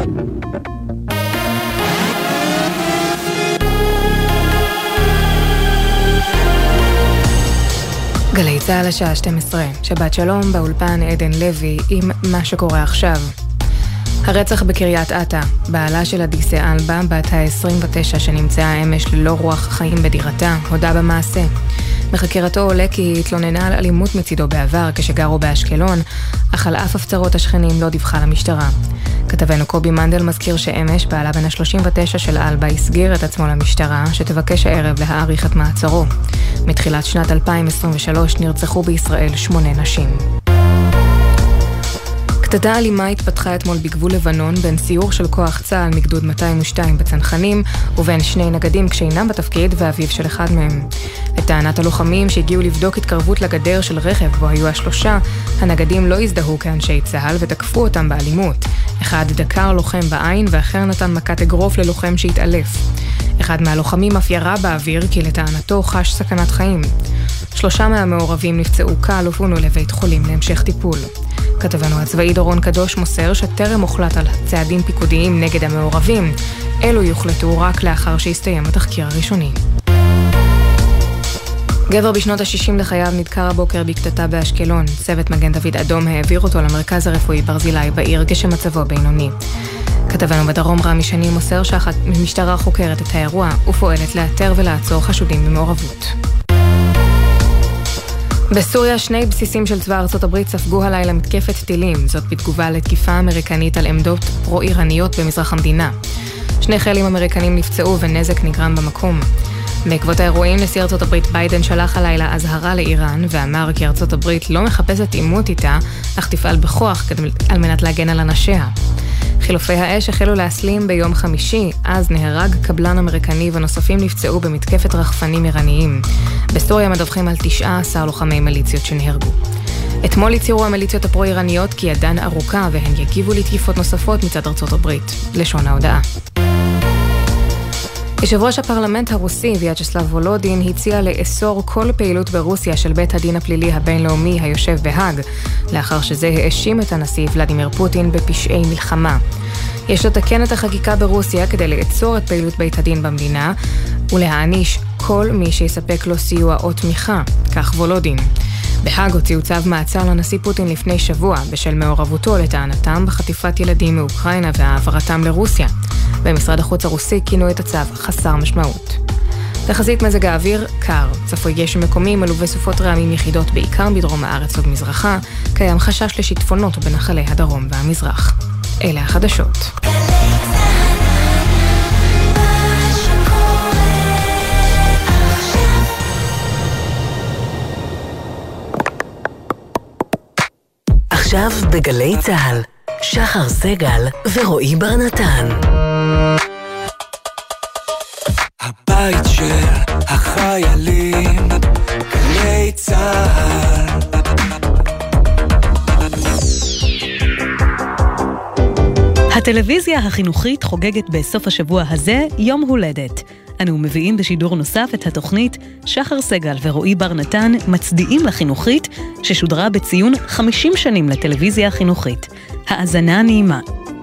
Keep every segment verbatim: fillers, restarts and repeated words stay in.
גלי צהל השעה שתים עשרה, שבת שלום, באולפן עדן לוי עם מה שקורה עכשיו. הרצח בקריית אתא, בעלה של אדיסה אלבה, בת ה-עשרים ותשע שנמצאה אמש ללא רוח חיים בדירתה, הודה במעשה. מחקירתו עולה כי היא התלוננה על אלימות מצידו בעבר כשגרו באשקלון, אך על אף הפצרות השכנים לא דיווחה למשטרה. כתבנו קובי מנדל מזכיר שאמש בעלה בן ה-שלושים ותשע של אלבה הסגיר את עצמו למשטרה שתבקש הערב להאריך את מעצרו. מתחילת שנת אלפיים עשרים ושלוש נרצחו בישראל שמונה נשים. קטטה אלימה התפתחה אתמול בגבול לבנון בין סיור של כוח צה"ל מגדוד מאתיים ושתיים בצנחנים ובין שני נגדים כשאינם בתפקיד ואביו של אחד מהם. לטענת הלוחמים שהגיעו לבדוק התקרבות לגדר של רכב בו היו השלושה, הנגדים לא הזדהו כאנשי צה"ל ותקפו אותם באלימות. אחד דקר לוחם בעין ואחר נתן מכת אגרוף ללוחם שהתעלף. אחד מהלוחמים אף ירה באוויר כי לטענתו חש סכנת חיים. שלושה מהמעורבים נפצעו קל ופונו לבית חולים להמשך טיפול. כתבנו הצבאי דורון קדוש מוסר שטרם הוחלט על צעדים פיקודיים נגד המעורבים. אלו יוחלטו רק לאחר שיסתיים התחקיר הראשוני. גבר בשנות ה-שישים לחייו נדקר הבוקר בקטטה באשקלון. צוות מגן דוד אדום העביר אותו למרכז הרפואי ברזילי בעיר כשמצבו בינוני. כתבנו בדרום רמי שני מוסר שהמשטרה חוקרת את האירוע ופועלת לאתר ולעצור חשודים במעורבות. בסוריה שני בסיסים של צבא ארצות הברית ספגו הלילה מתקפת טילים, זאת בתגובה לתקיפה אמריקנית על עמדות פרו-איראניות במזרח המדינה. שני חיילים אמריקנים נפצעו ונזק נגרם במקום. בעקבות האירועים נשיא ארצות הברית ביידן שלח הלילה אזהרה לאיראן ואמר כי ארצות הברית לא מחפשת עימות איתה, אך תפעל בכוח על מנת להגן על אנשיה. חילופי האש החלו להסלים ביום חמישי, אז נהרג קבלן אמריקני ונוספים נפצעו במתקפת רחפנים איראניים. בסוריה מדווחים על תשעה עשר לוחמי מיליציות שנהרגו. אתמול הצהירו המיליציות הפרו-איראניות כי ידן ארוכה והן יגיבו לתקיפות נוספות מצד ארצות הברית. לשון ההודעה. יושב ראש הפרלמנט הרוסי ויאצ'סלב וולודין הציע לאסור כל פעילות ברוסיה של בית הדין הפלילי הבינלאומי היושב בהאג, לאחר שזה האשים את הנשיא ולדימיר פוטין בפשעי מלחמה. יש לתקן את החקיקה ברוסיה כדי לעצור את פעילות בית הדין במדינה ולהעניש כל מי שיספק לו סיוע או תמיכה, כך וולודין. בהאג הוציאו צו מעצר לנשיא פוטין לפני שבוע בשל מעורבותו לטענתם בחטיפת ילדים מאוקראינה והעברתם לרוסיה. במשרד החוץ הרוסי כינו את הצו חסר משמעות. תחזית מזג האוויר קר, צפוי גשם מקומי מלווה סופות רעמים יחידות בעיקר בדרום הארץ ובמזרחה, קיים חשש לשיטפונות בנחלי הדרום והמזרח. אלה החדשות. עכשיו בגלי צהל, שחר סגל ורועי בר נתן. הבית של החיילים, גלי צהל. הטלוויזיה החינוכית חוגגת בסוף השבוע הזה יום הולדת. אנו מביאים בשידור נוסף את התוכנית שחר סגל ורועי בר נתן מצדיעים לחינוכית ששודרה בציון חמישים שנים לטלוויזיה החינוכית. האזנה נעימה.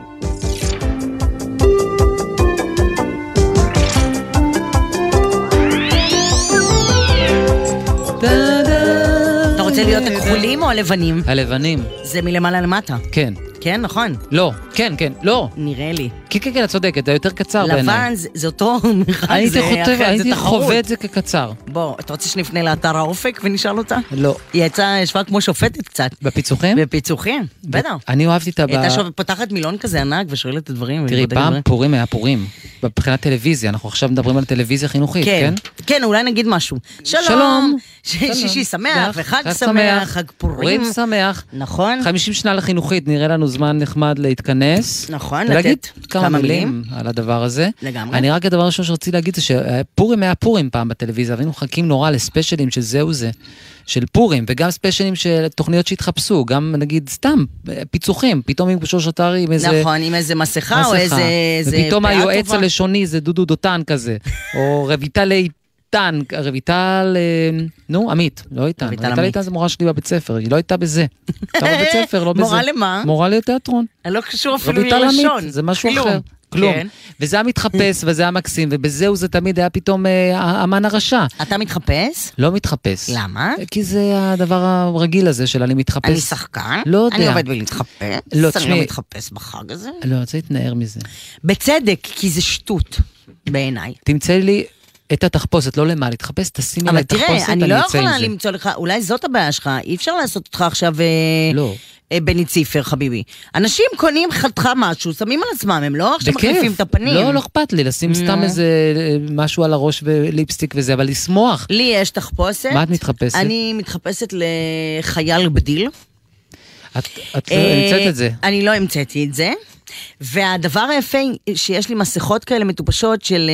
אתה רוצה להיות הכחולים או הלבנים? הלבנים. זה מלמעלה למטה. כן. כן, נכון. לא, כן, כן, לא. נראה לי. כן, כן, כן, את צודקת, זה יותר קצר בעיניי. לבן, זה אותו מרחק, הייתי חוטב, הייתי חווה את זה כקצר. בוא, אתה רוצה שנפנה לאתר האופק ונשאל אותה? לא. היא יצאה, ישבה כמו שופטת קצת. בפיצוחים? בפיצוחים, בטח. אני אוהבתי את הבא... הייתה פותחת מילון כזה ענק ושואלת את הדברים. תראי, פעם פורים היה פורים. מבחינת טלוויזיה, אנחנו עכשיו מדברים על טלוויזיה חינוכית, כן? כן, אולי נגיד משהו. שלום. שישי שמח וחג שמח, חג פורים. שמח. נכון. חמישים שנה לחינוכית, נראה לנו זמן נחמד להתכנס. נכון, לתת כמה מילים על הדבר הזה. לגמרי. אני רק הדבר הראשון שרציתי להגיד זה שפורים היה פורים פעם בטלוויזיה, והיינו מחכים נורא לספיישלים של זהו זה, של פורים, וגם ספיישלים של תוכניות שהתחפשו, גם נגיד סתם פיצוחים, פתאום עם בשוש אתרי עם איזה... נכון, עם איזה מסכה או איזה... ופתאום היועץ הלשוני זה דודו דותן כזה, או רביטה לי איתן, רויטל, נו, עמית, לא איתן. רויטל איתן זה מורה שלי בבית ספר, היא לא הייתה בזה. הייתה בבית ספר, לא בזה. מורה למה? מורה לתיאטרון. לא קשור אפילו ללשון. זה משהו אחר. כלום. וזה היה מתחפש, וזה היה מקסים, ובזהו זה תמיד היה פתאום אמן הרשע. אתה מתחפש? לא מתחפש. למה? כי זה הדבר הרגיל הזה של אני מתחפש. אני שחקן? לא יודע. אני עובד בלהתחפש? לא, אני לא מתחפש בחג הזה? לא, אני רוצה להתנער מזה. בצדק, כי זה שטות, בעיניי. תמצא לי את התחפושת, לא למה, להתחפש, תשימי לי את התחפושת, אבל תראה, אני לא יכולה למצוא לך, אולי זאת הבעיה שלך, אי אפשר לעשות אותך עכשיו... לא. בני ציפר, חביבי. אנשים קונים חתך משהו, שמים על עצמם, הם לא עכשיו מחליפים את הפנים. לא, לא אכפת לי, לשים סתם איזה משהו על הראש וליפסטיק וזה, אבל לשמוח. לי יש תחפושת. מה את מתחפשת? אני מתחפשת לחייל בדיל. את המצאת את זה. אני לא המצאתי את זה. והדבר היפה שיש לי מסכות כאלה מטופשות של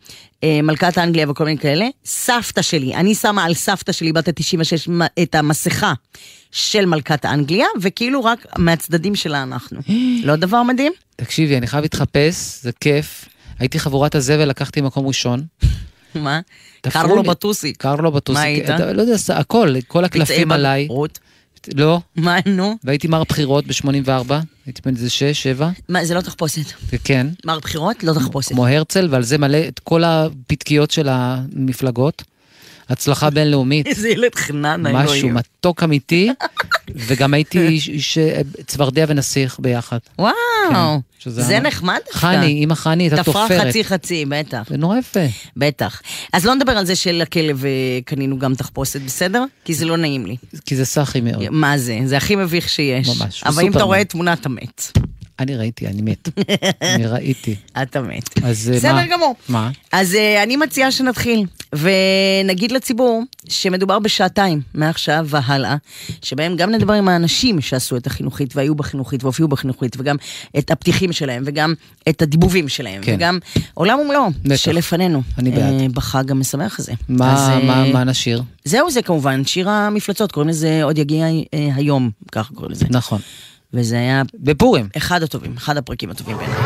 מלכת האנגליה וכל מיני כאלה, סבתא שלי, אני שמה על סבתא שלי בת ה-תשעים ושש את המסכה של מלכת האנגליה, וכאילו רק מהצדדים שלה אנחנו. לא דבר מדהים? תקשיבי, אני חייב להתחפש, זה כיף. הייתי חבורת הזבל, לקחתי מקום ראשון. מה? קרלו בטוסיק. קרלו בטוסיק. מה היית? לא יודע, הכל, כל הקלפים עליי. לא. מה, נו? והייתי מר בחירות ב-שמונים וארבע, הייתי בן איזה שש, שבע. מה, זה לא תחפושת? כן. מר בחירות? לא תחפושת. כמו הרצל, ועל זה מלא את כל הפתקיות של המפלגות. הצלחה בינלאומית. איזה ילד חנן, משהו מתוק אמיתי, וגם הייתי צוורדע ונסיך ביחד. וואו, זה נחמד דווקא. חני, אמא חני, הייתה תופרת. תפרה חצי חצי, בטח. זה נורא יפה. בטח. אז לא נדבר על זה של הכלב קנינו גם תחפושת, בסדר? כי זה לא נעים לי. כי זה סחי מאוד. מה זה? זה הכי מביך שיש. ממש. אבל אם אתה רואה תמונה, אתה מת. אני ראיתי, אני מת. אני ראיתי. אתה מת. בסדר גמור. מה? אז אני מציעה שנתחיל, ונגיד לציבור שמדובר בשעתיים מעכשיו והלאה, שבהם גם נדבר עם האנשים שעשו את החינוכית, והיו בחינוכית, והופיעו בחינוכית, וגם את הפתיחים שלהם, וגם את הדיבובים שלהם, כן. וגם עולם ומלואו שלפנינו. אני בעד. בחג המשמח הזה. מה, אז, מה, מה נשיר? זהו זה כמובן, שיר המפלצות, קוראים לזה עוד יגיע היום, ככה קוראים לזה. נכון. וזה היה... בפורים. אחד הטובים, אחד הפרקים הטובים בעיניי.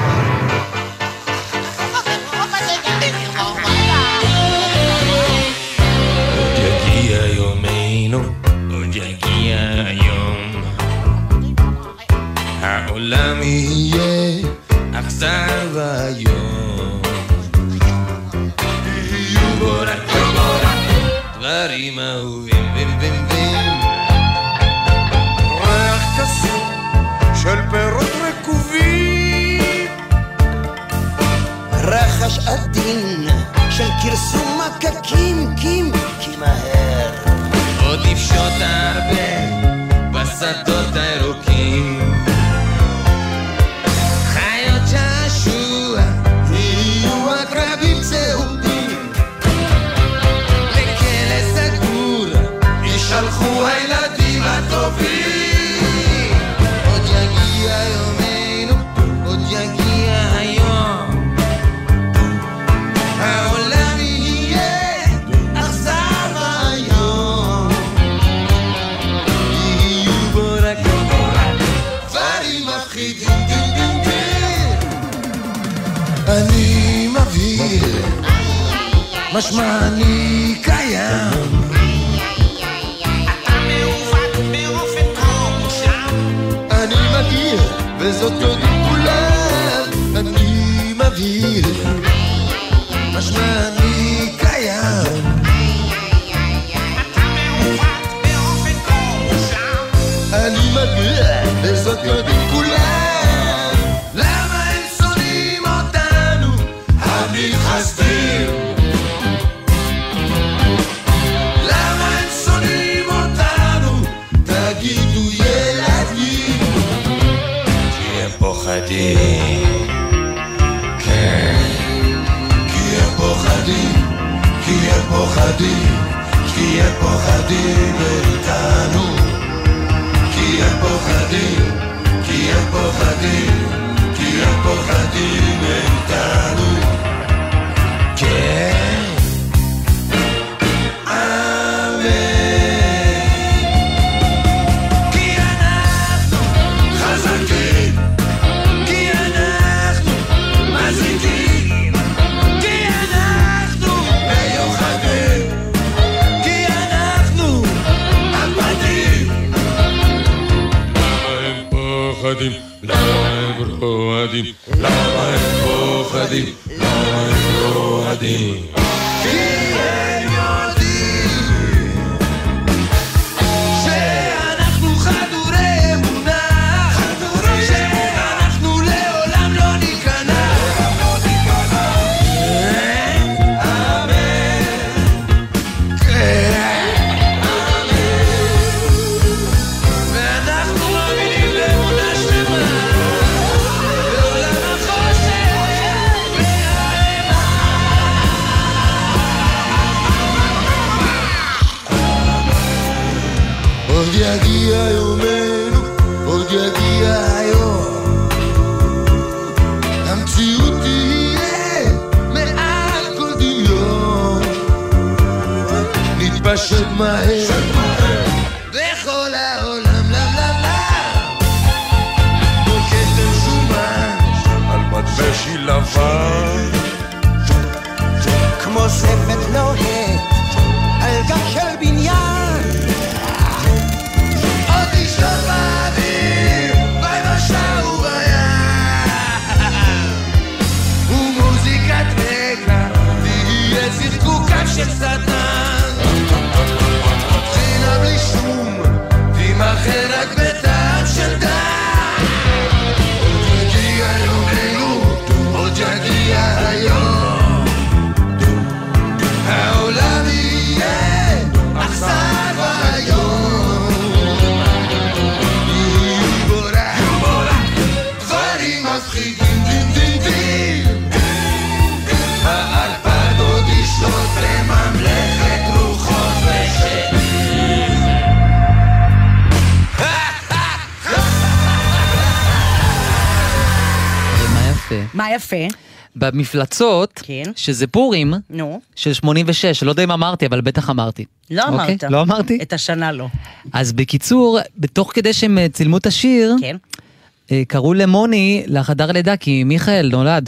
עוד יגיע יומנו, עוד יגיע היום. העולם יהיה אכזר והיום. יהיו בו רק דברים אהובים וים ריח כסוף של פירות רקובים, רחש עדין של קרסום מקקים, קים, כי מהר עוד נפשוט הרבה בשדות הירוקים. חיות שעשוע יהיו עקרבים צהובים, לכלא סגור ישלחו הילדים הטובים. אני מבהיר, משמע אני קיים. אתה מעוות באופן כה מושלם. אני מגיע, וזאת יודעים כולם. אני מבהיר, משמע אני קיים. אתה מעוות באופן כה מושלם. אני מגיע, וזאת יודעים כולם. למה הם שונאים אותנו? תגידו ילדים, כי הם פוחדים. כן, כי הם פוחדים, כי הם פוחדים, כי הם פוחדים מאיתנו. כי הם פוחדים, כי הם פוחדים, כי הם פוחדים מאיתנו. כן, אמן. כי אנחנו חזקים, כי אנחנו מזיקים, כי אנחנו מיוחדים. רועדים? למה הם פוחדים? למה הם רועדים? כי הם יודעים שאנחנו חדורי אמונה, שאנחנו לעולם לא ניכנע. אמן. ואנחנו מאמינים באמונה שלמה בעולם החושך והאימה. עוד יגיע יומנו, עוד יגיע היום, המציאות תהיה מעל כל דמיון, נתפשט מהר בכל העולם, לם לם לם, כמו כתם שומן על מדבשי לבן, כמו ספת לוהט על גג של בניין, עוד לשלוט באוויר ביבשה ובים, ומוזיקת רקע תהיה זרקוקה של שטן, תחינה בלי שום תימחר רק בטעם של דם. עוד יגיע יומנו, עוד יגיע היום, העולם יהיה אכזר והיום, יהיו בו רק דברים מפחידים, דים דים דים, הערפד עוד ישלוט בממלכת רוחות ושדים. מה יפה? מה יפה? במפלצות, כן. שזה פורים, נו, של שמונים ושש, לא יודע אם אמרתי, אבל בטח אמרתי. לא אוקיי? אמרת. לא אמרתי? את השנה לא. אז בקיצור, בתוך כדי שהם אה, צילמו את השיר, כן. אה, קראו למוני לחדר לידה, כי מיכאל נולד.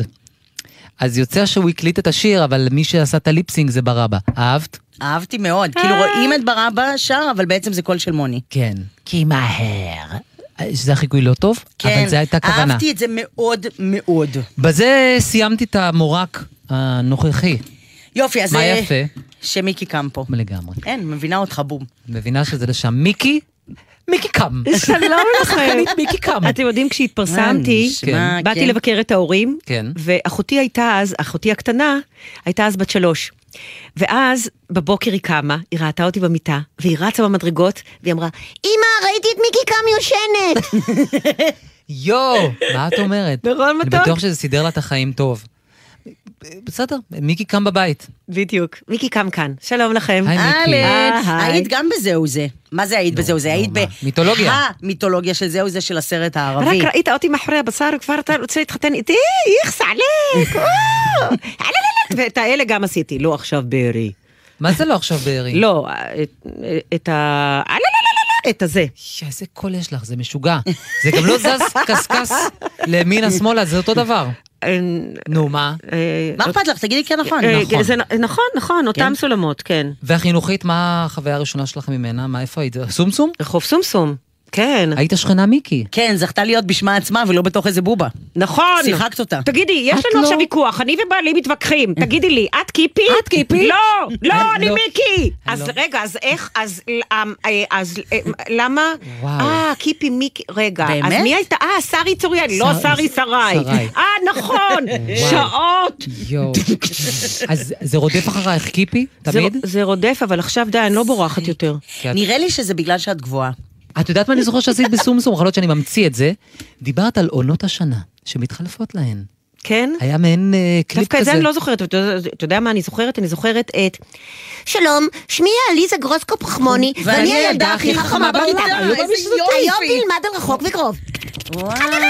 אז יוצא שהוא הקליט את השיר, אבל מי שעשה את הליפסינג זה ברבא. אהבת? אהבתי מאוד. כאילו רואים את ברבא שר, אבל בעצם זה קול של מוני. כן. כי מהר. שזה החיקוי לא טוב, כן. אבל זה הייתה כוונה. אהבתי את זה מאוד מאוד. בזה סיימתי את המורק הנוכחי. יופי, אז... מה אה, יפה? שמיקי קם פה. לגמרי. אין, מבינה אותך בום. מבינה שזה לשם. מיקי? מיקי קם. שלום לכם. שחקנית מיקי קם. אתם יודעים, כשהתפרסמתי, נשמע, באתי כן. לבקר את ההורים, כן. ואחותי הייתה אז, אחותי הקטנה, הייתה אז בת שלוש. ואז בבוקר היא קמה, היא ראתה אותי במיטה, והיא רצה במדרגות, והיא אמרה, אמא, ראיתי את מיקי קם יושנת. יו, מה את אומרת? נכון, אני מתוק? בטוח שזה סידר לה את החיים טוב. בסדר, מיקי קם בבית. בדיוק, מיקי קם כאן. שלום לכם. היי, מיקי. אהלן, היי. היית גם בזהו זה. מה זה היית בזהו זה? היית מה? מיתולוגיה. במיתולוגיה של זהו זה של הסרט הערבי. רק ראית אותי מאחורי הבשר, וכבר אתה רוצה להתחתן איתי, יחס עליק. וואו. ואת האלה גם עשיתי, לא עכשיו בארי. מה זה לא עכשיו בארי? לא, את- את ה... לא, לא, לא, לא, לא, את הזה. יא, איזה קול יש לך, זה משוגע. זה גם לא זז קסקס לימינה שמאלה, זה אותו דבר. נו, מה? מה אכפת לך? תגידי כן נכון. אה, נכון. זה נ- נכון, נכון, אותם סולמות, כן. והחינוכית, מה החוויה הראשונה שלך ממנה? מה, איפה היית? סומסום? רחוב סומסום, כן. היית שכנה מיקי. כן, זכתה להיות בשמה עצמה ולא בתוך איזה בובה. נכון. שיחקת אותה. תגידי, יש את לנו לא- עכשיו ויכוח, אני ובעלי מתווכחים. תגידי לי, את קיפי? את קיפי? לא, לא, אני לא. מיקי. אז לא. רגע, אז איך, אז אה, אה, אז אה, למה? וואו. אה, קיפי מיקי, רגע. באמת? אז מי הייתה? אה, שרי צוריאל, לא שר- שרי שרי. שרי. אה, נכון, שעות. יואו. אז זה רודף אחרייך קיפי? זה- תמיד? זה רודף, אבל עכשיו די, אני לא בורחת יותר. כי את- נראה לי שזה בגלל שאת גבוהה. את יודעת מה אני זוכר שעשית בסומסום? חלות שאני ממציא את זה. דיברת על עונות השנה, שמתחלפות להן. כן? היה מעין אה, קליפ דווקא את כזה. זה אני לא זוכרת, אתה יודע- אתה יודע מה אני זוכרת? אני זוכרת את... שלום, שמי עליזה גרוסקופ חמוני, ואני הילדה הכי חכמה בכיתה. היום איזה יופי. תלמד על רחוק וקרוב. וואו.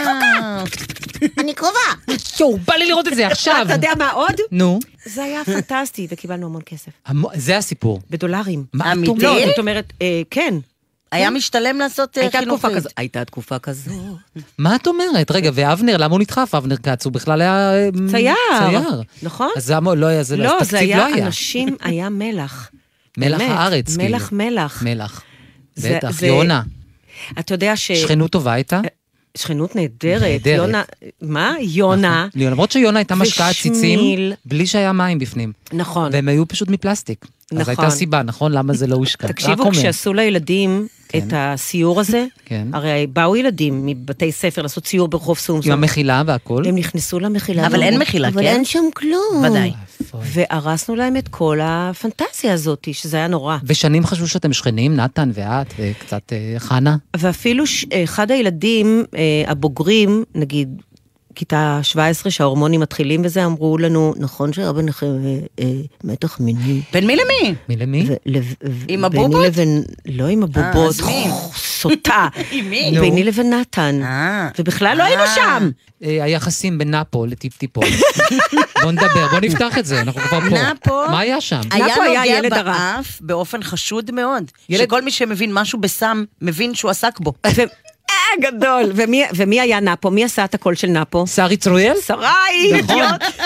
אני קרובה. יואו, בא לי לראות את זה עכשיו. אתה יודע מה עוד? נו, זה היה פנטסטי, וקיבלנו המון כסף. המו- זה הסיפור. בדולרים. מה את אמיתי? אומרת? לא, זאת אומרת, אה, כן. היה משתלם לעשות אה, הייתה תקופה חינוכית. כזו. הייתה תקופה כזו. מה את אומרת? רגע, ואבנר, למה הוא נדחף? אבנר כץ, הוא בכלל היה... אה, צייר. צייר. נכון? אז זה המ- לא היה, זה לא, לא, אז זה תקציב לא היה, היה. אנשים, היה מלח. מלח באמת, הארץ, מלח, כאילו. מלח. מלח. זה- בטח, זה- יונה. אתה יודע ש... שכנות טובה הייתה? שכנות נהדרת. נהדרת. יונה, מה? יונה. נכון. למרות שיונה הייתה משקעת ושמיל. ציצים, בלי שהיה מים בפנים. נכון. והם היו פשוט מפלסטיק. אז נכון. הייתה סיבה, נכון? למה זה לא הושקע? רק תקשיבו, אומר. כשעשו לילדים את הסיור הזה, כן. הרי באו ילדים מבתי ספר לעשות סיור ברחוב עם סומסום. המחילה והכל. הם נכנסו למחילה. אבל אין מחילה, אבל כן? אין שם כלום. ודאי. והרסנו להם את כל הפנטזיה הזאת, שזה היה נורא. ושנים חשבו שאתם שכנים, נתן ואת, וקצת אה, חנה. ואפילו ש... אחד הילדים אה, הבוגרים, נגיד, כיתה שבע עשרה, שההורמונים מתחילים וזה, אמרו לנו, נכון שהיה ביניכם אה, אה, מתח מיני. בין מי למי? מי למי? ולב- עם ביני הבובות? לבין, לא עם הבובות, אז מי? סוטה. עם מי? ביני לבין נתן. אה. ובכלל לא היינו אה. שם. אה, היחסים בין נאפו לטיפ-טיפו. בוא נדבר, בוא נפתח את זה, אנחנו כבר פה. נאפו? מה היה שם? היה נאפו היה נוגע ילד הרע. באף באופן חשוד מאוד. ילד- שכל מי שמבין משהו בסם, מבין שהוא עסק בו. ו- אה, גדול. ומי- ומי היה נאפו? מי עשה את הקול של נאפו? שרי צרויאל? שרי! נכון.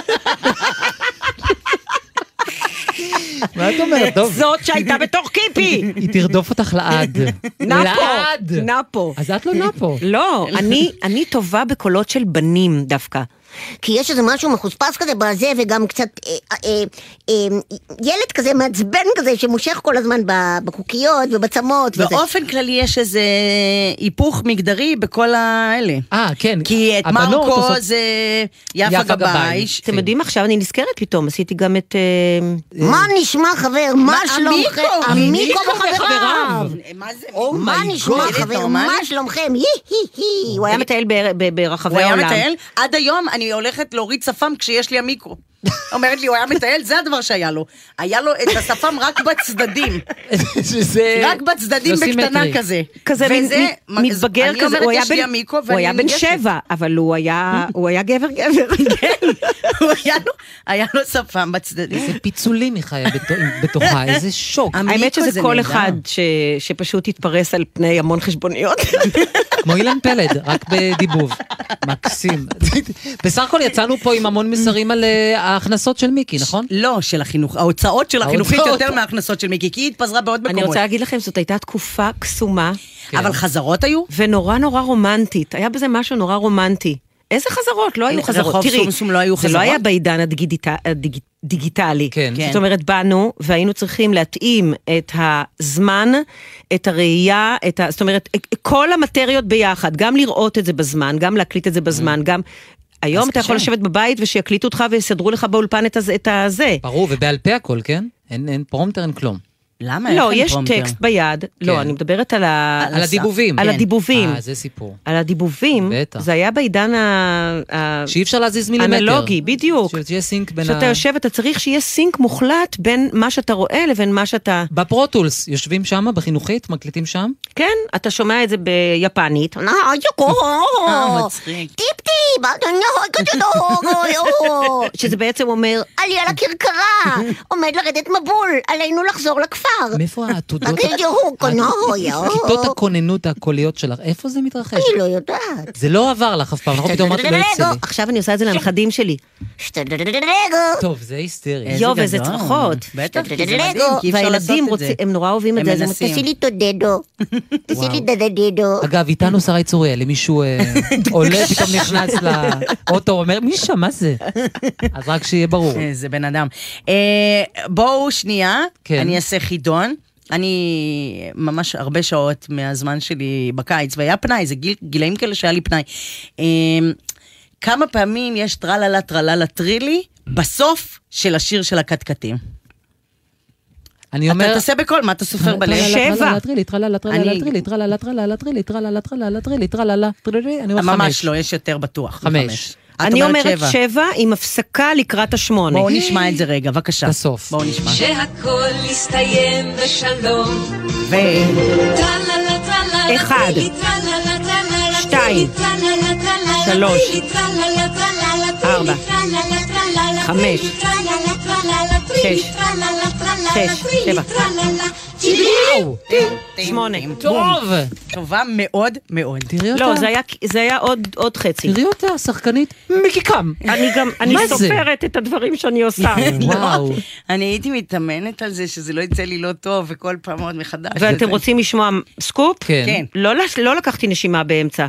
מה את אומרת? טוב. זאת שהייתה בתוך קיפי! היא תרדוף אותך לעד. נאפו! לעד! נאפו. אז את לא נאפו. לא, אני, אני טובה בקולות של בנים דווקא. כי יש איזה משהו מחוספס כזה בזה, וגם קצת אה, אה, אה, ילד כזה מעצבן כזה, שמושך כל הזמן ב- בקוקיות ובצמות. וזה. באופן כללי יש איזה היפוך מגדרי בכל האלה. אה, כן. כי את הבנות מרקו עושות- זה יפה יפה גבאי. גבאי. אתם יודעים, עכשיו אני נזכרת פתאום, עשיתי גם את... אה, מה נשמע חבר? מה מה, שלומכם? עמיקו, עמיקו עמיקו וחבריו. מה זה? מה נשמע ילד חבר? נורמלי? מה שלומכם? יי יי יי. הוא היה מטייל ב- ב- ברחבי הוא היה העולם. מטייל? עד היום אני הולכת להוריד שפם כשיש לי המיקרו. אומרת לי, הוא היה מטייל, זה הדבר שהיה לו. היה לו את השפם רק בצדדים. שזה... רק בצדדים לא בקטנה סימטרי. כזה. כזה וזה, מ- מתבגר אני כזה, אומרת, הוא היה יש לי בן- המיקרו הוא ואני היה בן ניגשת. שבע, אבל הוא היה הוא היה גבר גבר. הוא היה לו- היה לו שפם בצדדים. איזה פיצולים היא חיה בתו- בתוכה, איזה שוק. המיקרו האמת שזה זה כל נהדר. אחד ש- שפשוט התפרס על פני המון חשבוניות. כמו אילן פלד, רק בדיבוב. מקסים. בסך הכל יצאנו פה עם המון מסרים על אה, ההכנסות של מיקי, נכון? לא, של החינוך, ההוצאות של החינוכית ההוצאות. יותר מההכנסות של מיקי, כי היא התפזרה בעוד אני מקומות. רוצה להגיד לכם, זאת הייתה תקופה קסומה, כן. אבל חזרות היו? ונורא נורא רומנטית. היה בזה משהו נורא רומנטי. איזה חזרות? לא היו רחוב חזרות. תראי, סומסום לא היו זה לא חזרות? היה בעידן הדיגיטה- הדיג- דיגיטלי. כן. כן. זאת אומרת, באנו והיינו צריכים להתאים את הזמן, את הראייה, את ה... זאת אומרת, כל המטריות ביחד, גם לראות את זה בזמן, גם להקליט את זה בזמן, גם... היום אתה יכול קשה. לשבת בבית ושיקליטו אותך ויסדרו לך באולפן את הזה- את הזה. ברור, ובעל פה הכל, כן? אין אין פרומטר, אין כלום. למה? לא, איך אין יש פרומטר? טקסט ביד. לא, אני מדברת על ה... על הדיבובים. על כן. הדיבובים. אה, זה סיפור. על הדיבובים, בטח. זה היה בעידן ה- ה- שאי אפשר להזיז מילימטר. האנלוגי, בדיוק. שיהיה סינק בין כשאתה ה... יושב, אתה צריך שיהיה סינק מוחלט בין מה שאתה רואה לבין מה שאתה... בפרוטולס, יושבים שם, בחינוכית, מקליטים שם? כן, אתה שומע את זה ביפנית. אה, מצחיק. טיפ טיפ, שזה בעצם אומר, עלי על הכרכרה, עומד לרדת מבול, עלינו לחזור לכפר. מאיפה העתודות... בדיוק, נוי, כיתות הכוננות הקוליות שלך, איפה זה מתרחש? אני לא יודעת. זה לא עבר לך אף פעם, נכון? פתאום אמרתי, לא יוצא לי. עכשיו אני עושה את זה לנכדים שלי. טוב, זה היסטרי. איזה יו, וזה גדול. צרחות. בטח, כי זה מדהים, לגו. כי אי אפשר לעשות והילדים את זה. רוצים, הם נורא אוהבים את הם זה. אז הם מנסים. תעשי לי תודדו. תעשי לי דדדדו. אגב, איתנו שרי צוריאל, אם מישהו אה, עולה, פתאום נכנס לאוטו, אומר, מי שם, מה זה? אז רק שיהיה ברור. איזה בן אדם. אה, בואו שנייה, כן. אני אעשה חידון. אני ממש הרבה שעות מהזמן שלי בקיץ, והיה פנאי, זה גיל, גילאים כאלה שהיה לי פנאי. אה, כמה פעמים יש טרללה טרללה טרילי בסוף של השיר של הקטקטים? אני אומר... אתה תעשה בקול, מה אתה סופר בלב? שבע. טרילי, טרללה, טרללה, אני- טרילי, טרללה, טרללה, טרילי, טרללה, טרללה, טרילי, טרללה, טרילי, אני אומר חמש. ממש לא, יש יותר בטוח. חמש. את אני אומרת שבע. שבע עם הפסקה לקראת השמונה. בואו נשמע את זה רגע, בבקשה. בסוף. בואו נשמע. שהכל יסתיים בשלום. ו... טרללה, טרללה, אחד. טרילי, טרללה, טרללה, שתיים. טרללה, טרללה, שלוש. טרילי, טרללה, טרללה, טרילי, ארבע. טרללה, טרללה, חמש. טרילי, טרללה, טרללה, טרילי, שש. טרללה, טרללה, שש. טרילי, שבע. טרללה, טרילי. שמונה. טוב! טובה מאוד מאוד. תראי אותה. לא, זה היה- זה היה עוד- עוד חצי. תראי אותה, שחקנית מיקי קם. אני גם, אני מה זה? סופרת את הדברים שאני עושה. וואו. אני הייתי מתאמנת על זה שזה לא יצא לי לא טוב, וכל פעם עוד מחדש. ואתם רוצים לשמוע סקופ? כן. כן. לא, לש- לא לקחתי נשימה באמצע.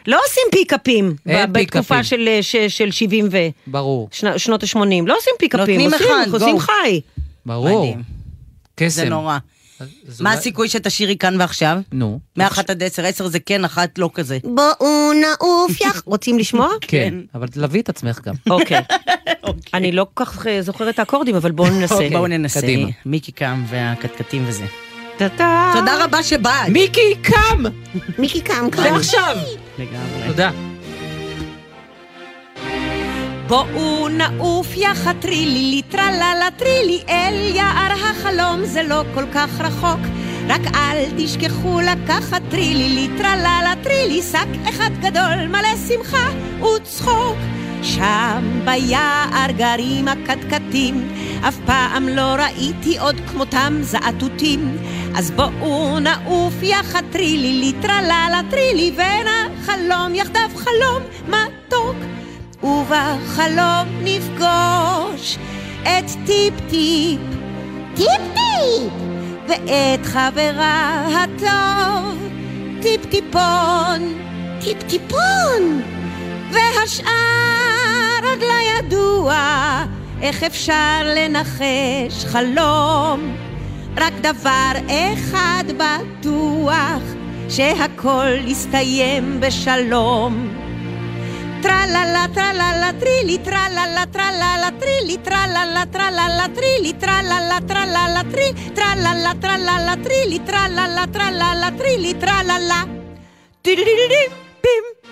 לא עושים פיקאפים אין בתקופה פיקאפים. של, של, של שבעים ו... ברור, שנ- שנות ה-שמונים. לא עושים פיקאפים, נותנים עושים, אחד, עושים go. חי. ברור. מדהים. קסם. זה נורא. אז מה אולי- הסיכוי שתשירי כאן ועכשיו? נו. מאחת עד עשר, עשר זה כן, אחת לא כזה. בואו נעוף יח... רוצים לשמוע? כן, אבל תלווי את עצמך גם. אוקיי. אני לא כל כך אה, זוכרת את האקורדים, אבל בואו ננסה. אוקיי. בואו ננסה. קדימה. מיקי קם והקטקטים וזה. טה-טה. תודה רבה שבאת. מיקי, קם! מיקי קם כאן. ועכשיו! לגמרי. תודה. בואו נעוף יחד טרילי לי טרללה טרילי אל יער החלום זה לא כל כך רחוק רק אל תשכחו לקחת טרילי לי טרללה טרילי שק אחד גדול מלא שמחה וצחוק שם ביער גרים הקטקטים אף פעם לא ראיתי עוד כמותם זעתותים אז בואו נעוף יחד טרילי לי טרללה טרילי ונחלום יחדיו חלום מתוק ובחלום נפגוש את טיפ טיפ, טיפ טיפ! ואת חברה הטוב, טיפ טיפון, טיפ טיפון! והשאר עוד לא ידוע איך אפשר לנחש חלום. רק דבר אחד בטוח, שהכל יסתיים בשלום. טרללה טרללה טרילי טרללה טרללה טרילי טרללה טרללה טרילי טרללה טרללה טרילי טרללה טרללה טרילי טרללה טרללה טרילי טרללה טילילילים בים.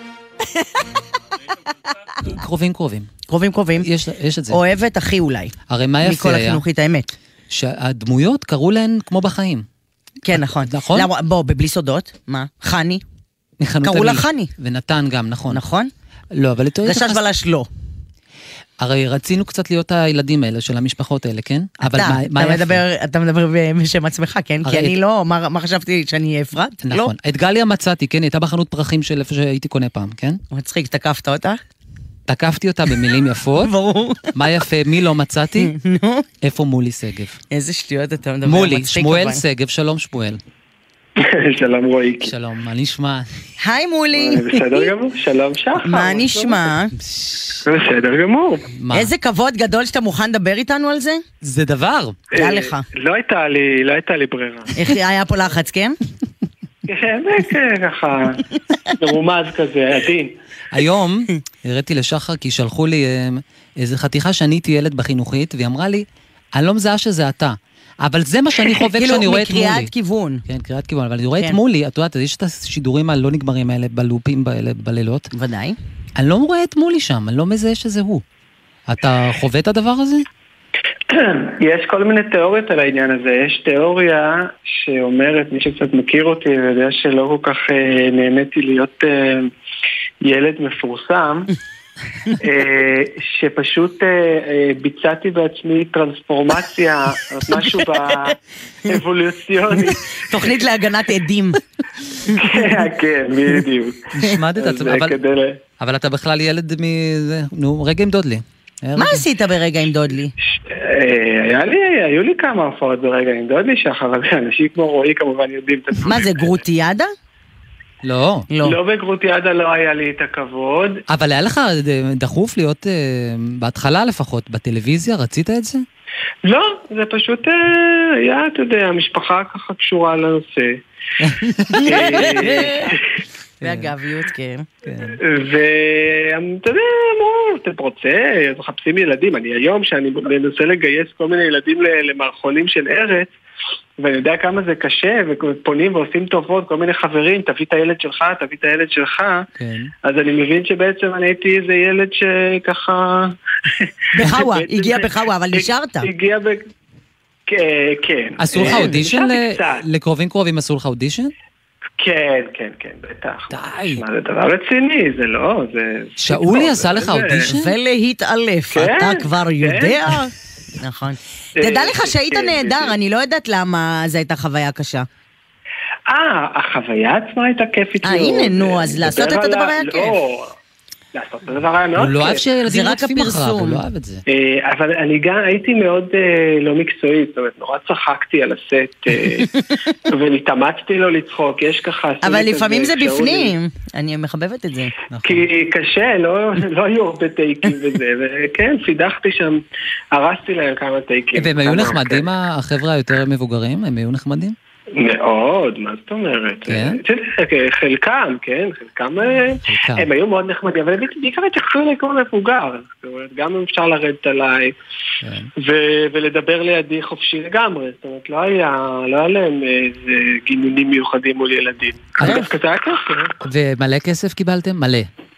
קרובים קרובים. קרובים קרובים. יש, יש את זה. אוהבת אחי אולי. הרי מה יפה מכל היה? החינוכית האמת. שהדמויות קראו להן כמו בחיים. כן, נכון. נכון? למה- בוא, בבלי סודות, מה? חני. מחנות קראו לה המיל. חני. ונתן גם, נכון. נכון? לא, אבל יותר רשש התייחס- בלש לא. הרי רצינו קצת להיות הילדים האלה, של המשפחות האלה, כן? אבל אתה, מה- מה אתה יפה? מדבר, אתה מדבר בשם עצמך, כן? כי הרי- אני לא, מה מה חשבתי שאני אהיה אפרת? לא. נכון. את גליה מצאתי, כן? היא הייתה בחנות פרחים של איפה שהייתי קונה פעם, כן? מצחיק, תקפת אותה? תקפתי אותה במילים יפות. ברור. מה יפה, מי לא מצאתי? נו. איפה מולי שגב? איזה שטויות אתה מדבר. מולי, מצחיק, שמואל אבל. שגב, שלום שמואל. שלום רועי. שלום, מה נשמע? היי מולי. בסדר גמור, שלום שחר. מה נשמע? בסדר גמור. מה? איזה כבוד גדול שאתה מוכן לדבר איתנו על זה? זה דבר. תדע אה, לך. לא הייתה לי, לא הייתה לי ברירה. איך היה פה לחץ, כן? כן, כן, ככה, מרומז כזה, עדין. היום הראיתי לשחר כי שלחו לי אה, איזה חתיכה שאני הייתי ילד בחינוכית, והיא אמרה לי, אני לא מזהה שזה אתה. אבל זה מה שאני חווה כשאני רואה את כאילו, מולי. מקריאת כיוון. כן, קריאת כיוון, אבל אני רואה את כן. מולי, את יודעת, יש את השידורים הלא נגמרים האלה בלופים באלה, בלילות. ודאי. אני לא רואה את מולי שם, אני לא מזהה שזה הוא. אתה חווה את הדבר הזה? יש כל מיני תיאוריות על העניין הזה. יש תיאוריה שאומרת, מי שקצת מכיר אותי ויודע שלא כל כך אה, נהניתי להיות אה, ילד מפורסם, אה, שפשוט אה, אה, ביצעתי בעצמי טרנספורמציה, משהו באבולוציוני. תוכנית להגנת עדים. כן, כן, בדיוק. נשמד את אז, עצמך, אה, אבל- כדי ל- אבל אתה בכלל ילד מזה, נו, רגע עם דודלי. מה עשית ברגע עם דודלי? אה, היה לי, היו לי כמה הופעות ברגע עם דודלי שחר, אבל אנשים כמו רועי כמובן יודעים את הדברים. מה זה, גרוטיאדה? לא. לא. לא בגרוטיאדה לא היה לי את הכבוד. אבל היה לך דחוף להיות, אה, בהתחלה לפחות, בטלוויזיה, רצית את זה? לא, זה פשוט אה, היה, אתה יודע, המשפחה ככה קשורה לנושא. אה, והגביות, כן. ואתה יודע, אמרו, אתה רוצה, מחפשים ילדים. אני היום, שאני מנסה לגייס כל מיני ילדים למערכונים של ארץ, ואני יודע כמה זה קשה, ופונים ועושים טובות, כל מיני חברים, תביא את הילד שלך, תביא את הילד שלך, כן. אז אני מבין שבעצם אני הייתי איזה ילד שככה... בחאווה, בעצם הגיע זה- בחאווה, אבל נשארת. הגיע ב... כן, כן. עשו לך אה, אודישן נשארתי ל- קצת. לקרובים קרובים, עשו לך אודישן? כן, כן, כן, בטח. די. מה, זה דבר רציני, זה לא, זה... שאולי עשה לך זה- אודישן? ולהתעלף, כן, אתה כבר כן. יודע? נכון. תדע לך שהיית כן, נהדר, כן. אני לא יודעת למה זו הייתה חוויה קשה. אה, החוויה עצמה הייתה כיפית אה, מאוד. הנה, נו, אז לעשות את לדבר הדבר על ה- היה לא, כיף. לעשות את הדבר היה מאוד הוא לא כיף. אהב שילדים זה רק רודפים אחריו, הוא הפרסום. לא אהב את זה. אה, אבל אני גם הייתי מאוד אה, לא מקצועית, זאת אומרת, נורא צחקתי על הסט, אה, ונתאמצתי לו לצחוק, יש ככה... אבל סרט לפעמים הזה, זה אפשרות לי- בפנים, אני מחבבת את זה. כי קשה, לא, לא היו הרבה טייקים וזה, וכן, פידחתי שם, הרסתי להם כמה טייקים. והם היו כמה, נחמדים, כן. החבר'ה היותר מבוגרים? הם היו נחמדים? מאוד, מה זאת אומרת? כן? אתה יודע, חלקם, כן, חלקם, אה, חלקם. הם היו מאוד נחמדים, אבל בעיקר התייחסו אליי כמו מבוגר, זאת אומרת, גם אם אפשר לרדת עליי, כן. ו- ולדבר לידי חופשי לגמרי, זאת אומרת, לא היה, לא היה להם איזה גינונים מיוחדים מול ילדים. אז דווקא זה היה כיף, כן. ומלא כסף קיבלתם? מלא.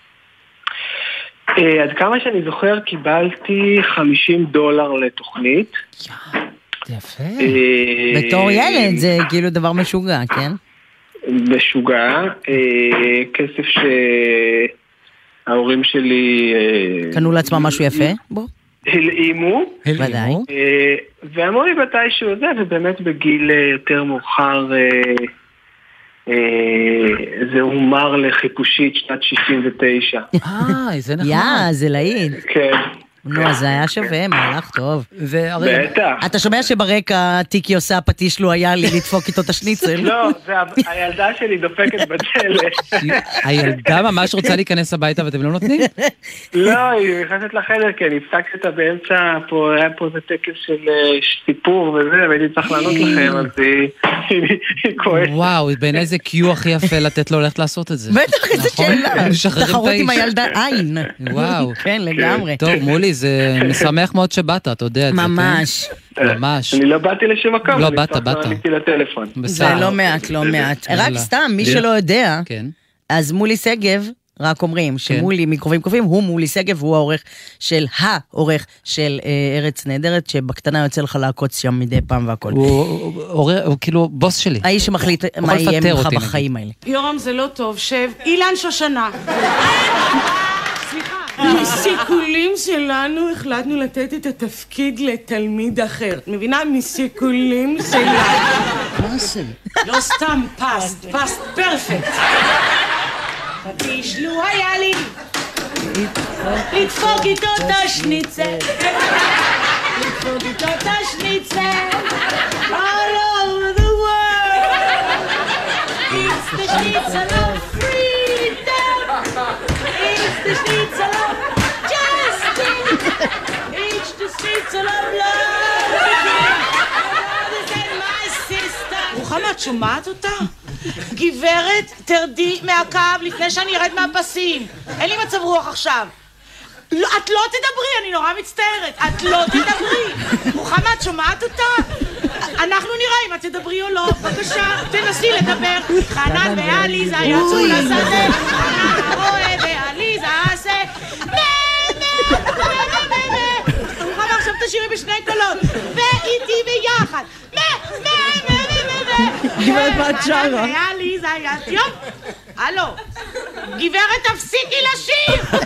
אה, עד כמה שאני זוכר, קיבלתי חמישים דולר לתוכנית. יפה. אה, בתור ילד זה כאילו דבר משוגע, כן? משוגע, אה, כסף שההורים שלי אה, קנו לעצמם משהו יפה? בוא. הלאימו, ודאי. אה, ואמרו לי מתישהו זה, ובאמת בגיל אה, יותר מאוחר אה, אה, זה הומר לחיפושית שנת שישים ותשע. אה, זה נחמד. יא, זה להיט. כן. נו, אז זה היה שווה, מהלך טוב. והרי... בטח. אתה שומע שברקע טיקי עושה פטיש לו היה לי לדפוק איתו את השניצל? לא, זה ה- הילדה שלי דופקת בדלת. הילדה ממש רוצה להיכנס הביתה ואתם לא נותנים? לא, היא נכנסת לחדר, כי אני הפסקתי אותה באמצע, פה היה פה איזה טקס של אה, סיפור וזה, והייתי צריך לענות לכם, אז היא- היא היא כועסת. וואו, בעיניי זה קיו הכי יפה לתת לו ללכת לעשות את זה. בטח, איזה נכון? שאלה. משחררים את תחרות עם האיש. הילדה עין. וואו. כן, לגמרי. טוב, מולי, זה משמח מאוד שבאת, אתה יודע את זה. כן? ממש. ממש. אני לא באתי לשום מקום, לא, אני באת, סתם באת. עניתי לטלפון. זה בסדר. לא מעט, לא מעט. רק יאללה. סתם, מי כן. שלא יודע, כן. אז מולי שגב, רק אומרים שמולי מקרובים קרובים, הוא מולי שגב, הוא העורך של העורך של אה, ארץ נהדרת, שבקטנה יוצא לך לעקוץ שם מדי פעם והכל. הוא- הוא עורר- הוא כאילו בוס שלי. האיש שמחליט יכול מה יהיה לפטר ממך אותי, בחיים האלה. יורם, זה לא טוב, שב. אילן שושנה. סליחה. משיקולים שלנו החלטנו לתת את התפקיד לתלמיד אחר. את מבינה? משיקולים שלנו. מה זה? לא סתם פסט, פסט פרפקט. פטיש לו היה לי לדפוק איתו את השניצל. לדפוק איתו את השניצל. All over the world. It's the schnitzel of freedom. It's the schnitzel of justice. It's the schnitzel of love. Brothers and my sister. רוחמה, את שומעת אותה? גברת, תרדי מהקו לפני שאני ארד מהפסים. אין לי מצב רוח עכשיו. לא, את לא תדברי, אני נורא מצטערת. את לא תדברי. רוחמה, את שומעת אותה? אנחנו נראה אם את תדברי או לא. בבקשה, תנסי לדבר. חנן ועליזה יצאו לשדה. חנן רואה ועליזה עשה. מה, מה, מה, מה, מה. רוחמה, עכשיו תשאירי בשני קולות. ואיתי ביחד. מה, מה, מה, מה, מה. גברת בת שרה. חנן ועליזה יצאו. הלו, גברת, תפסיקי לשיר!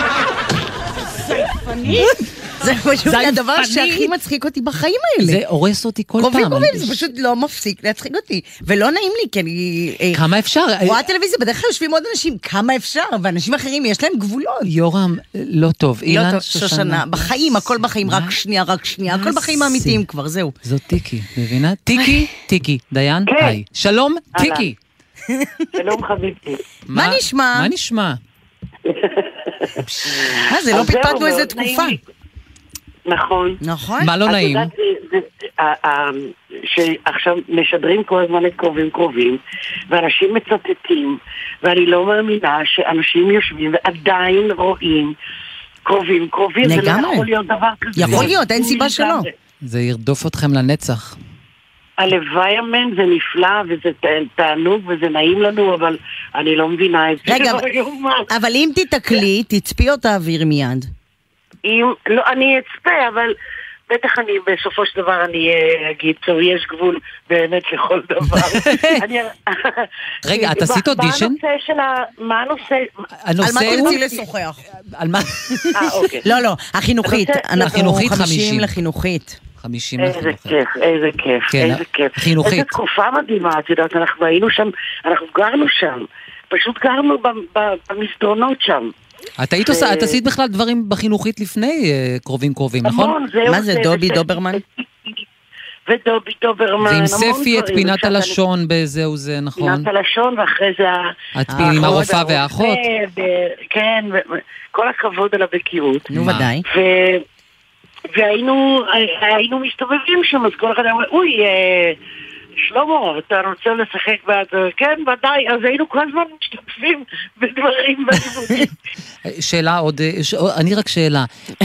זייפנית? זה פשוט הדבר שהכי מצחיק אותי בחיים האלה. זה הורס אותי כל קרובים פעם. קרובים, אני- זה פשוט לא מפסיק להצחיק אותי. ולא נעים לי, כי אני... אה, כמה אפשר? רואה טלוויזיה, בדרך כלל יושבים עוד אנשים, כמה אפשר, ואנשים אחרים יש להם גבולות. יורם, לא טוב. לא אילן טוב, שושנה, בחיים, הכל בחיים, רק שנייה, רק שנייה, הכל בחיים זה? האמיתיים כבר, זהו. זאת טיקי, מבינה? טיקי, טיקי, דיין, היי. שלום, טיקי. שלום חביבתי. מה נשמע? מה נשמע? מה זה, לא אז זהו, פטפטנו איזה מאוד תקופה. נעים לי. נכון. נכון. מה לא את נעים? יודעת, זה- ה- ה- שעכשיו משדרים כל הזמן את קרובים קרובים, ואנשים מצטטים, ואני לא מאמינה שאנשים יושבים ועדיין רואים קרובים קרובים. זה לא לגמרי. יכול להיות דבר כזה. יכול להיות, אין סיבה שלא. זה ירדוף אתכם לנצח. הלוואי אמן, זה נפלא, וזה ת- תענוג, וזה נעים לנו, אבל אני לא מבינה את זה. רגע, זה לא יאומן. אבל אם תתקלי, תצפי או תעביר מיד. אם, לא, אני אצפה, אבל בטח אני, בסופו של דבר אני אה, אגיד, טוב, יש גבול באמת לכל דבר. אני- רגע, את עשית מה- אודישן? מה הנושא של ה... מה הנושא? על מה הנושא הוא... תרצי לשוחח? על מה? אה, אוקיי. לא, לא, החינוכית. הנושא- אנחנו החינוכית חמישים חמישים. לחינוכית. חמישים איזה לחינוך. כיף, איזה כיף, כן, איזה כיף. חינוכית. איזה תקופה מדהימה, את יודעת, אנחנו היינו שם, אנחנו גרנו שם. פשוט גרנו ב- ב- במסדרונות שם. את היית עושה, את עשית בכלל דברים בחינוכית לפני קרובים קרובים, נכון? מה זה, דובי דוברמן? ודובי דוברמן, ועם ספי את פינת הלשון בזהו זה, נכון? פינת הלשון, ואחרי זה... את עם הרופאה והאחות? כן, כל הכבוד על הבקיאות. נו, ודאי. והיינו מסתובבים שם, אז כל אחד אמר, אוי, שלמה, אתה רוצה לשחק בעד... כן, ודאי, אז היינו כל הזמן משתתפים בדברים בלימודים. שאלה עוד, אני רק שאלה.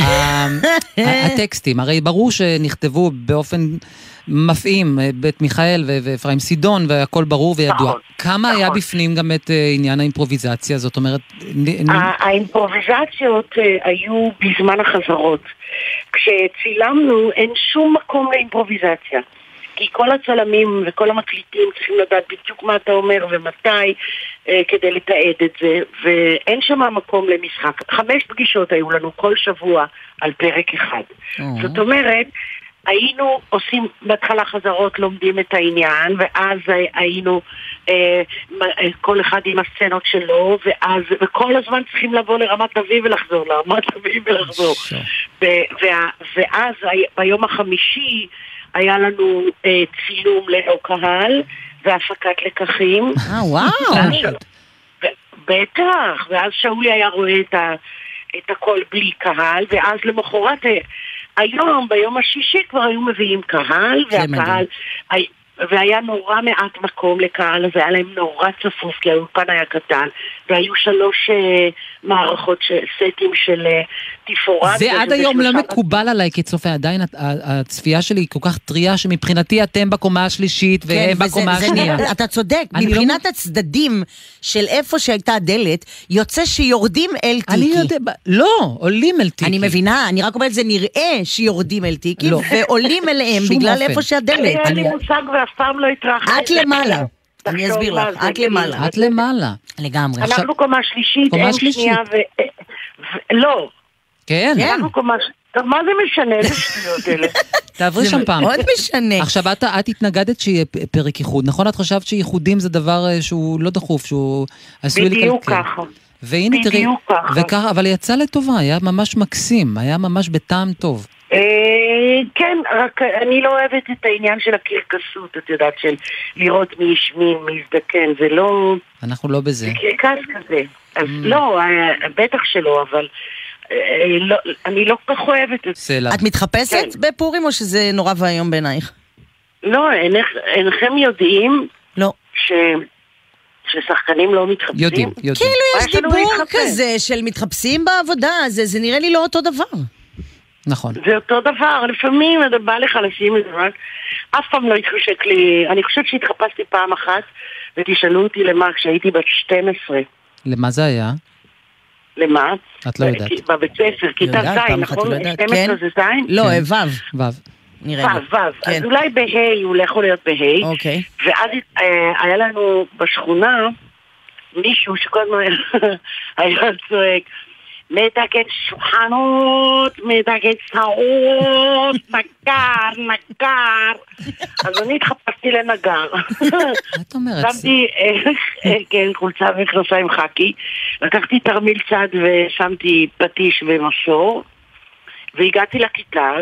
הטקסטים, הרי ברור שנכתבו באופן מפעים, בית מיכאל ואפרים סידון, והכל ברור וידוע. כמה היה בפנים גם את עניין האימפרוביזציה? זאת אומרת... האימפרוביזציות היו בזמן החזרות. כשצילמנו אין שום מקום לאימפרוביזציה. כי כל הצלמים וכל המקליטים צריכים לדעת בדיוק מה אתה אומר ומתי אה, כדי לתעד את זה, ואין שם מקום למשחק. חמש פגישות היו לנו כל שבוע על פרק אחד. Oh. זאת אומרת, היינו עושים בהתחלה חזרות, לומדים את העניין, ואז היינו אה, כל אחד עם הסצנות שלו, ואז, וכל הזמן צריכים לבוא לרמת אביב ולחזור, לרמת אביב ולחזור. ו, וה, ואז ביום החמישי, היה לנו אה, צילום ללא קהל והפקת לקחים. אה, וואו. בטח, ואז שאולי היה רואה את, ה, את הכל בלי קהל, ואז למחרת, היום, ביום השישי כבר היו מביאים קהל, והקהל, היה, והיה נורא מעט מקום לקהל, אז היה להם נורא צפוף, כי האולפן היה קטן, והיו שלוש uh, מערכות, ש, סטים של uh, תפאורה. זה עד היום לא מקובל עליי כצופה, עדיין הצפייה שלי היא כל כך טריה, שמבחינתי אתם בקומה השלישית, והם בקומה השנייה. אתה צודק, מבחינת הצדדים של איפה שהייתה הדלת, יוצא שיורדים אל טיקי. אני יודע, לא, עולים אל טיקי. אני מבינה, אני רק אומרת, זה נראה שיורדים אל טיקי, ועולים אליהם בגלל איפה שהדלת. אין לי מושג ואף פעם לא התרחש. את למעלה. אני אסביר לך, את למעלה. את למעלה. לגמרי. אנחנו קומה שלישית, אין שנייה ו... לא. כן. אנחנו קומה... טוב, מה זה משנה? זה שטויות אלה. תעברי שם פעם. מאוד משנה. עכשיו, את התנגדת שיהיה פרק ייחוד, נכון? את חשבת שייחודים זה דבר שהוא לא דחוף, שהוא... בדיוק ככה. והנה תראי, וככה, אבל יצא לטובה, היה ממש מקסים, היה ממש בטעם טוב. כן, רק אני לא אוהבת את העניין של הקרקסות, את יודעת, של לראות מי ישמין, מי יזדקן, זה לא... אנחנו לא בזה. זה קרקס כזה. אז לא, בטח שלא, אבל אני לא כל כך אוהבת את זה. את מתחפשת בפורים או שזה נורא והיום בעינייך? לא, אינכם יודעים לא. ש... ששחקנים לא מתחפשים. יודעים, יודעים. כאילו יש דיבור כזה של מתחפשים בעבודה, זה, זה נראה לי לא אותו דבר. נכון. זה אותו דבר, לפעמים אתה בא לך לשים את זה, אף פעם לא התחשק לי, אני חושבת שהתחפשתי פעם אחת, ותשאלו אותי למה, כשהייתי בת שתים עשרה. למה זה היה? למה? את לא יודעת. בבית ספר, כיתה זין, נכון? שתים עשרה זה זין? לא, וו. וו. וו, וו. אז אולי בהי, הוא יכול להיות בהי. אוקיי. ואז היה לנו בשכונה מישהו שכל הזמן היה צועק, מתקן שולחנות, מתקן שעות, נגר, נגר. אז אני התחפשתי לנגר. את אומרת? שמתי, כן, חולצה ומכנסיים חקי, לקחתי תרמיל צד ושמתי פטיש ומסור, והגעתי לכיתה,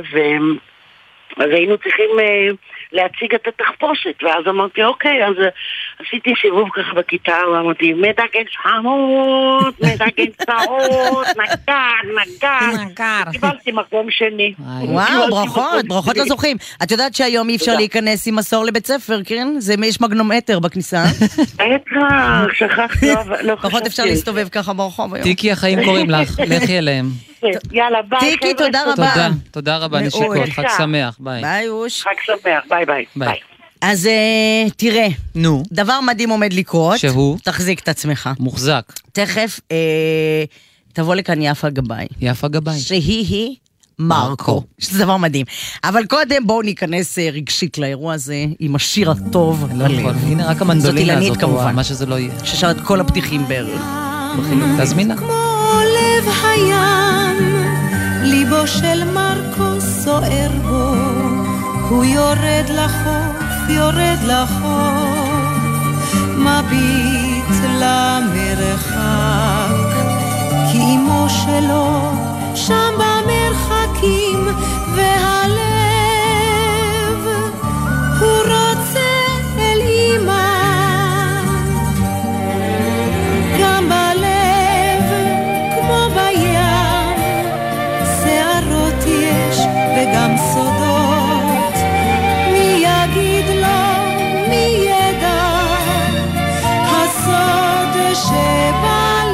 אז היינו צריכים להציג את התחפושת, ואז אמרתי, אוקיי, אז עשיתי סיבוב ככה בכיתה, ואמרתי, מתקן שחמות, מתקן שעות, נגר, נגר, נגר. קיבלתי מקום שני. וואו, ברכות, ברכות לזוכים. את יודעת שהיום אי אפשר להיכנס עם מסור לבית ספר, כן? זה יש מגנומטר בכניסה. בטח, שכחתי, לא חשבתי. פחות אפשר להסתובב ככה ברחוב היום. טיקי, החיים קוראים לך, לכי אליהם. יאללה, ביי. טיקי, תודה רבה. תודה, תודה רבה, נשיקות, חג שמח, ביי. ביי, אוש. חג שמח, ביי ביי. ביי. אז תראה, נו. דבר מדהים עומד לקרות. שהוא? תחזיק את עצמך. מוחזק. תכף תבוא לכאן יפה גבאי. יפה גבאי. שהיא היא מרקו. שזה דבר מדהים. אבל קודם בואו ניכנס רגשית לאירוע הזה עם השיר הטוב. נכון, הנה רק המנדולינה הזאת. זאת אילנית כמובן. מה שזה לא יהיה. ששר את כל הפתיחים בערך. תזמינה. כמו לב הים, ליבו של מרקו סוער בו, הוא יורד לחוף, יורד לחוף, מביט למרחק, כי אם כמו שלו, שם במרחקים, והלב הוא רוצה אל אמא. גם בלב כמו בים, שערות יש וגם סודות, מי יגיד לו, מי ידע, הסוד שבלב.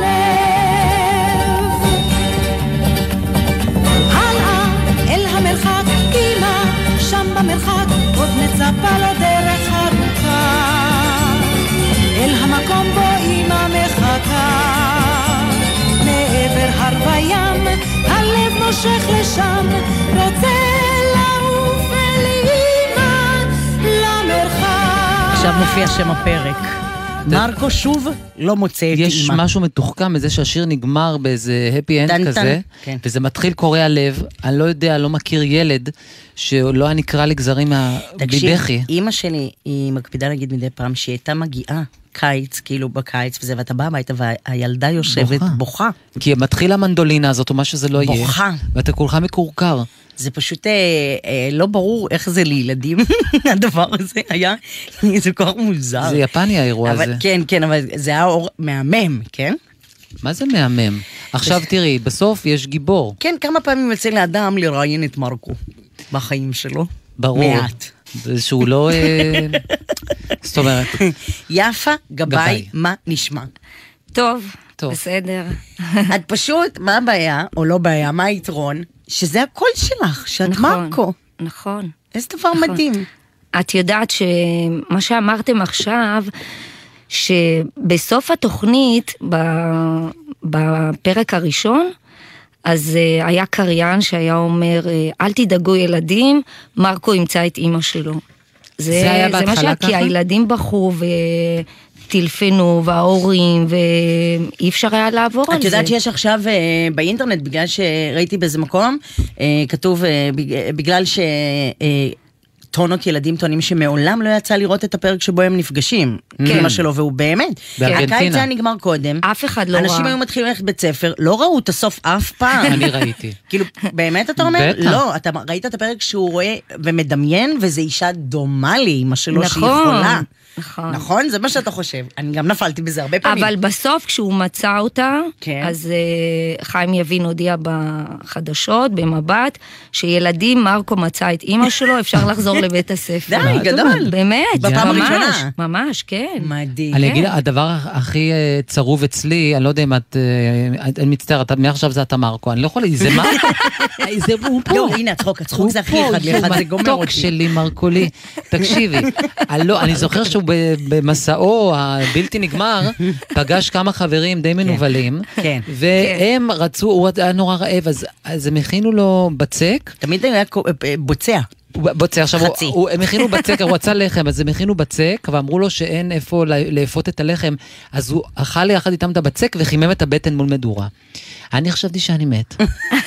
הלאה אל המרחק קימה, שם במרחק עוד מצפה לו דרך ארוכה, אל המקום בו אמא מחכה. מעבר הר וים, הלב מושך לשם, רוצה לעוף אל אמא למרחק. עכשיו מופיע שם הפרק. מרקו שוב לא מוצא את אמא. יש משהו מתוחכם מזה שהשיר נגמר באיזה הפי אנד כזה, וזה מתחיל קורע לב. אני לא יודע, לא מכיר ילד שלא היה נקרא לגזרים מהבכי. אמא שלי, היא מקפידה להגיד מדי פעם שהיא הייתה מגיעה קיץ, כאילו בקיץ וזה, ואתה בא הביתה והילדה יושבת בוכה. כי מתחיל המנדולינה הזאת או מה שזה לא יהיה. בוכה. ואתה כולך מקורקר. זה פשוט אה, אה, לא ברור איך זה לילדים, הדבר הזה היה, זה כל כך מוזר. זה יפני האירוע אבל, הזה. כן, כן, אבל זה היה אור מהמם, כן? מה זה מהמם? עכשיו תראי, בסוף יש גיבור. כן, כמה פעמים יוצא לאדם לראיין את מרקו בחיים שלו? ברור. מעט. שהוא לא... זאת אומרת... יפה, גבאי, מה נשמע? טוב, בסדר. את פשוט, מה הבעיה, או לא בעיה, מה היתרון? שזה הקול שלך, שאת מרקו. נכון. איזה דבר מדהים. את יודעת שמה שאמרתם עכשיו, שבסוף התוכנית, בפרק הראשון, אז היה קריין שהיה אומר, אל תדאגו ילדים, מרקו ימצא את אמא שלו. זה היה בהתחלה ככה? כי הילדים בחרו וטלפנו וההורים, ואי אפשר היה לעבור על זה. את יודעת שיש עכשיו באינטרנט, בגלל שראיתי באיזה מקום, כתוב, בגלל ש... טונות ילדים טוענים שמעולם לא יצא לראות את הפרק שבו הם נפגשים. כן. אמא שלו, והוא באמת. הקיץ זה נגמר קודם. אף אחד לא ראה. אנשים היו מתחילים ללכת בית ספר, לא ראו את הסוף אף פעם. אני ראיתי. כאילו, באמת אתה אומר? לא, אתה ראית את הפרק שהוא רואה ומדמיין, וזה אישה דומה לי, אמא שלו שהיא יכולה. נכון. נכון? זה מה שאתה חושב. אני גם נפלתי בזה הרבה פעמים. אבל בסוף כשהוא מצא אותה, אז חיים יבין הודיע בחדשות, במבט, שילדים מרקו מצא את אמא שלו, אפשר לחזור לבית הספר. די, גדול. באמת. בפעם הראשונה. ממש, כן. מדהים. אני אגיד, הדבר הכי צרוב אצלי, אני לא יודע אם את, אני מצטער, מעכשיו זה אתה מרקו, אני לא יכולה, זה מרקו? זה הוא פה. לא, הנה, הצחוק, הצחוק זה הכי אחד לאחד, זה גומר אותי. שלי, מרקולי. תקשיבי, אני זוכר שהוא במסעו הבלתי נגמר, פגש כמה חברים די מנובלים, והם רצו, הוא היה נורא רעב, אז הם הכינו לו בצק. תמיד היה בוצע. בוצע, עכשיו, הם הכינו בצק, הוא רצה לחם, אז הם הכינו בצק, ואמרו לו שאין איפה לאפות את הלחם, אז הוא אכל יחד איתם את הבצק, וחימם את הבטן מול מדורה. אני חשבתי שאני מת.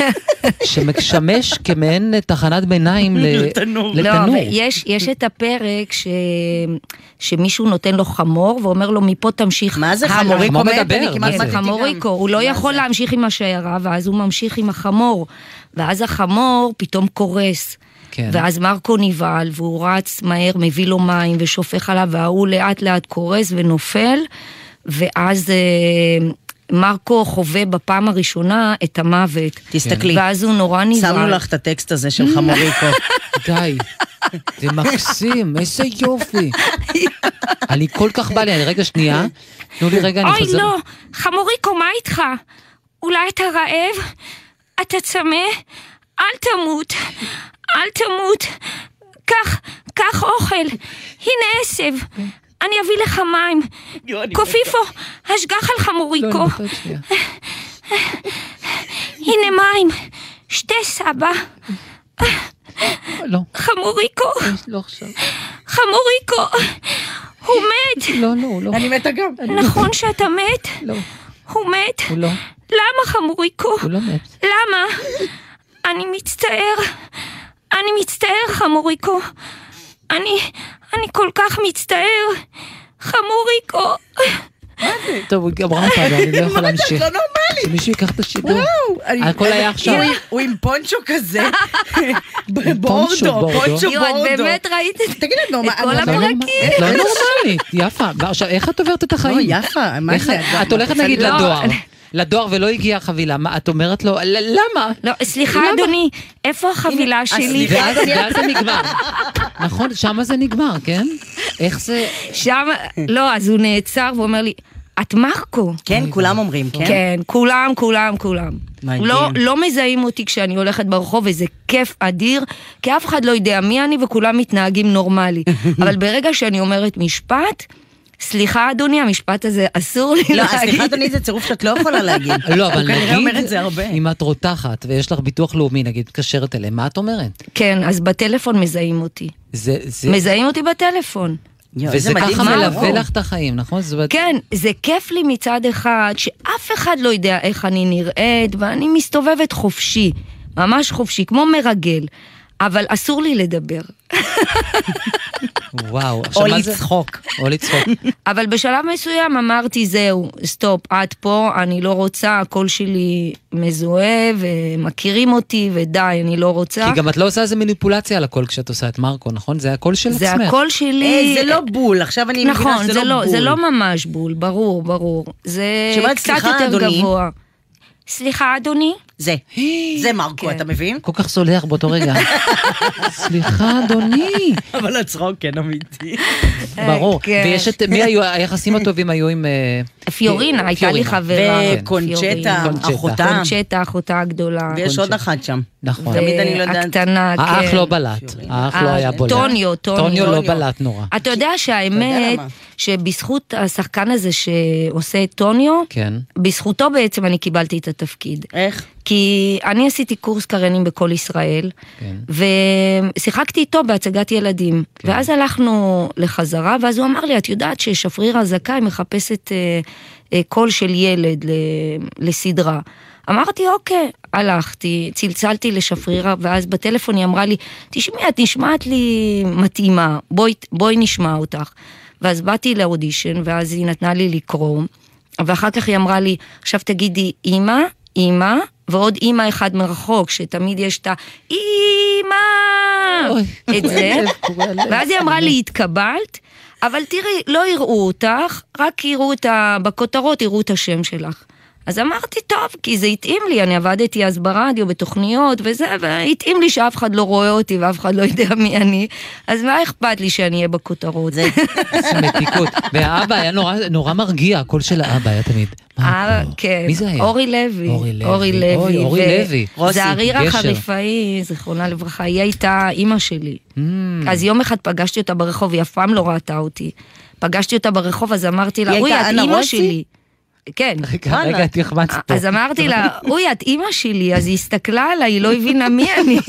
שמשמש כמעין תחנת ביניים לתנור. לא, יש את הפרק שמישהו נותן לו חמור, ואומר לו מפה תמשיך. מה זה חמוריקו? חמוריקו, הוא לא יכול להמשיך עם השיירה, ואז הוא ממשיך עם החמור, ואז החמור פתאום קורס. כן. ואז מרקו נבעל, והוא רץ מהר, מביא לו מים ושופך עליו, והוא לאט לאט קורס ונופל, ואז אה, מרקו חווה בפעם הראשונה את המוות. תסתכלי. ואז הוא נורא נבעל. שמנו לך את הטקסט הזה של חמוריקו. די, זה מקסים, איזה יופי. אני כל כך בא לי, אני רגע שנייה, תנו לי רגע, אני חוזר. אוי לא, חמוריקו, מה איתך? אולי אתה רעב? אתה צמא? אל תמות. אל תמות, קח, קח אוכל, הנה עשב, אני אביא לך מים, קופיפו, השגח על חמוריקו, הנה מים, שתי סבא, חמוריקו, חמוריקו, הוא מת, לא, לא, לא, אני מתה גם, נכון שאתה מת? לא, הוא מת? הוא לא, למה חמוריקו? הוא לא מת, למה? אני מצטער, אני מצטער חמוריקו, אני, אני כל כך מצטער, חמוריקו, טוב, הוא גמרה אותה, אני לא יכול להמשיך. לא נורמלי. שמישהו ייקח את השידור. וואו. הכל היה עכשיו. הוא עם פונצ'ו כזה. בורדו, פונצ'ו יו, את בורדו. באמת ראית את תגיד את נורמלי. כל הפרקים. את לא נורמלית, יפה. עכשיו, איך את עוברת את החיים? לא, יפה, מה זה? את הולכת נגיד לדואר. לדואר ולא הגיעה חבילה, מה, את אומרת לו, למה? לא, סליחה אדוני, איפה החבילה שלי? ואז זה נגמר. נכון, שמה זה נגמר, כן? איך זה... שם, לא, אז הוא נעצר ואומר לי, את מרקו. כן, כולם אומרים, כן? כן, כולם, כולם, כולם. לא, לא מזהים אותי כשאני הולכת ברחוב, וזה כיף אדיר, כי אף אחד לא יודע מי אני וכולם מתנהגים נורמלי. אבל ברגע שאני אומרת משפט, סליחה אדוני, המשפט הזה אסור לי להגיד. לא, סליחה אדוני, זה צירוף שאת לא יכולה להגיד. לא, אבל נגיד, אם את רותחת ויש לך ביטוח לאומי, נגיד, מתקשרת אליהם, מה את אומרת? כן, אז בטלפון מזהים אותי. מזהים אותי בטלפון. וזה ככה מלווה לך את החיים, נכון? כן, זה כיף לי מצד אחד, שאף אחד לא יודע איך אני נראית, ואני מסתובבת חופשי, ממש חופשי, כמו מרגל. אבל אסור לי לדבר. וואו. או לצחוק. או לצחוק. אבל בשלב מסוים אמרתי, זהו, סטופ, עד פה, אני לא רוצה, הקול שלי מזוהה, ומכירים אותי, ודי, אני לא רוצה. כי גם את לא עושה איזה מניפולציה על הקול כשאת עושה את מרקו, נכון? זה הקול של עצמך. זה הקול שלי... זה לא בול, עכשיו אני מבינה שזה לא בול. זה לא ממש בול, ברור, ברור. זה קצת יותר גבוה. סליחה, אדוני? זה, זה מרקו, אתה מבין? כל כך סולח באותו רגע. סליחה, אדוני. אבל הצחוק כן אמיתי. ברור. ויש את, מי היו, היחסים הטובים היו עם... פיורינה, הייתה לי חברה. וקונצ'טה, אחותה. קונצ'טה, אחותה הגדולה. ויש עוד אחת שם. נכון. תמיד אני לא יודעת. הקטנה, כן. האח לא בלט. האח לא היה בולט. טוניו, טוניו. טוניו לא בלט נורא. אתה יודע שהאמת, שבזכות השחקן הזה שעושה את טוניו, בזכותו בעצם אני קיבלתי את התפקיד. איך? כי אני עשיתי קורס קריינים בכל ישראל, ושיחקתי איתו בהצגת ילדים. ואז הלכנו לחזרה, ואז הוא אמר לי, את יודעת ששפריר הזכאי מחפשת קול של ילד לסדרה. אמרתי, אוקיי, הלכתי, צלצלתי לשפרירה, ואז בטלפון היא אמרה לי, תשמעי, את נשמעת לי מתאימה, בואי, בואי נשמע אותך. ואז באתי לאודישן, ואז היא נתנה לי לקרוא, ואחר כך היא אמרה לי, עכשיו תגידי, אמא, אמא, ועוד אמא אחד מרחוק, שתמיד יש את ה... אמא! את זה. ואז היא אמרה לי, התקבלת, אבל תראי, לא יראו אותך, רק יראו את ה... בכותרות, יראו את השם שלך. אז אמרתי, טוב, כי זה התאים לי, אני עבדתי אז ברדיו, בתוכניות וזה, והתאים לי שאף אחד לא רואה אותי ואף אחד לא יודע מי אני, אז מה אכפת לי שאני אהיה בכותרות? זה מתיקות. והאבא היה נורא מרגיע, הקול של האבא היה תמיד. כן, מי זה היה? אורי לוי. אורי לוי. אורי לוי. זערירה חריפאי, זכרונה לברכה, היא הייתה אימא שלי. אז יום אחד פגשתי אותה ברחוב, היא אף פעם לא ראתה אותי. פגשתי אותה ברחוב, אז אמרתי לה, אוי, את אימא שלי. כן. רגע, רגע, תחמצת פה. אז אמרתי לה, אוי, את אימא שלי, אז היא הסתכלה עליי, היא לא הבינה מי אני.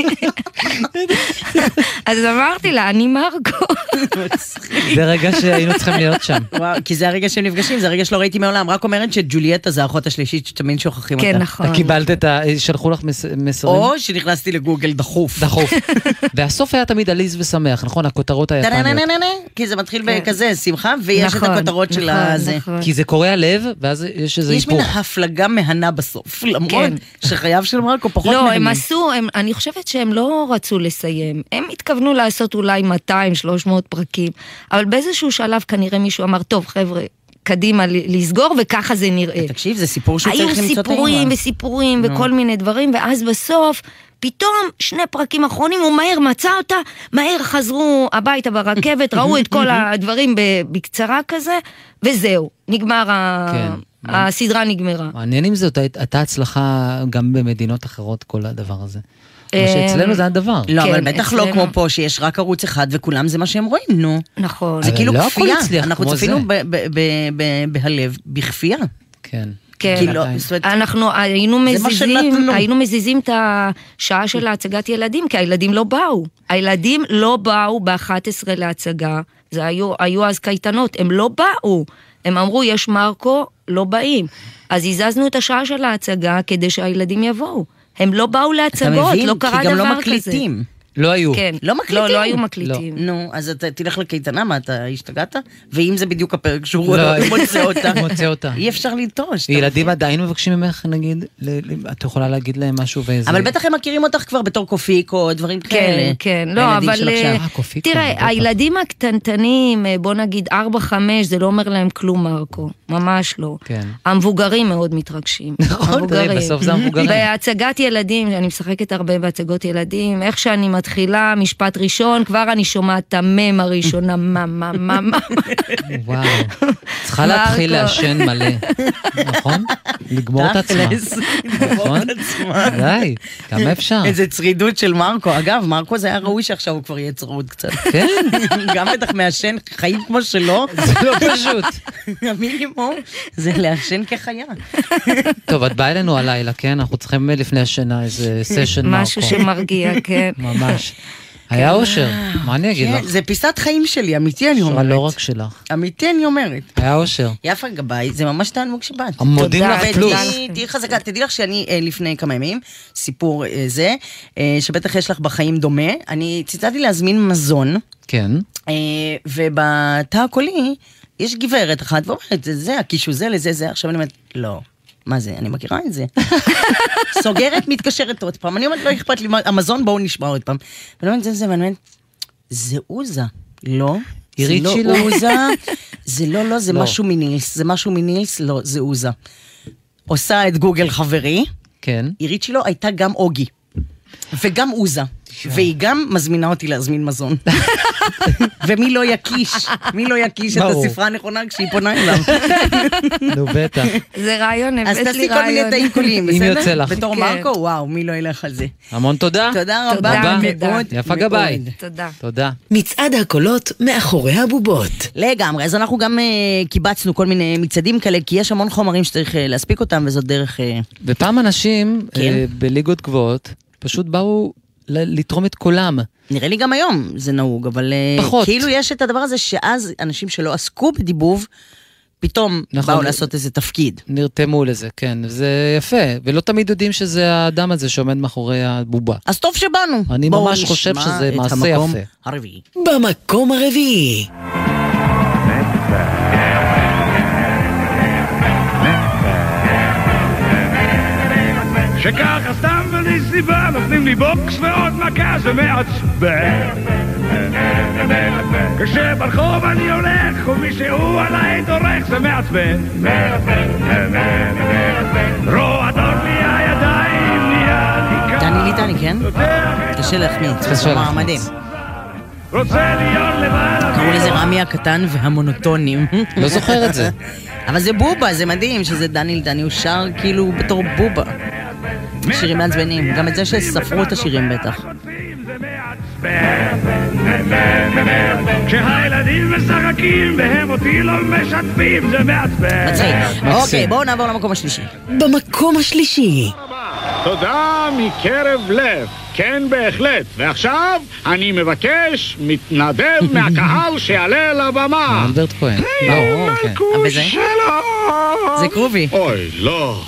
אז אמרתי לה, אני מרקו. זה רגע שהיינו צריכים להיות שם. כי זה הרגע שהם נפגשים, זה הרגע שלא ראיתי מעולם, רק אומרת שג'וליאטה זה האחות השלישית שתמיד שוכחים אותה. כן, נכון. קיבלת את ה... שלחו לך מסרים? או שנכנסתי לגוגל דחוף. דחוף. והסוף היה תמיד עליז ושמח, נכון? הכותרות היפניות. כי זה מתחיל בכזה שמחה, ויש את הכותרות של הזה. כי זה קורע לב, ואז יש איזה היפוך. יש מן הפלגה מהנה בסוף, למרות שחייו של מרקו פחות מהנים. לא, הם עשו, אני חושבת שהם לא רצו לסיים. הם התכוונו לעשות אולי מאתיים שלוש מאות פרקים, אבל באיזשהו שלב כנראה מישהו אמר, טוב חבר'ה, קדימה לסגור, וככה זה נראה. תקשיב, זה סיפור שהוא צריך למצוא את האימא. היו סיפורים וסיפורים וכל מיני דברים, ואז בסוף... פתאום שני פרקים אחרונים, הוא מהר מצא אותה, מהר חזרו הביתה ברכבת, ראו את כל הדברים בקצרה כזה, וזהו, נגמר, הסדרה נגמרה. מעניין אם זאת הייתה הצלחה גם במדינות אחרות, כל הדבר הזה. מה שאצלנו זה הדבר. לא, אבל בטח לא כמו פה, שיש רק ערוץ אחד, וכולם זה מה שהם רואים, נו. נכון. זה כאילו כפייה, אנחנו צפינו בהלב, בכפייה. כן. כן, אנחנו היינו מזיזים, היינו מזיזים את השעה של ההצגת ילדים, כי הילדים לא באו. הילדים לא באו ב-אחת עשרה להצגה, זה היו, היו אז קייטנות, הם לא באו. הם אמרו, יש מרקו, לא באים. אז הזזנו את השעה של ההצגה כדי שהילדים יבואו. הם לא באו להצגות, לא קרה דבר כזה. כי גם לא מקליטים. לא היו. כן. לא מקליטים? לא, לא היו מקליטים. נו, אז אתה תלך לקייטנה, מה, אתה השתגעת? ואם זה בדיוק הפרק שהוא מוצא אותה? מוצא אותה. אי אפשר לטוש. ילדים עדיין מבקשים ממך, נגיד, את יכולה להגיד להם משהו ואיזה... אבל בטח הם מכירים אותך כבר בתור קופיק או דברים כאלה. כן, כן, לא, אבל... תראה, הילדים הקטנטנים, בוא נגיד ארבע חמש, זה לא אומר להם כלום, מרקו. ממש לא. המבוגרים מאוד מתרגשים. נכון, תראי, בסוף זה המבוגרים. בהצגת ילדים, אני משחקת הרבה בהצגות ילדים, איך שאני מתחילה, משפט ראשון, כבר אני שומעת את המם הראשונה, מה, מה, מה, מה. וואו. צריכה להתחיל לעשן מלא. נכון? לגמור את עצמה. נכון? די, כמה אפשר? איזה צרידות של מרקו. אגב, מרקו זה היה ראוי שעכשיו הוא כבר יהיה צרוד קצת. כן. גם בטח מעשן חיים כמו שלו. זה לא פשוט. המינימום זה לעשן כחיה. טוב, את באה אלינו הלילה, כן? אנחנו צריכים לפני השינה איזה סשן מרקו. משהו שמרגיע, כן. ממש. היה אושר, מה אני אגיד לך? זה פיסת חיים שלי, אמיתי אני אומרת. לא רק שלך. אמיתי אני אומרת. היה אושר. יפה גבאי, זה ממש תענוג שבאת. מודים לך פלוס. תהי חזקה, תדעי לך שאני לפני כמה ימים, סיפור זה, שבטח יש לך בחיים דומה, אני ציטטתי להזמין מזון. כן. ובתא הקולי, יש גברת אחת ואומרת, זה זה, הקישו זה לזה זה, עכשיו אני אומרת, לא. מה זה? אני מכירה את זה. סוגרת, מתקשרת עוד פעם. אני אומרת, לא אכפת לי, המזון בואו נשמע עוד פעם. ואני אומרת, זה זה, ואני אומרת, זה עוזה. לא, זה לא עוזה. זה לא, לא, זה משהו מנילס. זה משהו מנילס, לא, זה עוזה. עושה את גוגל חברי. כן. עירית שלו הייתה גם אוגי. וגם עוזה. והיא גם מזמינה אותי להזמין מזון. ומי לא יקיש, מי לא יקיש את הספרה הנכונה כשהיא פונה אליו. נו בטח. זה רעיון, הבאת לי רעיון. אז תעשי כל מיני תאים קוליים, בסדר? אם יוצא לך. בתור מרקו, וואו, מי לא ילך על זה. המון תודה. תודה רבה מאוד. יפה גבאי. תודה. תודה. מצעד הקולות מאחורי הבובות. לגמרי, אז אנחנו גם קיבצנו כל מיני מצעדים כאלה, כי יש המון חומרים שצריך להספיק אותם, וזאת דרך... ופעם אנשים בליגות גבוהות פשוט באו לתרום את קולם. נראה לי גם היום זה נהוג, אבל פחות. כאילו יש את הדבר הזה שאז אנשים שלא עסקו בדיבוב, פתאום נכון, באו לעשות איזה תפקיד. נרתמו לזה, כן. זה יפה, ולא תמיד יודעים שזה האדם הזה שעומד מאחורי הבובה. אז טוב שבאנו. אני ממש חושב שזה מעשה יפה. הרביעי. במקום הרביעי. שככה סתם בלי סיבה נותנים לי בוקס ועוד מכה זה מעצבן כשברחוב אני הולך ומישהו עליי דורך זה מעצבן רועדות לי הידיים נהיה לי קר דני ליטני, כן? קשה להחמיץ, קשה להחמיץ רוצה להיות לבד קראו לזה רמי הקטן והמונוטונים לא זוכר את זה אבל זה בובה, זה מדהים שזה דני ליטני, הוא שר כאילו בתור בובה שירים מעצבנים, גם את זה שספרו את השירים בטח. כשהילדים משחקים והם אותי לא משתפים זה מעצבן. מצחיק. אוקיי, בואו נעבור למקום השלישי. במקום השלישי. תודה מקרב לב, כן בהחלט. ועכשיו אני מבקש מתנדב מהקהל שיעלה לבמה. אלברט כהן. אבל זה? זה קרובי. אוי, לא.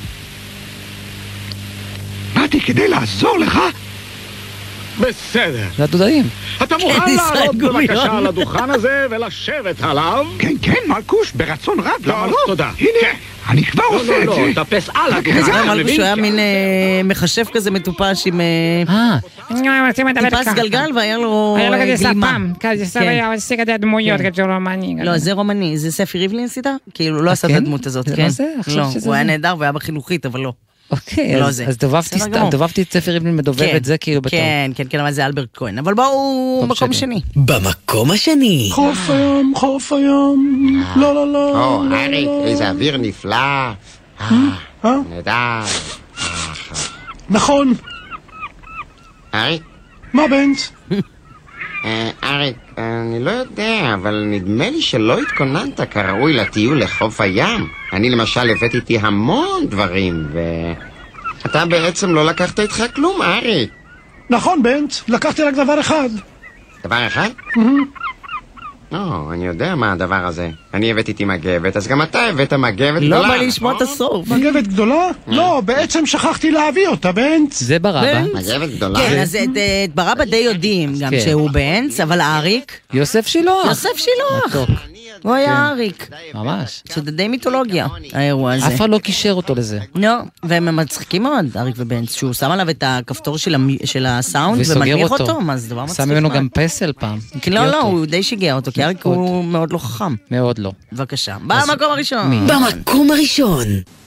באתי כדי לעזור לך? בסדר. זה הדודאים. אתה מוכן לעלות בבקשה על הדוכן הזה ולשבת עליו? כן, כן, מלכוש, ברצון רב, למה לא? תודה. הנה, אני כבר עושה את זה. לא, לא, תפס על הדוכן. זה מלכוש, הוא היה מין מחשב כזה מטופש עם טיפס גלגל והיה לו היה לו כזה גלימה. ספם, כזה ספם, היה עושה כזה דמויות, כזה רומני. לא, זה רומני, זה ספי ריבלין עשית? כאילו, לא עשה את הדמות הזאת, כן? לא, הוא היה נהדר והיה בחינוכית, אבל לא. אוקיי, אז דובבתי את ספר ריבלין מדובב את זה כאילו בתור. כן, כן, כן, אבל זה אלברט כהן. אבל בואו מקום שני. במקום השני. חוף היום, חוף היום, לא, לא, לא. או, אריק, איזה אוויר נפלא. נהדר. נכון. אריק? מה בנץ? אריק, אני לא יודע, אבל נדמה לי שלא התכוננת כראוי לטיול לחוף הים. אני למשל הבאתי איתי המון דברים, ואתה בעצם לא לקחת איתך כלום, אריק. נכון, בנץ, לקחתי רק דבר אחד. דבר אחד? לא, אני יודע מה הדבר הזה. אני הבאתי איתי מגבת, אז גם אתה הבאת מגבת לא גדולה. בא לי לשמוע את הסוף. מגבת גדולה? לא, בעצם שכחתי להביא אותה, בנץ. זה ברבא. מגבת גדולה? כן, אז את ברבא די יודעים גם שהוא בנץ, אבל האריק... יוסף שילוח. יוסף שילוח. הוא היה אריק. ממש. שזה די מיתולוגיה, האירוע הזה. אף אחד לא קישר אותו לזה. לא, והם מצחיקים מאוד, אריק ובנץ, שהוא שם עליו את הכפתור של הסאונד ומנמיך אותו, מה זה דבר מצחיק. שם ממנו גם פסל פעם. לא, לא, הוא די שיגע אותו, כי אריק הוא מאוד לא חכם. מאוד לא. בבקשה. במקום הראשון. במקום הראשון.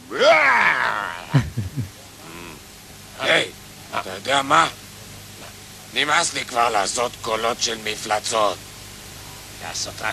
היי, אתה יודע מה? נמאס לי כבר לעשות קולות של מפלצות. לעשות רק...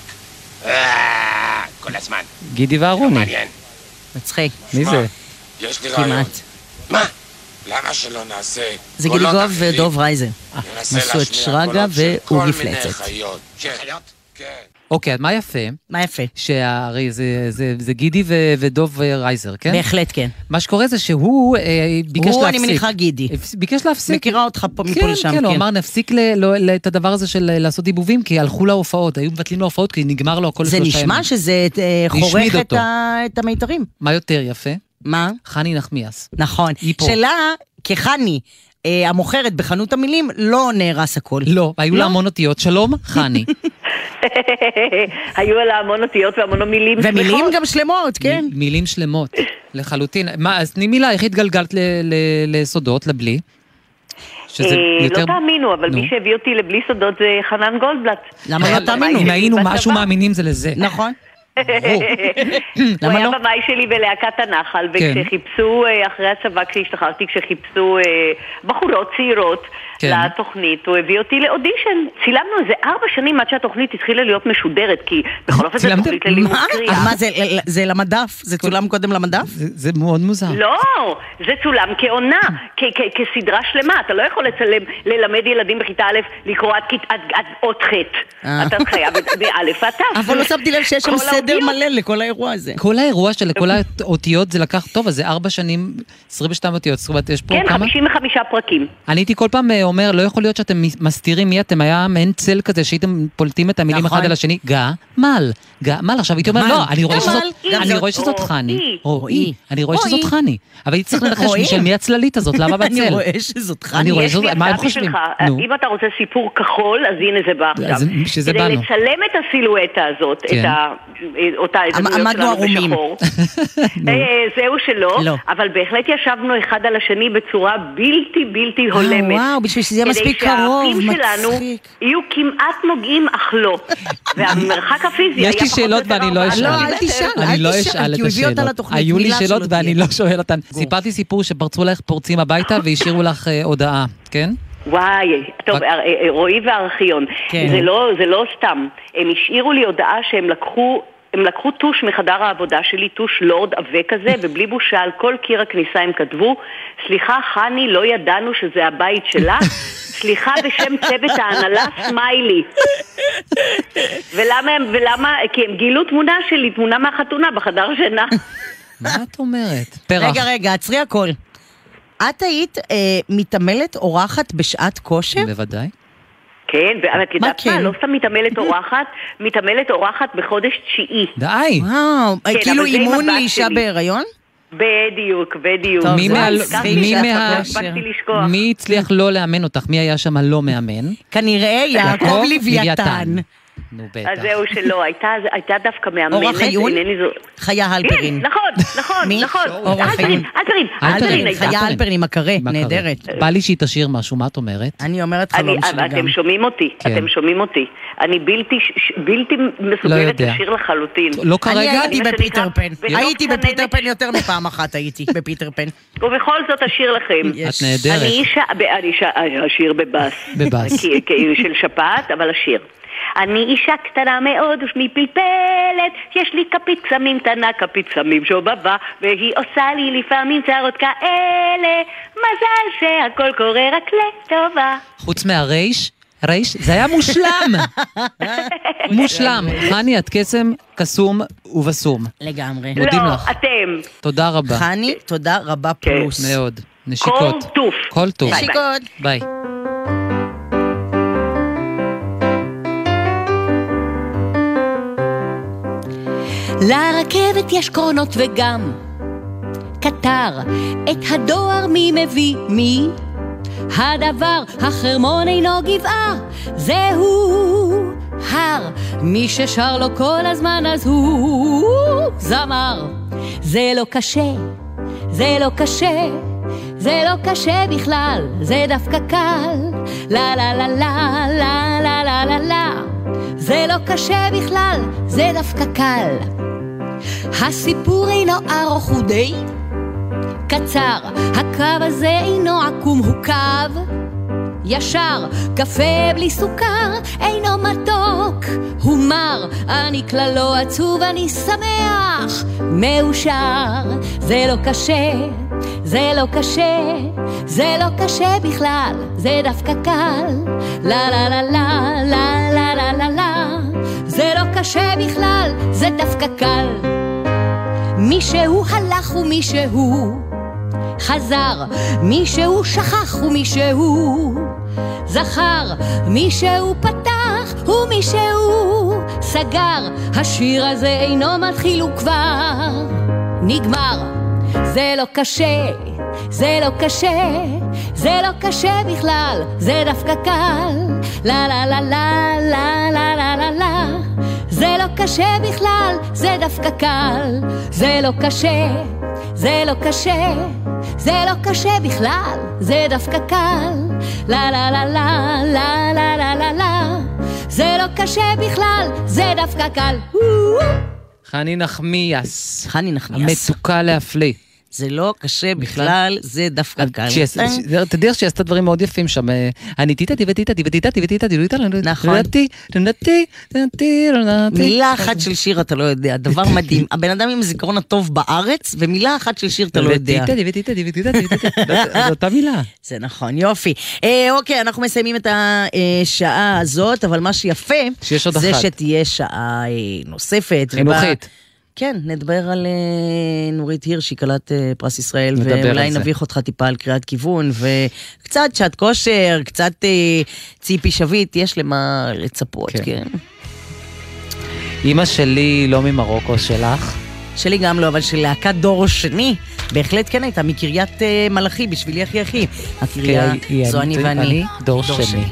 כל הזמן. גידי וארוני. מעניין. מצחיק. מי זה? יש לי רעיון. מה? למה שלא נעשה... זה גידי גוב ודוב רייזר. נעשו את שרגא ואורי פלצת. אוקיי, אז מה יפה? מה יפה? שהרי זה, זה, זה גידי ו, ודוב רייזר, כן? בהחלט כן. מה שקורה זה שהוא אה, ביקש הוא, להפסיק. אני מניחה גידי. ביקש להפסיק. מכירה אותך פה מפה כן, לשם. כן, כן, הוא אמר נפסיק ל, ל, את הדבר הזה של לעשות דיבובים, כי הלכו להופעות, היו מבטלים להופעות, כי נגמר לו הכל זה לשלושה ימים. נשמע שזה אה, חורך את, ה, את המיתרים. מה יותר יפה? מה? חני נחמיאס. נכון. שלה, כחני, אה, המוכרת בחנות המילים, לא נהרס הכל. לא, היו לה המון אותיות. שלום, חני. היו לה המון אותיות והמון מילים שמחות. ומילים גם שלמות, כן. מילים שלמות, לחלוטין. מה, אז תני מילה, איך התגלגלת לסודות, לבלי? לא תאמינו, אבל מי שהביא אותי לבלי סודות זה חנן גולדבלט. למה לא תאמינו? אם היינו משהו מאמינים זה לזה. נכון. הוא היה במאי שלי בלהקת הנחל, וכשחיפשו אחרי הצבא, כשהשתחררתי, כשחיפשו בחורות צעירות לתוכנית, הוא הביא אותי לאודישן. צילמנו איזה ארבע שנים עד שהתוכנית התחילה להיות משודרת, כי בכל אופן זה תוכנית ללימוד קריאה. מה, זה למדף? זה צולם קודם למדף? זה מאוד מוזר. לא, זה צולם כעונה, כסדרה שלמה. אתה לא יכול לצלם, ללמד ילדים בכיתה א' לקרוא עד אות ח'. אתה חייב באלף ואתה. אבל לא שמתי לב שיש שם סדר מלא לכל האירוע הזה. כל האירוע של כל האותיות זה לקח טוב, אז זה ארבע שנים, עשרים ושתיים אותיות. כן, חמישים וחמישה פרקים. אני הייתי כל פעם אומר, לא יכול להיות שאתם מסתירים מי אתם, היה מעין צל כזה שהייתם פולטים את המילים אחד על השני, גמל, גמל, עכשיו הייתי אומר, לא, אני רואה שזאת חני, רואי, אני רואה שזאת חני, אבל הייתי צריך לנחש משל מי הצללית הזאת, למה בצל? אני רואה שזאת חני. יש לי הצעה בשבילך, אם אתה רוצה סיפור כחול, אז הנה זה בא עכשיו. כדי לצלם את הסילואטה הזאת, את אותה הדמויות שלנו בשחור. זהו שלא, אבל בהחלט ישבנו אחד על השני בצורה בלתי בלתי הולמת. וואו, בשביל שזה מספיק קרוב, מצחיק. יהיו כמעט נוגעים אך לא. והמרחק הפיזי היה יש לי שאלות ואני לא אשאל. לא, אל תשאל, אל תשאל, כי הוא הביא אותה לתוכנית. היו לי שאלות ואני לא שואל אותן. סיפרתי סיפור שפרצו לך פורצים הביתה והשאירו לך הודעה, כן? וואי, טוב, רועי והארכיון. זה לא סתם. הם השאירו לי הודעה שהם לקחו... הם לקחו טוש מחדר העבודה שלי, טוש לורד עבה כזה, ובלי בושה על כל קיר הכניסה הם כתבו, סליחה חני, לא ידענו שזה הבית שלה, סליחה בשם צוות ההנהלה, סמיילי. ולמה הם, ולמה, כי הם גילו תמונה שלי, תמונה מהחתונה בחדר שינה. מה את אומרת? פרח. רגע, רגע, עצרי הכל. את היית אה, מתעמלת אורחת בשעת כושר? בוודאי. כן, ואת יודעת מה? לא סתם מתעמלת אורחת, מתעמלת אורחת בחודש תשיעי. די. וואו, כאילו אימון לאישה בהיריון? בדיוק, בדיוק. מי הצליח לא לאמן אותך? מי היה שם לא מאמן? כנראה יעקב לוויתן. נו בטח. אז זהו שלא, הייתה דווקא מאמנת. אורה חיון? חיה הלפרין. נכון, נכון, נכון. אורה חיון. אלפרין, אלפרין. חיה הלפרין עם הקרה, נהדרת. בא לי שהיא תשאיר משהו, מה את אומרת? אני אומרת חלום שלי גם. אתם שומעים אותי, אתם שומעים אותי. אני בלתי מסוגלת לשיר לחלוטין. לא כרגע? אני הייתי בפיטר פן. הייתי בפיטר פן יותר מפעם אחת הייתי בפיטר פן. ובכל זאת אשיר לכם. את נהדרת. אני אשיר בבאס. בבאס. של שפעת, אבל אשיר. אני אישה קטנה מאוד ושמי פלפלת, יש לי כפית קסמים קטנה, כפית קסמים שובבה, והיא עושה לי לפעמים צרות כאלה, מזל שהכל קורה רק לטובה. חוץ מהרייש, רייש, זה היה מושלם. מושלם. חני, את קסם, קסום ובסום. לגמרי. מודים לא, לך. אתם. תודה רבה. חני, תודה רבה פלוס. מאוד. נשיקות. כל טוף. כל טוף. נשיקות. ביי. לרכבת יש קרונות וגם קטר, את הדואר מי מביא? מי? הדבר, החרמון אינו גבעה, זהו הר. מי ששר לו כל הזמן אז הוא זמר. זה לא קשה, זה לא קשה, זה לא קשה בכלל, זה דווקא קל. לה לה לה לה לה לה לה לה לה. זה לא קשה בכלל, זה דווקא קל. הסיפור אינו ארוך ודי קצר, הקו הזה אינו עקום, הוא קו ישר. קפה בלי סוכר אינו מתוק, הוא מר. אני כלל לא עצוב, אני שמח, מאושר. זה לא קשה, זה לא קשה, זה לא קשה בכלל, זה דווקא קל. לה לה לה לה לה לה לה לה לה. זה לא קשה בכלל, זה דווקא קל. מישהו הלך ומישהו חזר, מישהו שכח ומישהו זכר, מישהו פתח ומישהו סגר. השיר הזה אינו מתחיל וכבר נגמר. זה לא קשה, זה לא קשה, זה לא קשה בכלל, זה דווקא קל. לה לה לה לה לה לה לה לה לה. זה לא קשה בכלל, זה דווקא קל. זה לא קשה, זה לא קשה, זה לא קשה בכלל, זה דווקא קל. לה לה לה לה לה לה לה לה לה. זה לא קשה בכלל, זה דווקא קל. חני נחמיאס. חני נחמיאס. המתוקה להפליא. זה לא קשה בכלל, זה דווקא קל. תדיר שהיא עשתה דברים מאוד יפים שם. אני טיטתי וטיטתי וטיטתי וטיטתי וטיטתי. נכון. מילה אחת של שיר אתה לא יודע, דבר מדהים. הבן אדם עם הזיכרון הטוב בארץ, ומילה אחת של שיר אתה לא יודע. וטיטתי וטיטתי וטיטתי. זו אותה מילה. זה נכון, יופי. אוקיי, אנחנו מסיימים את השעה הזאת, אבל מה שיפה, זה שתהיה שעה נוספת. חינוכית. כן, נדבר על נורית הירש, קלת פרס ישראל, ואולי נביך אותך טיפה על קריאת כיוון, וקצת שעת כושר, קצת ציפי שביט, יש למה לצפות, כן. אמא שלי לא ממרוקו, שלך? שלי גם לא, אבל של להקת דור שני, בהחלט כן הייתה מקריית מלאכי, בשבילי הכי הכי. הקריאה זו אני ואני, דור שני.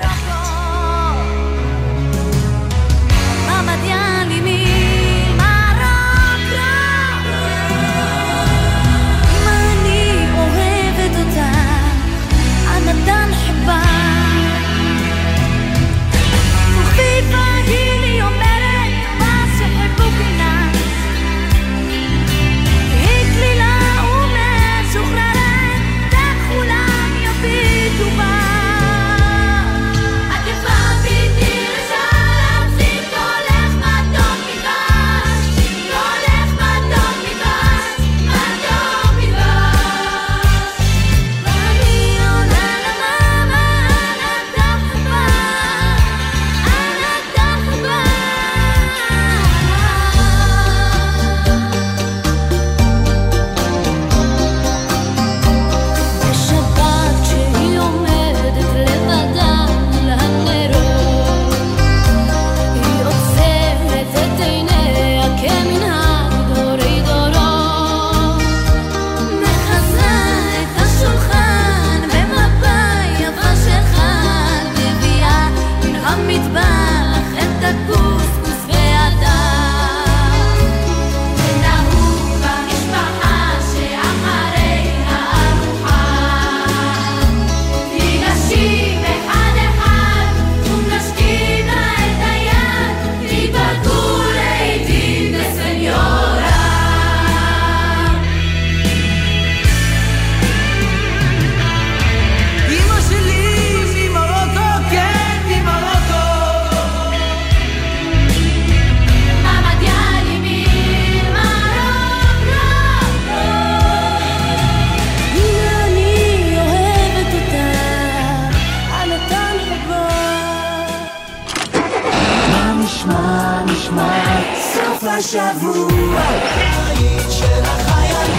השבוע היית של החייל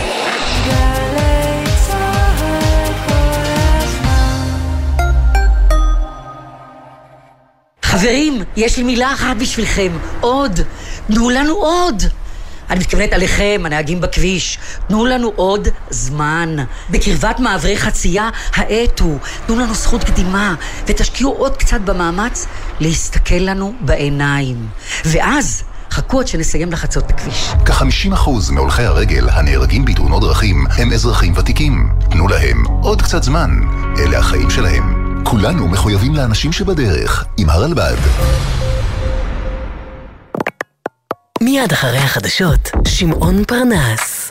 גלי צהל כל הזמן. חברים, יש לי מילה אחת בשבילכם, עוד, תנו לנו עוד. אני מתכוונת עליכם, הנהגים בכביש. תנו לנו עוד זמן. בקרבת מעברי חצייה, האטו. תנו לנו זכות קדימה, ותשקיעו עוד קצת במאמץ להסתכל לנו בעיניים. ואז חכו עד שנסיים לחצות את הכביש. כ-חמישים אחוז מהולכי הרגל הנהרגים בתאונות דרכים הם אזרחים ותיקים. תנו להם עוד קצת זמן. אלה החיים שלהם. כולנו מחויבים לאנשים שבדרך, עם הרלב"ד. מיד אחרי החדשות, שמעון פרנס.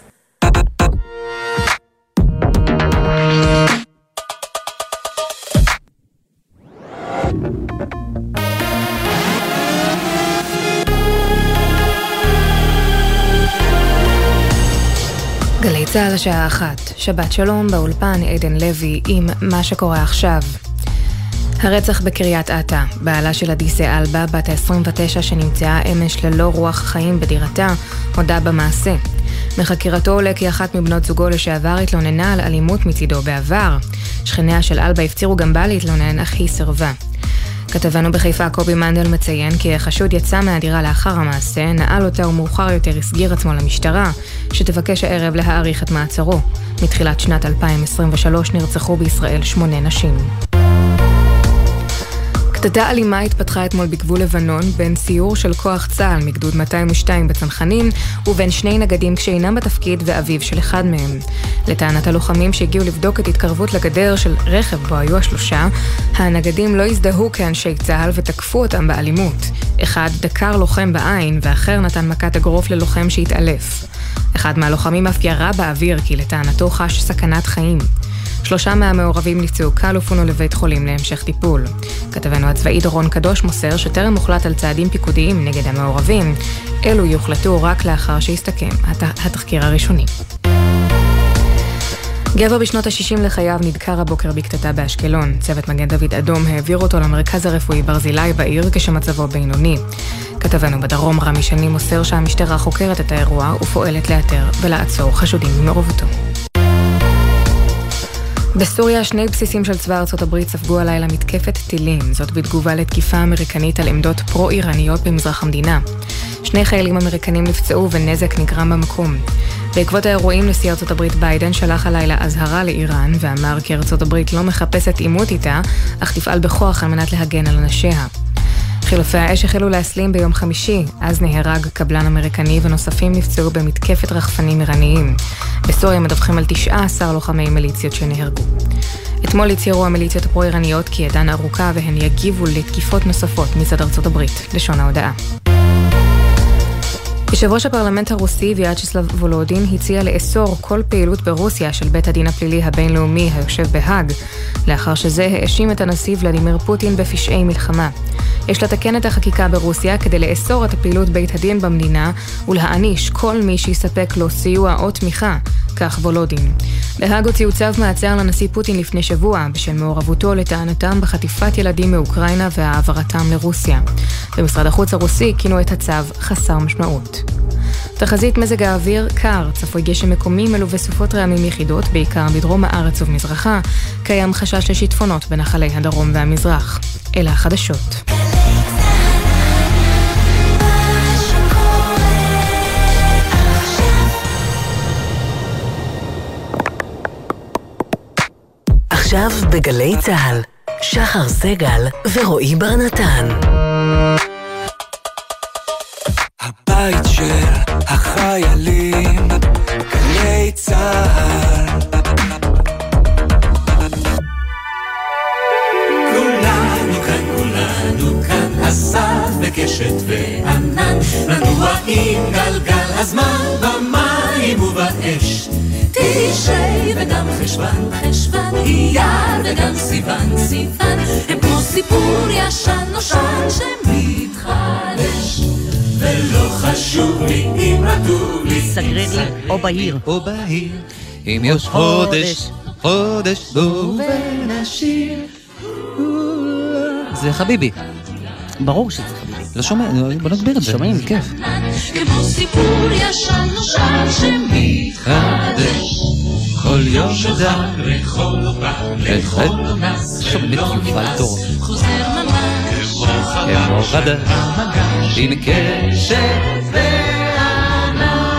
גלי צהל השעה אחת, שבת שלום באולפן עדן לוי עם מה שקורה עכשיו. הרצח בקריית אתא, בעלה של עדיסה אלבה, בת ה-עשרים ותשע שנמצאה אמש ללא רוח חיים בדירתה, הודה במעשה. מחקירתו עולה כי אחת מבנות זוגו לשעבר התלוננה על אלימות מצידו בעבר. שכניה של אלבה הפצירו גם בה להתלונן, אך היא סרבה. כתבנו בחיפה קובי מנדל מציין כי החשוד יצא מהדירה לאחר המעשה, נעל אותה ומאוחר יותר הסגיר עצמו למשטרה, שתבקש הערב להאריך את מעצרו. מתחילת שנת אלפיים עשרים ושלוש נרצחו בישראל שמונה נשים. קטטה אלימה התפתחה אתמול בגבול לבנון בין סיור של כוח צה"ל מגדוד מאתיים ושתיים בצנחנים ובין שני נגדים כשאינם בתפקיד ואביו של אחד מהם. לטענת הלוחמים שהגיעו לבדוק את התקרבות לגדר של רכב בו היו השלושה, הנגדים לא הזדהו כאנשי צה"ל ותקפו אותם באלימות. אחד דקר לוחם בעין ואחר נתן מכת אגרוף ללוחם שהתעלף. אחד מהלוחמים אף ירה באוויר כי לטענתו חש סכנת חיים. שלושה מהמעורבים נפצעו קל ופונו לבית חולים להמשך טיפול. כתבנו הצבאי דורון קדוש מוסר שטרם הוחלט על צעדים פיקודיים נגד המעורבים. אלו יוחלטו רק לאחר שיסתכם הת- התחקיר הראשוני. גבר בשנות ה-שישים לחייו נדקר הבוקר בקטטה באשקלון. צוות מגן דוד אדום העביר אותו למרכז הרפואי ברזילי בעיר כשמצבו בינוני. כתבנו בדרום רמי שני מוסר שהמשטרה חוקרת את האירוע ופועלת לאתר ולעצור חשודים במעורבותו. בסוריה שני בסיסים של צבא ארצות הברית ספגו הלילה מתקפת טילים, זאת בתגובה לתקיפה אמריקנית על עמדות פרו-איראניות במזרח המדינה. שני חיילים אמריקנים נפצעו ונזק נגרם במקום. בעקבות האירועים נשיא ארצות הברית ביידן שלח הלילה אזהרה לאיראן ואמר כי ארצות הברית לא מחפשת עימות איתה, אך תפעל בכוח על מנת להגן על אנשיה. חילופי האש החלו להסלים ביום חמישי, אז נהרג קבלן אמריקני ונוספים נפצעו במתקפת רחפנים איראניים. בסוריה מדווחים על תשעה עשר לוחמי מיליציות שנהרגו. אתמול הצהירו המיליציות הפרו-איראניות כי ידן ארוכה והן יגיבו לתקיפות נוספות מצד ארצות הברית, לשון ההודעה. יושב ראש הפרלמנט הרוסי ויאצ'סלב וולודין הציע לאסור כל פעילות ברוסיה של בית הדין הפלילי הבינלאומי היושב בהאג, לאחר שזה האשים את הנשיא ולדימיר פוטין בפשעי מלחמה. יש לתקן את החקיקה ברוסיה כדי לאסור את הפעילות בית הדין במדינה ולהעניש כל מי שיספק לו סיוע או תמיכה, כך וולודין. בהאג הוציאו צו מעצר לנשיא פוטין לפני שבוע בשל מעורבותו לטענתם בחטיפת ילדים מאוקראינה והעברתם לרוסיה. במשרד החוץ הרוסי כינו את הצו חסר משמעות. תחזית מזג האוויר קר, צפוי גשם מקומי מלווה סופות רעמים יחידות, בעיקר בדרום הארץ ובמזרחה, קיים חשש לשיטפונות בנחלי הדרום והמזרח. אלה החדשות. עכשיו בגלי צהל, שחר סגל ורועי ברנתן. הבית של החיילים, גלי צהל. כולנו כאן, כולנו כאן, הסף וקשת וענן, ננוע עם גלגל הזמן במים ובאש. תשעי וגם חשבן, חשבן, אייר וגם סיוון, סיוון, הם כמו סיפור ישן נושן שמתחדש. ולא חשוב לי אם רטוב לי, סגרד לי או בהיר או בהיר, אם יש חודש, חודש בואו ונשיר. זה חביבי. ברור שזה חביבי. לא שומע, בוא נגביר את זה. שומעים, זה כיף. כמו סיפור ישן נושן שמתחדש. כל יום שזר לכל פעם, לכל נס, ולא חוזר ממש כמו חדש, עם קשת וענן.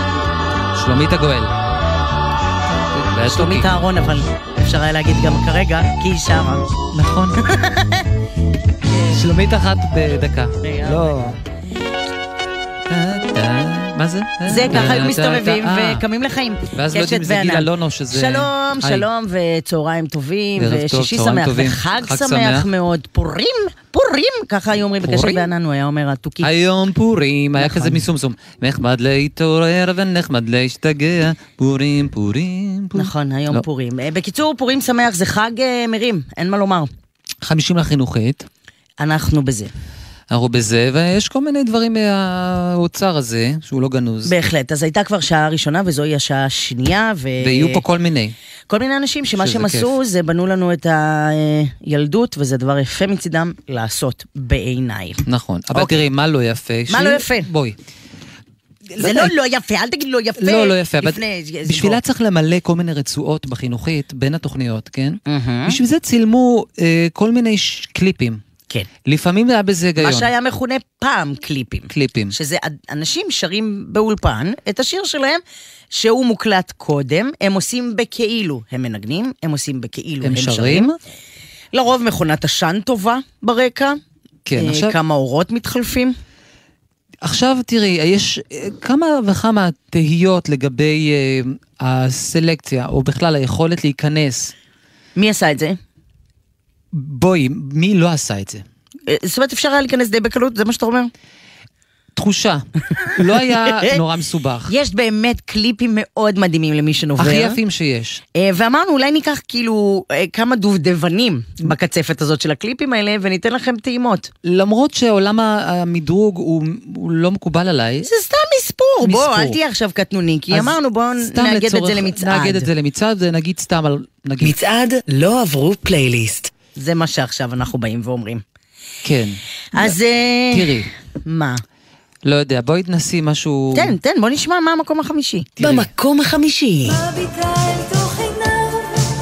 שלומית הגואל. שלומית הארון, אבל אפשר היה להגיד גם כרגע, כי היא שרה. נכון. שלומית אחת בדקה. לא. מה זה? זה ככה היו מסתובבים וקמים לחיים. ואז לא יודעים אם זה גיל אלונו שזה... שלום, שלום וצהריים טובים ושישי שמח וחג שמח מאוד. פורים, פורים, ככה היו אומרים בקשר בענן, הוא היה אומר התוקי. היום פורים, היה כזה מסומסום. נחמד להתעורר ונחמד להשתגע, פורים, פורים. נכון, היום פורים. בקיצור, פורים שמח זה חג מרים, אין מה לומר. חמישים לחינוכית. אנחנו בזה. אנחנו בזה, ויש כל מיני דברים מהאוצר הזה, שהוא לא גנוז. בהחלט, אז הייתה כבר שעה ראשונה, וזוהי השעה השנייה, ו... ויהיו פה כל מיני. כל מיני אנשים שמה שהם עשו, זה בנו לנו את הילדות, וזה דבר יפה מצידם לעשות בעיניי. נכון, אבל תראי, מה לא יפה? מה לא יפה? בואי. זה לא לא יפה, אל תגיד לא יפה. לא, לא יפה, אבל בשבילה צריך למלא כל מיני רצועות בחינוכית, בין התוכניות, כן? בשביל זה צילמו כל מיני קליפים. כן. לפעמים היה בזה היגיון. מה שהיה מכונה פעם קליפים. קליפים. שזה אנשים שרים באולפן את השיר שלהם, שהוא מוקלט קודם, הם עושים בכאילו, הם מנגנים, הם עושים בכאילו, הם, הם שרים. שרים. לרוב מכונת עשן טובה ברקע. כן, אה, עכשיו... כמה אורות מתחלפים. עכשיו תראי, יש כמה וכמה תהיות לגבי אה, הסלקציה, או בכלל היכולת להיכנס. מי עשה את זה? בואי, מי לא עשה את זה? זאת אומרת, אפשר היה להיכנס די בקלות, זה מה שאתה אומר? תחושה. לא היה נורא מסובך. יש באמת קליפים מאוד מדהימים למי שנובר. הכי יפים שיש. ואמרנו, אולי ניקח כאילו כמה דובדבנים בקצפת הזאת של הקליפים האלה, וניתן לכם טעימות. למרות שעולם המדרוג הוא לא מקובל עליי. זה סתם מספור. בוא, אל תהיה עכשיו קטנוני, כי אמרנו, בואו נאגד את זה למצעד. נאגד את זה למצעד, נגיד סתם על... מצעד לא עברו פלייליסט. זה מה שעכשיו אנחנו באים ואומרים. כן. אז... תראי. מה? לא יודע, בואי נשים משהו... תן, תן, בוא נשמע מה המקום החמישי. במקום החמישי. מביטה אל תוך עיניו,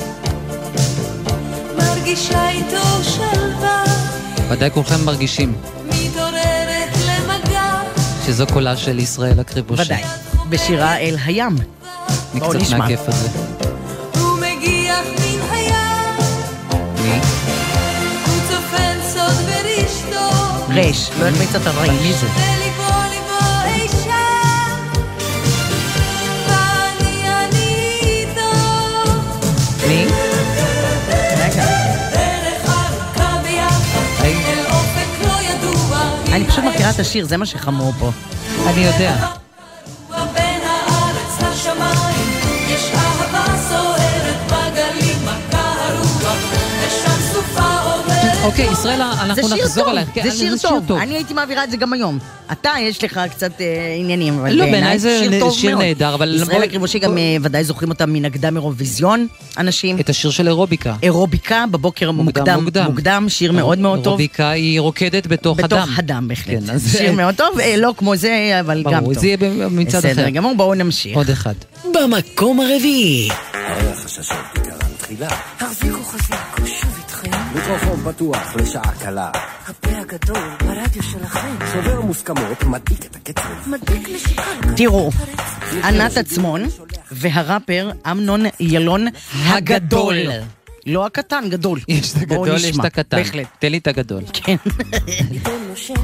מרגישה איתו שלווה. ודאי כולכם מרגישים. מתעוררת למגע. שזו קולה של ישראל הקריבושי. ודאי. בשירה אל הים. בואו נשמע. מהכיף הזה. הוא מגיח מן הים. מי? הוא צופן סוד ורשתו. רש, לא החמיץ את הרעי. מי זה? מי? רגע. אני פשוט מכירה את השיר, זה מה שחמור פה. אני יודע. בין הארץ לשמיים יש אהבה סוערת בגלים מכה הרוח ושם סופה עוברת. אוקיי, ישראל, אנחנו נחזור עליך. זה שיר טוב, אני הייתי מעבירה את זה גם היום. אתה, יש לך קצת עניינים, אבל לא, בעיניי זה שיר נהדר, אבל... ישראל הקריבושי גם ודאי זוכרים אותם מנגדם אירוויזיון, אנשים. את השיר של אירוביקה. אירוביקה, בבוקר מוקדם, מוקדם, שיר מאוד מאוד טוב. אירוביקה היא רוקדת בתוך הדם. בתוך הדם, בהחלט. שיר מאוד טוב, לא כמו זה, אבל גם טוב. ברור, זה יהיה מצד אחר. בסדר, גמור, בואו נמשיך. עוד אחד. במקום הרביעי. הרי החששות בקרן תחילה. הרוויחו חזיקו שוב איתכם. מיקרופון פתוח לשעה קלה. הפה הגדול ברדיו שלכם. שובר מוסכמות, מדליק את הקצב. מדליק נשיקה. תראו, ענת עצמון והראפר אמנון ילון הגדול. לא הקטן, גדול. יש את הגדול, יש את הקטן. בהחלט. תן לי את הגדול. כן. ניתן לו שם.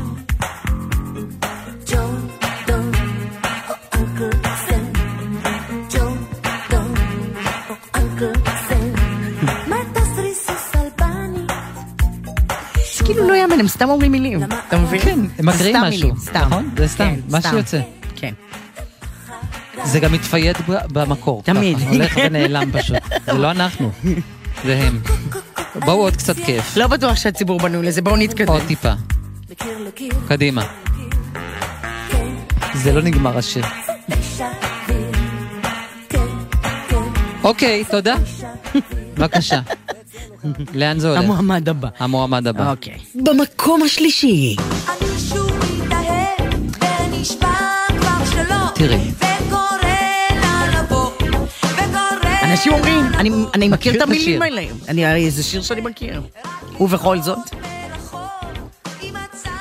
ג'ון דון או אנקל סן. ג'ון דון או אנקל סן. מטוס ריסוס אלבני. כאילו לא יאמן, הם סתם אומרים מילים. אתה מבין? כן, הם מקריאים משהו. סתם. נכון? זה סתם, מה שיוצא. כן. זה גם מתפייד במקור. תמיד. הולך ונעלם פשוט. זה לא אנחנו, זה הם. בואו עוד קצת כיף. לא בטוח שהציבור בנו לזה, בואו נתקדם. עוד טיפה. קדימה. זה לא נגמר השיר. אוקיי, תודה. בבקשה. לאן זה הולך? המועמד הבא. המועמד הבא. אוקיי. במקום השלישי. אני שוב מתאהב ונשבע כבר שלא. תראי. אנשים אומרים, אני, אני מכיר את המילים האלה. אני, הרי זה שיר שאני מכיר. ובכל זאת.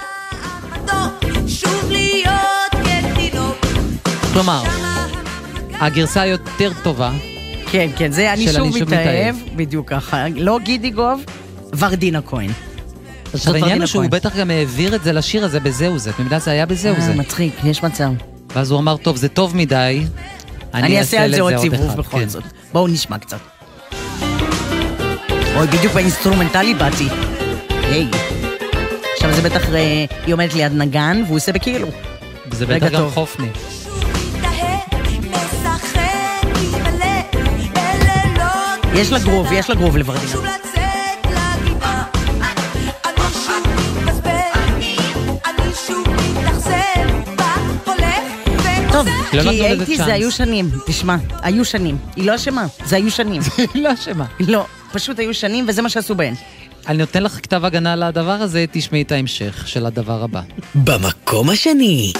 כלומר, הגרסה היותר טובה. כן, כן, זה אני שוב מתאהב, בדיוק ככה. לא גידיגוב, ורדינה כהן. עכשיו העניין הוא שהוא בטח גם העביר את זה לשיר הזה בזהו זה. במידה זה היה בזהו זה. מצחיק, יש מצב. ואז הוא אמר, טוב, זה טוב מדי. אני אעשה על זה עוד סיבוב בכל זאת. בואו נשמע קצת. אוי, בדיוק באינסטרומנטלי באתי. היי. עכשיו זה בטח, היא עומדת ליד נגן, והוא עושה בכאילו. זה בטח גם חופני. יש לה גרוב, יש לה גרוב לוורדינה. טוב, כי הייתי זה היו שנים, תשמע, היו שנים. היא לא אשמה, זה היו שנים. היא לא אשמה. לא, פשוט היו שנים וזה מה שעשו בהן. אני נותן לך כתב הגנה לדבר הזה, תשמעי את ההמשך של הדבר הבא. במקום השני.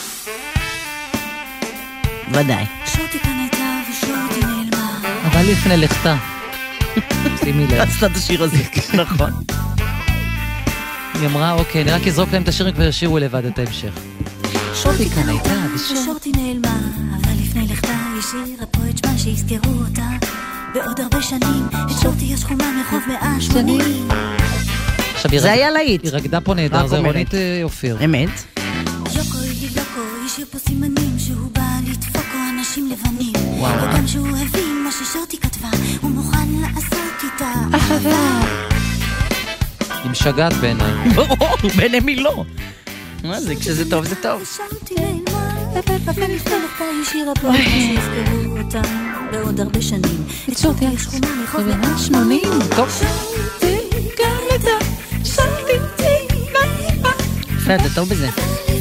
ודאי. שוטי כאן הייתה ושוטי נעלמה. אבל לפני לכתה. שימי לב. עשתה את השיר הזה, נכון. היא אמרה, אוקיי, אני רק אזרוק להם את השירים כבר ישירו לבד את ההמשך. שוטי כאן הייתה ושוטי נעלמה, אבל לפני לכתה השאירה פה את שמה שיזכרו אותה בעוד הרבה שנים, את שוטי השחומה מרחוב מאה שמונים. זה היה להיט. היא רקדה פה נהדר, זה רונית אופיר. אמת. יוקו היא יוקו, השאיר פה סימנים שהוא בא לדפוק או אנשים לבנים, וגם שהוא הבין מה ששוטי כתבה, הוא מוכן לעשות איתה אהבה. היא משגעת בעיניי. ברור, בעיני מי לא. מה זה, כשזה טוב זה טוב. שוטי נעלמה, ולפני לכתה השאירה פה את מה שיזכרו אותה בעוד הרבה שנים, את שוטי השחומה מרחוב מאה שמונים. טוב. שוטי גם לדע, שוטי תימא. יפה, אתה טוב בזה.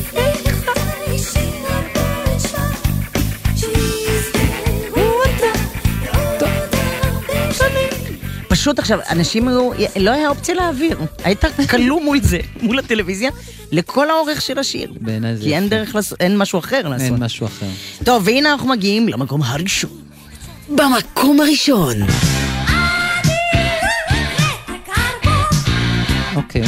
פשוט עכשיו, אנשים היו, לא היה אופציה להעביר. היית כלוא מול זה, מול הטלוויזיה, לכל האורך של השיר. כי אין דרך, אין משהו אחר לעשות. אין משהו אחר. טוב, והנה אנחנו מגיעים למקום הראשון. במקום הראשון. אוקיי.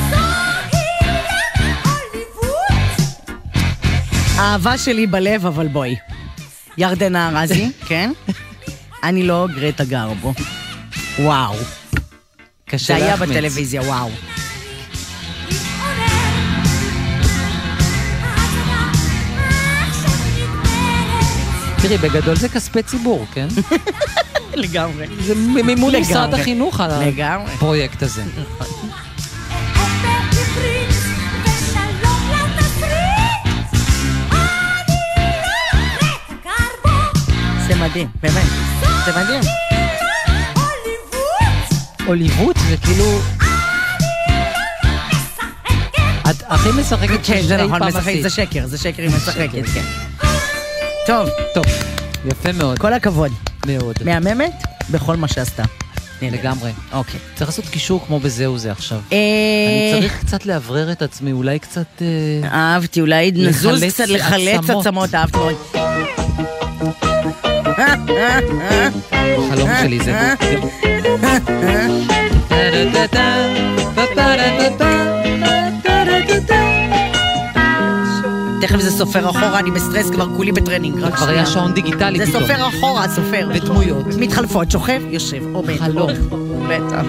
האהבה שלי בלב, אבל בואי. ירדנה ארזי, כן? אני לא גרטה גרבו. וואו. זה היה בטלוויזיה, וואו. תראי, בגדול זה כספי ציבור, כן? לגמרי. זה מימון משרד החינוך על הפרויקט הזה. זה מדהים, באמת. זה מדהים. הוליווד זה כאילו... את הכי משחקת כן, זה נכון, משחקת, זה שקר, זה שקר היא משחקת, כן. טוב. טוב, יפה מאוד. כל הכבוד. מאוד. מהממת בכל מה שעשתה. לגמרי. אוקיי. צריך לעשות קישור כמו בזהו זה עכשיו. אני צריך קצת לאוורר את עצמי, אולי קצת... אהבתי, אולי נזוז קצת לחלץ עצמות, אהבתי מאוד. החלום שלי זה... תכף זה סופר אחורה, אני בסטרס, כבר כולי בטרנינג. כבר היה שעון דיגיטלי פתאום. זה סופר אחורה, סופר. ודמויות. מתחלפות, שוכב, יושב, עומד. חלום. בטח.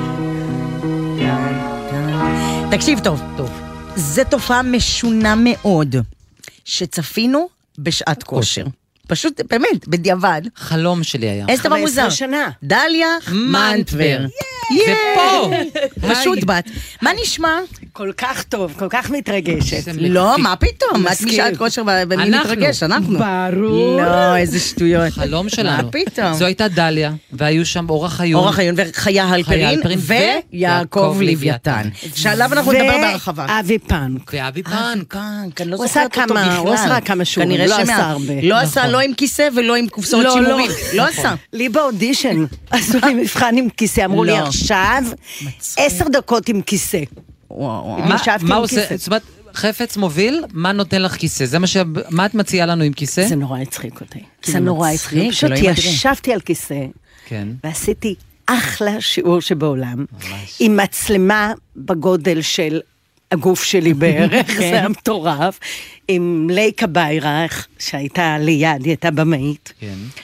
תקשיב טוב. טוב. זה תופעה משונה מאוד, שצפינו בשעת כושר. פשוט, באמת, בדיעבד. חלום שלי היה. איזה דבר מוזר. חמש עשרה שנה. דליה מנטבר. זה פה. פשוט בת. מה נשמע? כל כך טוב, כל כך מתרגשת. לא, מה פתאום? את משעת כושר ומי מתרגש? אנחנו. ברור. לא, איזה שטויות. חלום שלנו. מה פתאום? זו הייתה דליה, והיו שם אורה חיון. אורה חיון וחיה הלפרין, ויעקב לוויתן. שעליו אנחנו נדבר בהרחבה. ואבי פאנק. ואבי פאנק. אני לא הוא זוכרת אותו בכלל. הוא עשה כמה שיעורים, לא עשה הרבה. לא עשה לא עם כיסא ולא עם קופסאות שימורים. לא עשה. לי באודישן עשו לי מבחן עם כיסא, אמרו לי עכשיו עשר דקות עם כיסא. מה עושה, זאת אומרת, חפץ מוביל, מה נותן לך כיסא? זה מה ש... מה את מציעה לנו עם כיסא? זה נורא הצחיק אותי. זה נורא הצחיק. פשוט ישבתי על כיסא, ועשיתי אחלה שיעור שבעולם, עם מצלמה בגודל של הגוף שלי בערך, זה היה מטורף, עם ליקה ביירח, שהייתה ליד, היא הייתה במאית,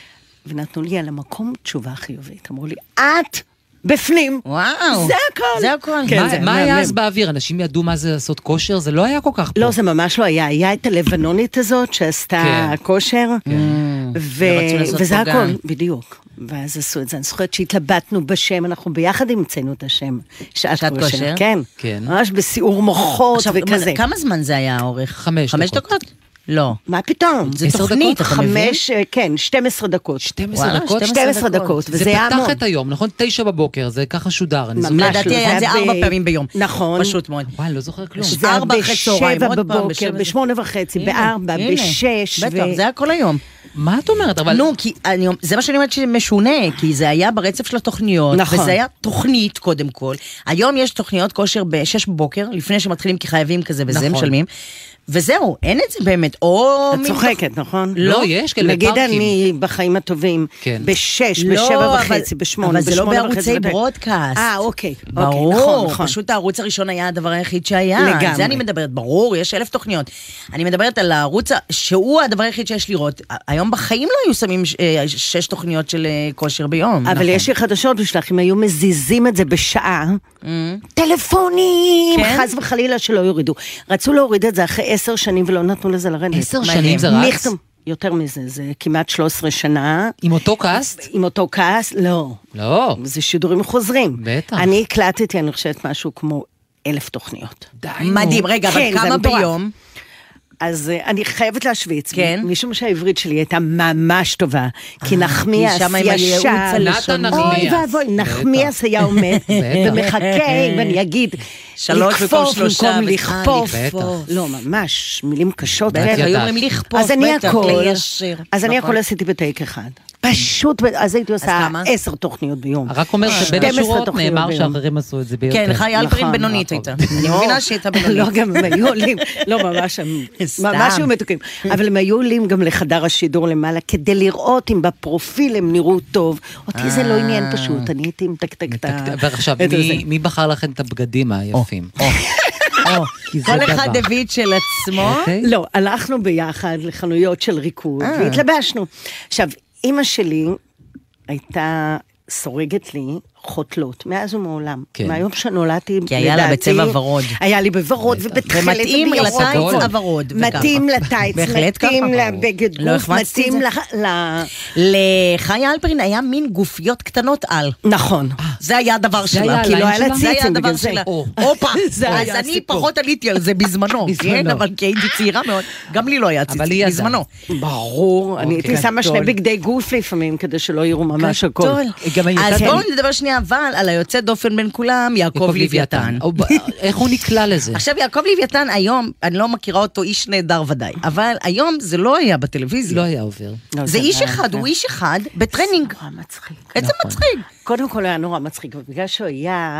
ונתנו לי על המקום תשובה חיובית. אמרו לי, את בפנים. וואו. זה הכל. זה הכל. כן, מה, זה, מה היה אז באוויר? אנשים ידעו מה זה לעשות כושר? זה לא היה כל כך פה. לא, זה ממש לא היה. היה את הלבנונית הזאת שעשתה כן. כושר, כן. ו... וזה הכל, גם. בדיוק. ואז עשו את זה. אני זוכרת שהתלבטנו בשם, אנחנו ביחד המצאנו את השם. שעת, שעת כושר. כושר. כן. כן. ממש בסיעור מוחות עכשיו, וכזה. כמה זמן זה היה האורך? חמש, חמש דקות. דקות? לא. מה פתאום? זה תוכנית, אתה מבין? חמש, כן, שתים עשרה דקות. שתים עשרה דקות? שתים עשרה דקות. זה פתח את היום, נכון? תשע בבוקר, זה ככה שודר. לדעתי היה זה ארבע פעמים ביום. נכון. פשוט מאוד. וואי, לא זוכר כלום. זה ארבע אחרי צהריים, בבוקר, בשמונה וחצי, בארבע, בשש. בטח, זה היה כל היום. מה את אומרת? אבל... נו, כי אני, זה מה שאני אומרת שמשונה, כי זה היה ברצף של התוכניות, נכון. וזה היה תוכנית קודם כל. היום יש תוכניות כושר בשש בבוקר, לפני שמתחילים כי חייבים כזה, וזה נכון. משלמים. וזהו, אין את זה באמת, או... את צוחקת, נכון? לא, יש כאלה פארקים. נגיד אני בחיים הטובים, בשש, בשבע וחצי, בשמונה, אבל זה לא בערוצי ברודקאסט. אה, אוקיי. ברור, פשוט הערוץ הראשון היה הדבר היחיד שהיה. לגמרי. זה אני מדברת, ברור, יש אלף תוכניות. אני מדברת על הערוץ שהוא הדבר היחיד שיש לראות. היום בחיים לא היו שמים שש תוכניות של כושר ביום. אבל יש לי חדשות בשלך, אם היו מזיזים את זה בשעה, טלפונים, חס וחלילה שלא יורידו. רצו להוריד את זה אחרי עשר שנים ולא נתנו לזה לרדת. עשר שנים זה רץ? יותר מזה, זה כמעט שלוש עשרה שנה. עם אותו קאסט? עם אותו קאסט, לא. לא. זה שידורים חוזרים. בטח. אני הקלטתי, אני חושבת משהו כמו אלף תוכניות. די. מדהים, רגע, אבל כמה ביום? אז אני חייבת להשוויץ, משום שהעברית שלי הייתה ממש טובה, כי נחמיאס ישב, אוי ואבוי, נחמיאס היה עומד ומחכה, ואני אגיד, לכפוף במקום לכפוף, לא ממש, מילים קשות, אז אני הכל, אז אני הכל עשיתי בטייק אחד. פשוט, אז הייתי עושה עשר תוכניות ביום. רק אומר שבין השורות נאמר שאחרים עשו את זה ביותר. כן, חי אלפרין בינונית הייתה. אני מבינה שהייתה בינונית. לא, גם הם היו עולים, לא ממש, ממש היו מתוקים. אבל הם היו עולים גם לחדר השידור למעלה, כדי לראות אם בפרופיל הם נראו טוב. אותי זה לא עניין פשוט, אני הייתי מתקתק את ה... ועכשיו, מי בחר לכם את הבגדים היפים? כל אחד דוד של עצמו? לא, הלכנו ביחד לחנויות של ריקוד, והתלבשנו. עכשיו, אמא שלי הייתה סורגת לי חוטלות, מאז ומעולם. כן. מהיום שנולדתי, כי היה לה בצבע ורוד. היה לי בוורוד ובתחלת ומתאים לטייץ הוורוד. מתאים לטייץ, מתאים לבגד גוף, מתאים ל... לחיה אלפרין היה מין גופיות קטנות על. נכון. זה היה הדבר שלה. כי לא היה לה ציצים בגלל זה. אופה, אז אני פחות עליתי על זה בזמנו, כן? אבל כי הייתי צעירה מאוד, גם לי לא היה ציצים בזמנו. ברור, אני הייתי שמה שני בגדי גוף לפעמים, כדי שלא יראו ממש הכל. אז בואו נדבר שנייה, אבל על היוצא דופן בין כולם, יעקב לוויתן. איך הוא נקלע לזה? עכשיו, יעקב לוויתן היום, אני לא מכירה אותו, איש נהדר ודאי, אבל היום זה לא היה בטלוויזיה. לא היה עובר. זה איש אחד, הוא איש אחד, בטרנינג. נורא מצחיק. איזה מצחיק. קודם כל היה נורא מצחיק, בגלל שהוא היה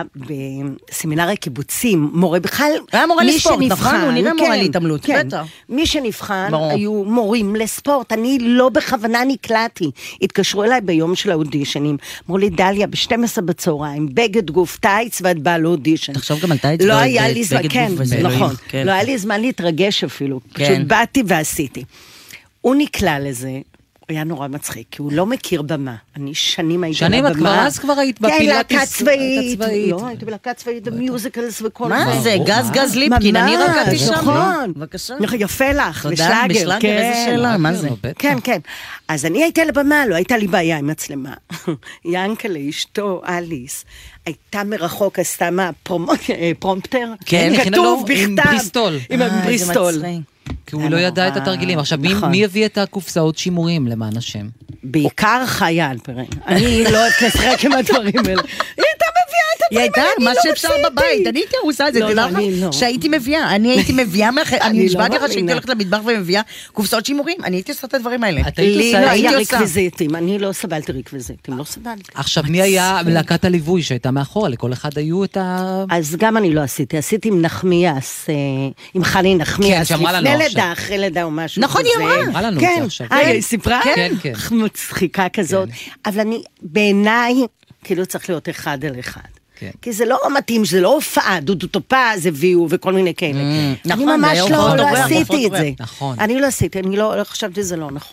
בסמינר הקיבוצים, מורה בכלל, היה מורה לספורט, נכון? הוא נראה מורה להתעמלות, בטח. מי שנבחן היו מורים לספורט, אני לא בכוונה נקלעתי. התקשרו אליי ביום של האודישנים, אמרו לי, דליה, ב-שתים עשרה בצהריים, בגד גוף, טייץ, ואת באה לאודישן. תחשוב גם על טייץ ובגד גוף וזה. נכון, לא היה לי זמן להתרגש אפילו, פשוט באתי ועשיתי. הוא נקלע לזה, הוא היה נורא מצחיק, כי הוא לא מכיר במה. אני שנים הייתי על הבמה. שנים, את כבר אז כבר היית בפילאטיס. כן, להקה צבאית. לא, הייתי בלהקה צבאית, מיוזיקלס וכל מה זה? גז גז ליפקין, אני רקעתי שם. נכון. בבקשה. יפה לך, בשלאגר. בשלאגר, איזה שאלה, מה זה? כן, כן. אז אני הייתי על הבמה, לא הייתה לי בעיה עם מצלמה. ינקלה, אשתו, אליס, הייתה מרחוק, עשתה מה, פרומפטר? כן, כתוב בכתב. עם בריסטול. עם בריסטול. כי הוא לא ידע את התרגילים. עכשיו, מי הביא את הקופסאות שימורים למען השם? בעיקר חיה אלפרין. אני לא אוהבת לשחק עם הדברים האלה. היא הייתה מביאה את הדברים האלה, היא הייתה, מה שאפשר בבית. אני הייתי עושה את זה, תדע לך שהייתי מביאה. אני הייתי מביאה, אני נשבעתי לך שהייתי הולכת למטבח ומביאה קופסאות שימורים. אני הייתי עושה את הדברים האלה. לי לא היה רקוויזיטים, אני לא סבלתי רקוויזיטים, לא סבלתי. עכשיו, מי היה להקת הליווי שהייתה מאחורה? לכל אחד היו את ה... אז גם אני לא עשיתי, עשיתי עם נחמיאס, עם חני נחמיאס, לפני לידה, אחרי לידה או משהו. נכון, היא אמרה. כן, היא סיפרה? כן, כן. מצחיקה כזאת, אבל אני, בעיניי, כאילו צריך להיות אחד על אחד. כי זה לא מתאים, זה לא הופעה, דודו טופז הביאו וכל מיני כאלה. אני ממש לא עשיתי את זה. אני לא עשיתי, אני לא חשבתי שזה לא נכון.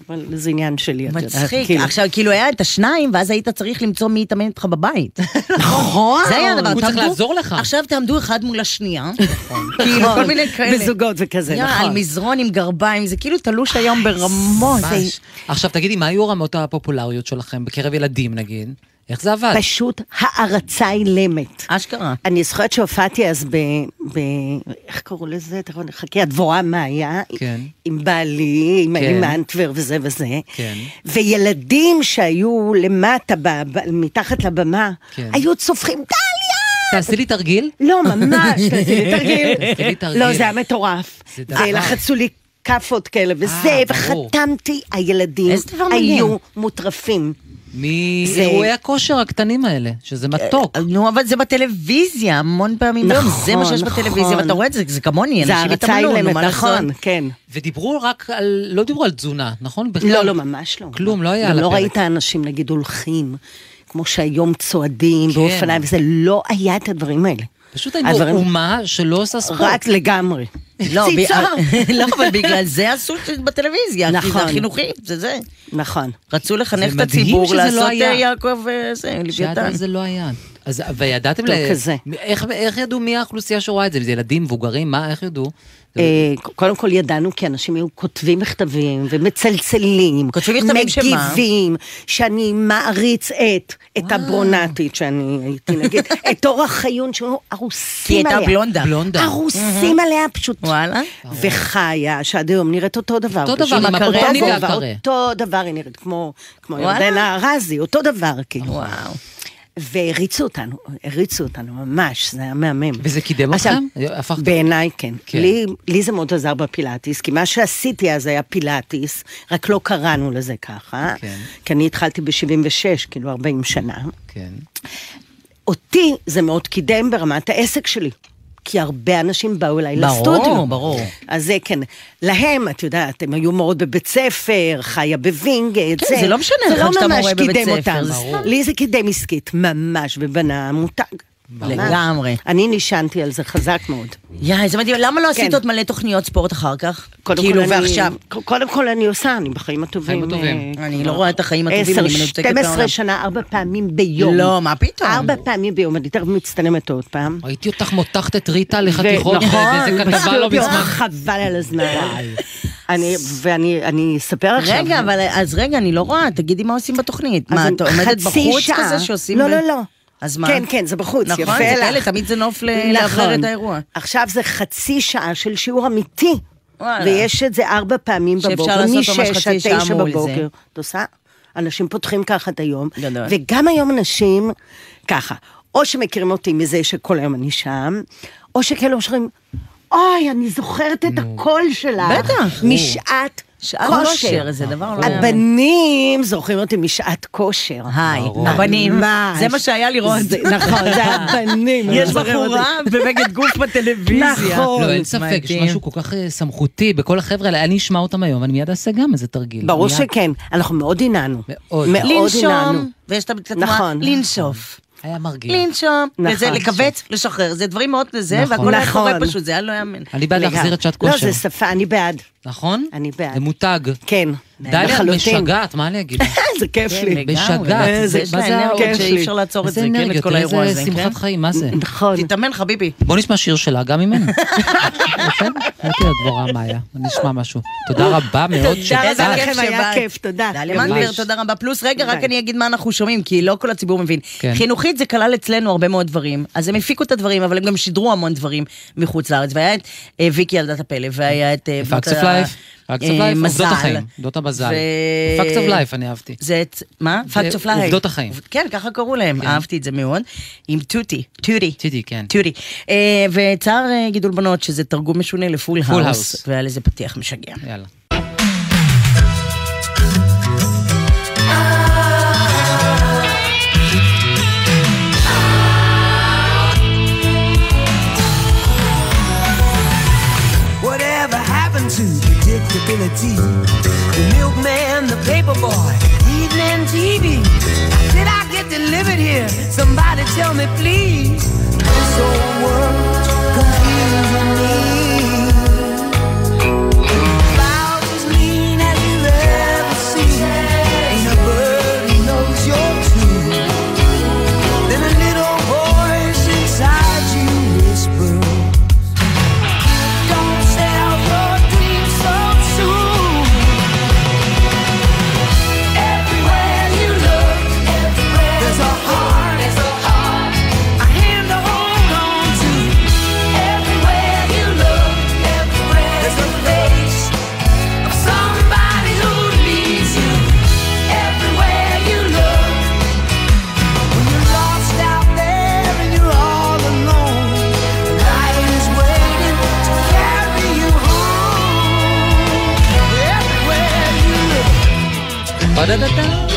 אבל זה עניין שלי. מצחיק, עכשיו כאילו היה את השניים, ואז היית צריך למצוא מי יתאמן איתך בבית. נכון. זה היה הדבר. הוא צריך לעזור לך. עכשיו תעמדו אחד מול השנייה. כאילו כל מיני כאלה. בזוגות וכזה, נכון. על מזרון עם גרביים, זה כאילו תלוש היום ברמות. עכשיו תגידי, מה היו רמות הפופולריות שלכם בקרב ילדים נגיד? איך זה עבד? פשוט הערצה אילמת. אשכרה. אני זוכרת שהופעתי אז ב... ב... איך קראו לזה? חכי, הדבורה מאיה. כן. עם בעלי, עם כן. אנטוור וזה וזה. כן. וילדים שהיו למטה, ב... מתחת לבמה, כן. היו צופחים, דליה! תעשי לי תרגיל? לא, ממש, תעשי לי תרגיל. תעשי לי תרגיל. לא, זה היה מטורף. ולחצו לי כפות כאלה וזה, וחתמתי, הילדים היו מוטרפים. מאירועי הכושר הקטנים האלה, שזה מתוק. נו, אבל זה בטלוויזיה, המון פעמים. זה מה שיש בטלוויזיה, ואתה רואה את זה, זה כמוני, אנשים התאמנו, מה נכון, כן. ודיברו רק על, לא דיברו על תזונה, נכון? לא, לא, ממש לא. כלום, לא היה על הפרק. לא ראית אנשים, נגיד, הולכים, כמו שהיום צועדים באופניים, וזה לא היה את הדברים האלה. פשוט היינו אומה שלא עושה ספורט. רק לגמרי. לא, אבל בגלל זה עשו בטלוויזיה, כי זה חינוכי, זה זה. נכון. רצו לחנך את הציבור, לעשות יעקב וזה, לוויתן. זה לא היה. וידעתם, איך ידעו מי האוכלוסייה שרואה את זה? זה ילדים, מבוגרים, מה, איך ידעו? קודם כל ידענו כי אנשים היו כותבים מכתבים ומצלצלים, מגיבים, שאני מעריץ את, את הברונטית שאני הייתי נגיד, את אורח חיון שהוא ארוסים עליה. כי הייתה בלונדה. ארוסים עליה פשוט. וואלה. וחיה, שעד היום נראית אותו דבר. אותו דבר, עם הפרוטונים והקרה. אותו דבר היא נראית, כמו ירדנה ארזי, אותו דבר כאילו. וואו. והריצו אותנו, הריצו אותנו ממש, זה היה מהמם. וזה קידם אתכם? בעיניי כן. לי, לי זה מאוד עזר בפילאטיס, כי מה שעשיתי אז היה פילאטיס, רק לא קראנו לזה ככה, כן. כי אני התחלתי ב-שבעים ושש, כאילו ארבעים שנה. כן. אותי זה מאוד קידם ברמת העסק שלי. כי הרבה אנשים באו אליי לסטודיו. ברור, ברור. אז זה כן, להם, את יודעת, הם היו מאוד בבית ספר, חיה בווינגייט. כן, זה לא משנה לך שאתה מורה בבית ספר. לי זה קידם עסקית, ממש, ובנה מותג. לגמרי. אני נשענתי על זה חזק מאוד. יאי, זה מדהים, למה לא עשית עוד מלא תוכניות ספורט אחר כך? כאילו, ועכשיו? קודם כל אני עושה, אני בחיים הטובים. אני לא רואה את החיים הטובים. עשר, שתים עשרה שנה, ארבע פעמים ביום. לא, מה פתאום? ארבע פעמים ביום, אני תכף מצטלמת עוד פעם. ראיתי אותך מותחת את ריטה לחתיכות, באיזה כתבה לא בזמן. חבל על הזמן. ואני אספר עכשיו. רגע, אז רגע, אני לא רואה, תגידי מה עושים בתוכנית. מה, את עומדת בחוץ כזה שעושים? לא, לא, לא. אז מה? כן, כן, זה בחוץ, נכון, יפה לך. זה כאלה, תמיד זה נוף לאחר את האירוע. עכשיו זה חצי שעה של שיעור אמיתי, ויש את זה ארבע פעמים בבוקר, משש עד תשע בבוקר. את עושה? אנשים פותחים ככה את היום, וגם היום אנשים ככה, או שמכירים אותי מזה שכל היום אני שם, או שכאילו שרים, אוי, אני זוכרת את הקול שלה. בטח. משעת כושר. זה דבר לא... הבנים זוכרים אותי משעת כושר. היי, הבנים. זה מה שהיה לראות. נכון, זה הבנים. יש בחורה בבגד גוף בטלוויזיה. נכון. לא, אין ספק, יש משהו כל כך סמכותי בכל החבר'ה האלה. אני אשמע אותם היום, אני מיד אעשה גם איזה תרגיל. ברור שכן, אנחנו מאוד עיננו. מאוד. מאוד עיננו. לנשום, ויש את התנועה, לנשוף. היה מרגיע. לנשום, וזה לקבץ, לשחרר, זה דברים מאוד לזה, והכל היה קורה פשוט, זה היה לא יאמן. אני בעד להחזיר את שעת כושר. לא, זה שפה, אני בעד. נכון? אני בעד. זה מותג. כן. דליה משגעת, מה אני אגיד? זה כיף לי. משגעת. יש לה אנרגיות שאי אפשר לעצור את זה, כן, את כל האירוע הזה. איזה שמחת חיים, מה זה? נכון. תתאמן חביבי. בוא נשמע שיר שלה, גם ממנו. כן? הייתי הדבורה מאיה, נשמע משהו. תודה רבה מאוד שבאת. תודה לכם, היה כיף, תודה. דליה מנטבר, תודה רבה. פלוס, רגע, רק אני אגיד מה אנחנו שומעים, כי לא כל הציבור מבין. חינוכית זה כלל אצלנו הרבה מאוד דברים, אז הם הפיקו את הדברים, אבל הם גם שידרו המון דברים מחוץ לארץ, והיה את ויקי ילדת הפלא, והיה את Facts of Life, Facts of Life, עובדות החיים, עובדות המזל. Facts of Life, אני אהבתי. זה, מה? Facts of Life. עובדות החיים. כן, ככה קראו להם, אהבתי את זה מאוד. עם טוטי, טוטי. טוטי, כן. טוטי. וצער גידול בנות, שזה תרגום משונה לפול האוס, והיה לזה פתיח משגע. יאללה. To predictability, the milkman, the paper boy, evening T V. Did I get delivered here? Somebody tell me, please. This whole world's confusing me. About as mean as you've ever בדדדה.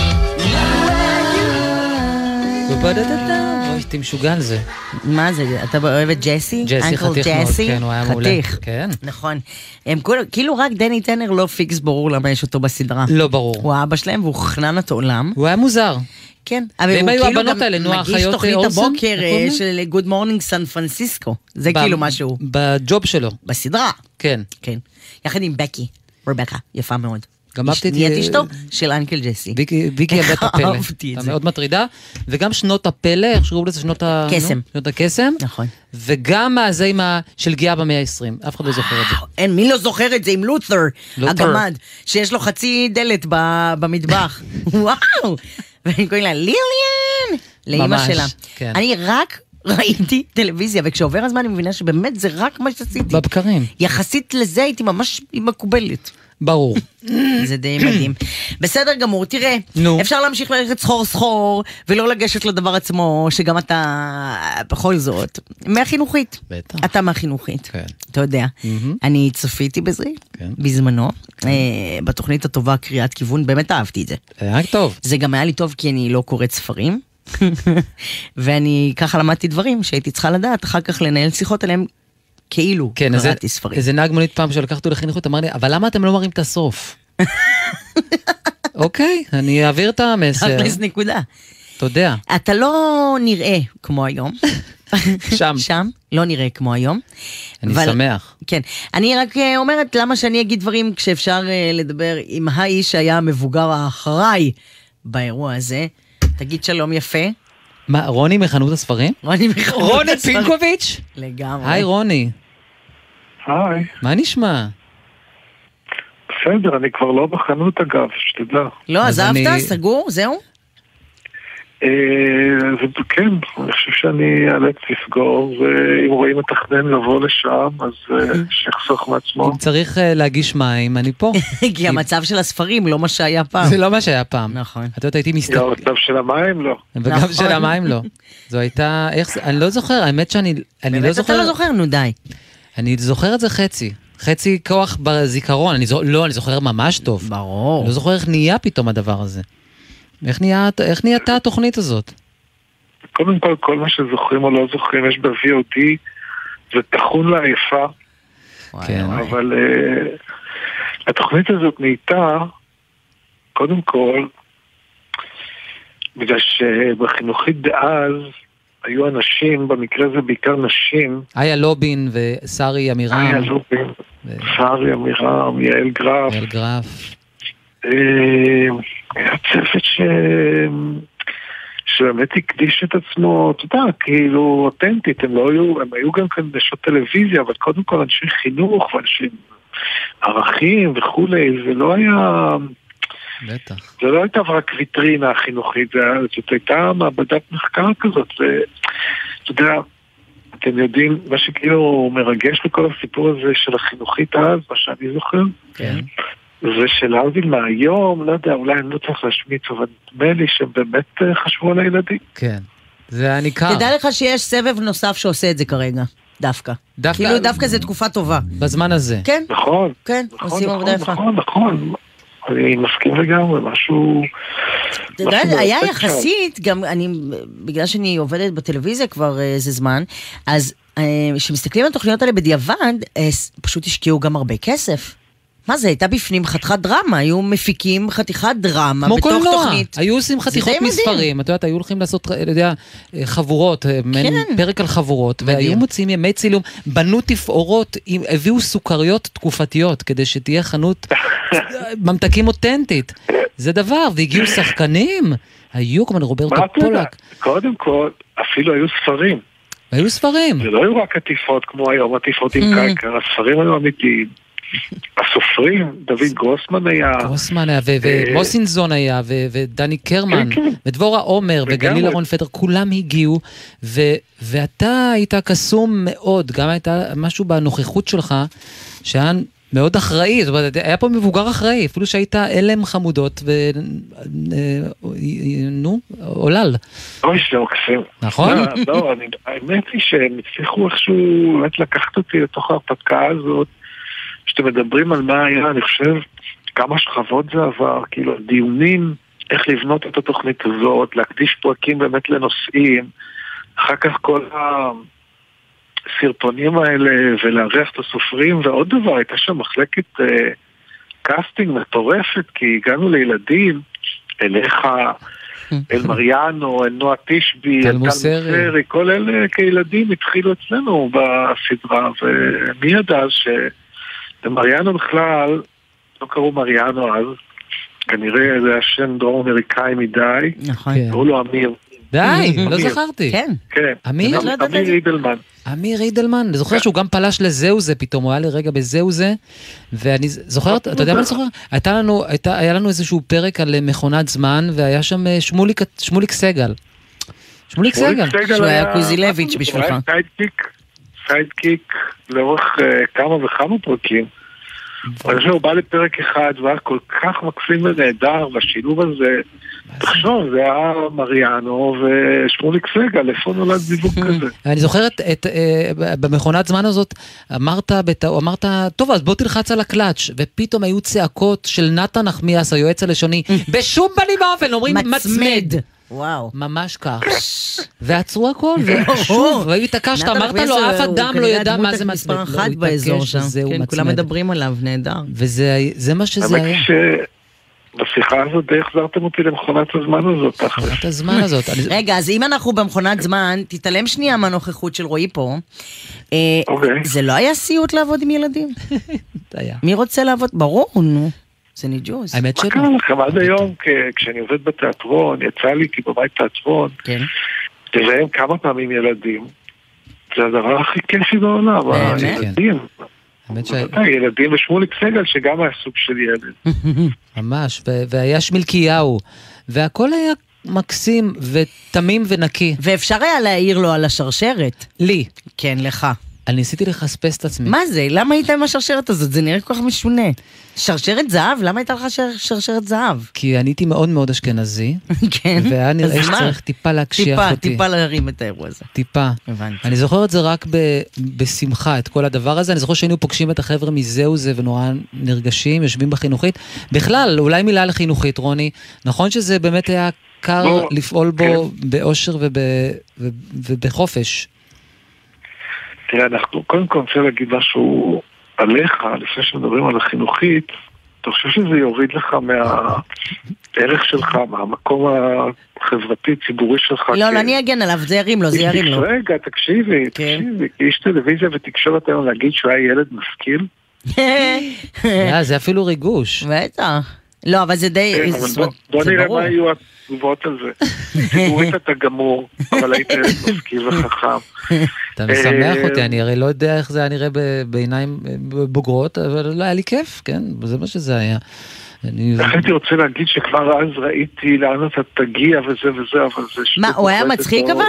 בדדדה. הייתי משוגע על זה. מה זה? אתה אוהב את ג'סי? ג'סי חתיך מאוד, כן, הוא היה מעולה. חתיך. כן. נכון. הם כאילו רק דני טנר לא פיקס ברור למה יש אותו בסדרה. לא ברור. הוא האבא שלהם והוא חנן את העולם. הוא היה מוזר. כן. והם היו הבנות האלה, נועה חיות אולסון. מגיש תוכנית הבוקר של Good Morning San Francisco. זה כאילו משהו. בג'וב שלו. בסדרה. כן. כן. יחד עם בקי, רבקה, יפה מאוד. גם אהבתי את... נהיית אשתו של אנקל ג'סי. ויקי ילדת הפלא. אתה מאוד מטרידה. וגם שנות הפלא, איך שקראו לזה? שנות ה... קסם. שנות הקסם. נכון. וגם הזה של גיאה במאה ה-עשרים. אף אחד לא זוכר את זה. אין, מי לא זוכר את זה עם לותר, הגמד, שיש לו חצי דלת במטבח. וואו. ואני קוראים לה ליליאן, לאמא שלה. אני רק... ראיתי טלוויזיה, וכשעובר הזמן אני מבינה שבאמת זה רק מה שעשיתי. בבקרים. יחסית לזה הייתי ממש מקובלת. ברור. זה די מדהים. בסדר גמור, תראה, נו. אפשר להמשיך ללכת סחור סחור, ולא לגשת לדבר עצמו, שגם אתה, בכל זאת, מהחינוכית. בטח. אתה מהחינוכית. כן. אתה יודע. Mm-hmm. אני צפיתי בזה, כן. בזמנו, כן. אה, בתוכנית הטובה קריאת כיוון, באמת אהבתי את זה. היה טוב. זה גם היה לי טוב כי אני לא קוראת ספרים. ואני ככה למדתי דברים שהייתי צריכה לדעת, אחר כך לנהל שיחות עליהם כאילו כן, קראתי איזה, ספרים. איזה נהג מונית פעם שלקחתו לחינוכות, אמר לי, אבל למה אתם לא מראים את הסוף? אוקיי, אני אעביר את המסר. תכלס נקודה. אתה יודע. אתה לא נראה כמו היום. שם. שם, לא נראה כמו היום. אני אבל, שמח. כן. אני רק אומרת, למה שאני אגיד דברים כשאפשר לדבר עם האיש שהיה המבוגר האחראי באירוע הזה. תגיד שלום יפה. מה, רוני מחנות הספרים? רוני מחנות הספרים. רוני פינקוביץ'? לגמרי. היי רוני. היי. מה נשמע? בסדר, אני כבר לא בחנות אגב, שתדע. לא, עזבת? סגור? זהו? כן, אני חושב שאני אאלץ לסגור, ואם רואים מתכנן לבוא לשם, אז שיחסוך מעצמו. אם צריך להגיש מים, אני פה. כי המצב של הספרים לא מה שהיה פעם. זה לא מה שהיה פעם. נכון. אתה יודעת, הייתי מסתכל. לא, המצב של המים לא. וגם של המים לא. זו הייתה, אני לא זוכר, האמת שאני לא זוכר. באמת אתה לא זוכר, נו די. אני זוכר את זה חצי. חצי כוח בזיכרון, לא, אני זוכר ממש טוב. ברור. לא זוכר איך נהיה פתאום הדבר הזה. איך, היה, איך נהייתה התוכנית הזאת? קודם כל, כל מה שזוכרים או לא זוכרים, יש ב-וי או די, זה תכון לעייפה. כן. אבל uh, התוכנית הזאת נהייתה, קודם כל, בגלל שבחינוכית דאז, היו אנשים, במקרה זה בעיקר נשים. היה לובין ושרי אמירם. היה לובין, ו... שרי אמירם, יעל גרף. יעל גרף. היה צוות ש... שבאמת הקדיש את עצמו, אתה יודע, כאילו אותנטית, הם לא היו, הם היו גם כאן נשות טלוויזיה, אבל קודם כל אנשי חינוך ואנשי ערכים וכולי, זה לא היה... בטח. זה לא הייתה רק ויטרינה החינוכית, זאת הייתה מעבדת מחקר כזאת, ואתה יודע, אתם יודעים, מה שכאילו מרגש לכל הסיפור הזה של החינוכית אז, מה שאני זוכר, כן. זה שלהבדיל מהיום, לא יודע, אולי אני לא צריך להשמיץ, אבל נדמה לי שהם באמת חשבו על הילדים. כן, זה היה ניכר. תדע לך שיש סבב נוסף שעושה את זה כרגע, דווקא. דווקא כאילו דווקא זה תקופה טובה. בזמן הזה. כן. נכון. כן, נכון, עושים נכון, עבודה יפה. נכון, נכון. אני מסכים לגמרי, משהו... אתה יודע, היה יחסית, גם אני, בגלל שאני עובדת בטלוויזיה כבר איזה זמן, אז כשמסתכלים על התוכניות האלה בדיעבד, פשוט השקיעו גם הרבה כסף. מה זה? הייתה בפנים חתיכת דרמה, היו מפיקים חתיכת דרמה בתוך תוכנית. כמו קולנוע, היו עושים חתיכות מספרים, אתה יודעת, היו הולכים לעשות, אני יודע, חבורות, פרק על חבורות, והיו מוצאים ימי צילום, בנו תפאורות, הביאו סוכריות תקופתיות, כדי שתהיה חנות ממתקים אותנטית. זה דבר, והגיעו שחקנים, היו כמו רוברטו פולק. קודם כל, אפילו היו ספרים. היו ספרים. זה לא היו רק עטיפות כמו היום, עטיפות עם קייקר, הספרים היו אמיתיים. הסופרים, דוד גרוסמן היה. גרוסמן היה, ומוסינזון היה, ודני קרמן, ודבורה עומר, וגליל אהרון פטר, כולם הגיעו, ואתה היית קסום מאוד, גם הייתה משהו בנוכחות שלך, שהיה מאוד אחראי, זאת אומרת, היה פה מבוגר אחראי, אפילו שהיית אלם חמודות, ונו, עולל. אוי, זה מקסים. נכון? לא, האמת היא שהם הצליחו איכשהו, באמת לקחת אותי לתוך ההרפתקה הזאת, שאתם מדברים על מה היה, אני חושב, כמה שכבות זה עבר, כאילו דיונים איך לבנות את התוכנית הזאת, להקדיש פרקים באמת לנושאים, אחר כך כל הסרטונים האלה ולארח את הסופרים, ועוד דבר, הייתה שם מחלקת uh, קאסטינג מטורפת, כי הגענו לילדים, אליך, אל מריאנו, אל נועה תשבי, אל טל מוסרי, כל אלה כילדים התחילו אצלנו בסדרה, ומי ידע שלמריאנו בכלל, לא קראו מריאנו אז, כנראה זה היה שם דרום אמריקאי מדי, נכון. קראו לו אמיר. די, לא זכרתי. כן. כן. אמיר? אמיר רידלמן. אמיר רידלמן, אני זוכר שהוא גם פלש לזהו זה פתאום, הוא היה לי רגע בזהו זה, ואני זוכרת, אתה יודע מה אני זוכר? היה לנו איזשהו פרק על מכונת זמן, והיה שם שמוליק סגל. שמוליק סגל. שהוא היה קוזילביץ' בשבילך. סיידקיק, סיידקיק לאורך כמה וכמה פרקים. אני חושב, הוא בא לפרק אחד, והיה כל כך מקסים ונהדר, והשילוב הזה, תחשוב, זה היה מריאנו ושמוליק סגל, איפה נולד זיווג כזה? אני זוכרת, במכונת זמן הזאת, אמרת, טוב, אז בוא תלחץ על הקלאץ', ופתאום היו צעקות של נתן נחמיאס, היועץ הלשוני, בשום פנים באופן, אומרים מצמד. וואו. ממש כך. ועצרו הכל, ושוב, והיו התעקשת, אמרת לו, אף אדם לא ידע מה זה מצמד. מספר אחת באזור שם, כן, כולם מדברים עליו, נהדר. וזה מה שזה היה. בשיחה הזאת די החזרתם אותי למכונת הזמן הזאת. מכונת הזמן הזאת. רגע, אז אם אנחנו במכונת זמן, תתעלם שנייה מהנוכחות של רועי פה. זה לא היה סיוט לעבוד עם ילדים? מי רוצה לעבוד? ברור, נו. זה ניג'וס. האמת שלא. מה קרה לכם עד היום, כשאני עובד בתיאטרון, יצא לי כבמאי תיאטרון, תראיהם כמה פעמים ילדים. זה הדבר הכי כיפי בעולם, הילדים. ילדים ושמוליק סגל שגם היה סוג של ילד. ממש, והיה שמילקיהו, והכל היה מקסים ותמים ונקי. ואפשר היה להעיר לו על השרשרת. לי. כן, לך. אני ניסיתי לחספס את עצמי. מה זה? למה היית עם השרשרת הזאת? זה נראה כל כך משונה. שרשרת זהב? למה הייתה לך שרשרת זהב? כי אני הייתי מאוד מאוד אשכנזי. כן. והיה נראה שצריך טיפה להקשיח אותי. טיפה, טיפה להרים את האירוע הזה. טיפה. הבנתי. אני זוכר את זה רק בשמחה, את כל הדבר הזה. אני זוכר שהיינו פוגשים את החבר'ה מזהו זה, ונורא נרגשים, יושבים בחינוכית. בכלל, אולי מילה לחינוכית, רוני. נכון שזה באמת היה קר לפעול בו באושר ובחופש. תראה, אנחנו קודם כל רוצה להגיד משהו עליך, לפני שמדברים על החינוכית, אתה חושב שזה יוריד לך מהערך שלך, מהמקום החברתי, ציבורי שלך? לא, לא, אני אגן עליו, זה ירים לו, זה ירים לו. רגע, תקשיבי, תקשיבי, כי איש טלוויזיה ותקשורת היום להגיד שהוא היה ילד משכיל? זה אפילו ריגוש. בטח. לא, אבל זה די... בוא נראה מה יהיו התגובות על זה. ציבורית אתה גמור, אבל היית משכיל וחכם. אתה משמח אותי, אני הרי לא יודע איך זה היה נראה בעיניים בוגרות, אבל לא היה לי כיף, כן? זה מה שזה היה. הייתי רוצה להגיד שכבר אז ראיתי לאן אתה תגיע וזה וזה, אבל זה... מה, הוא היה מצחיק אבל?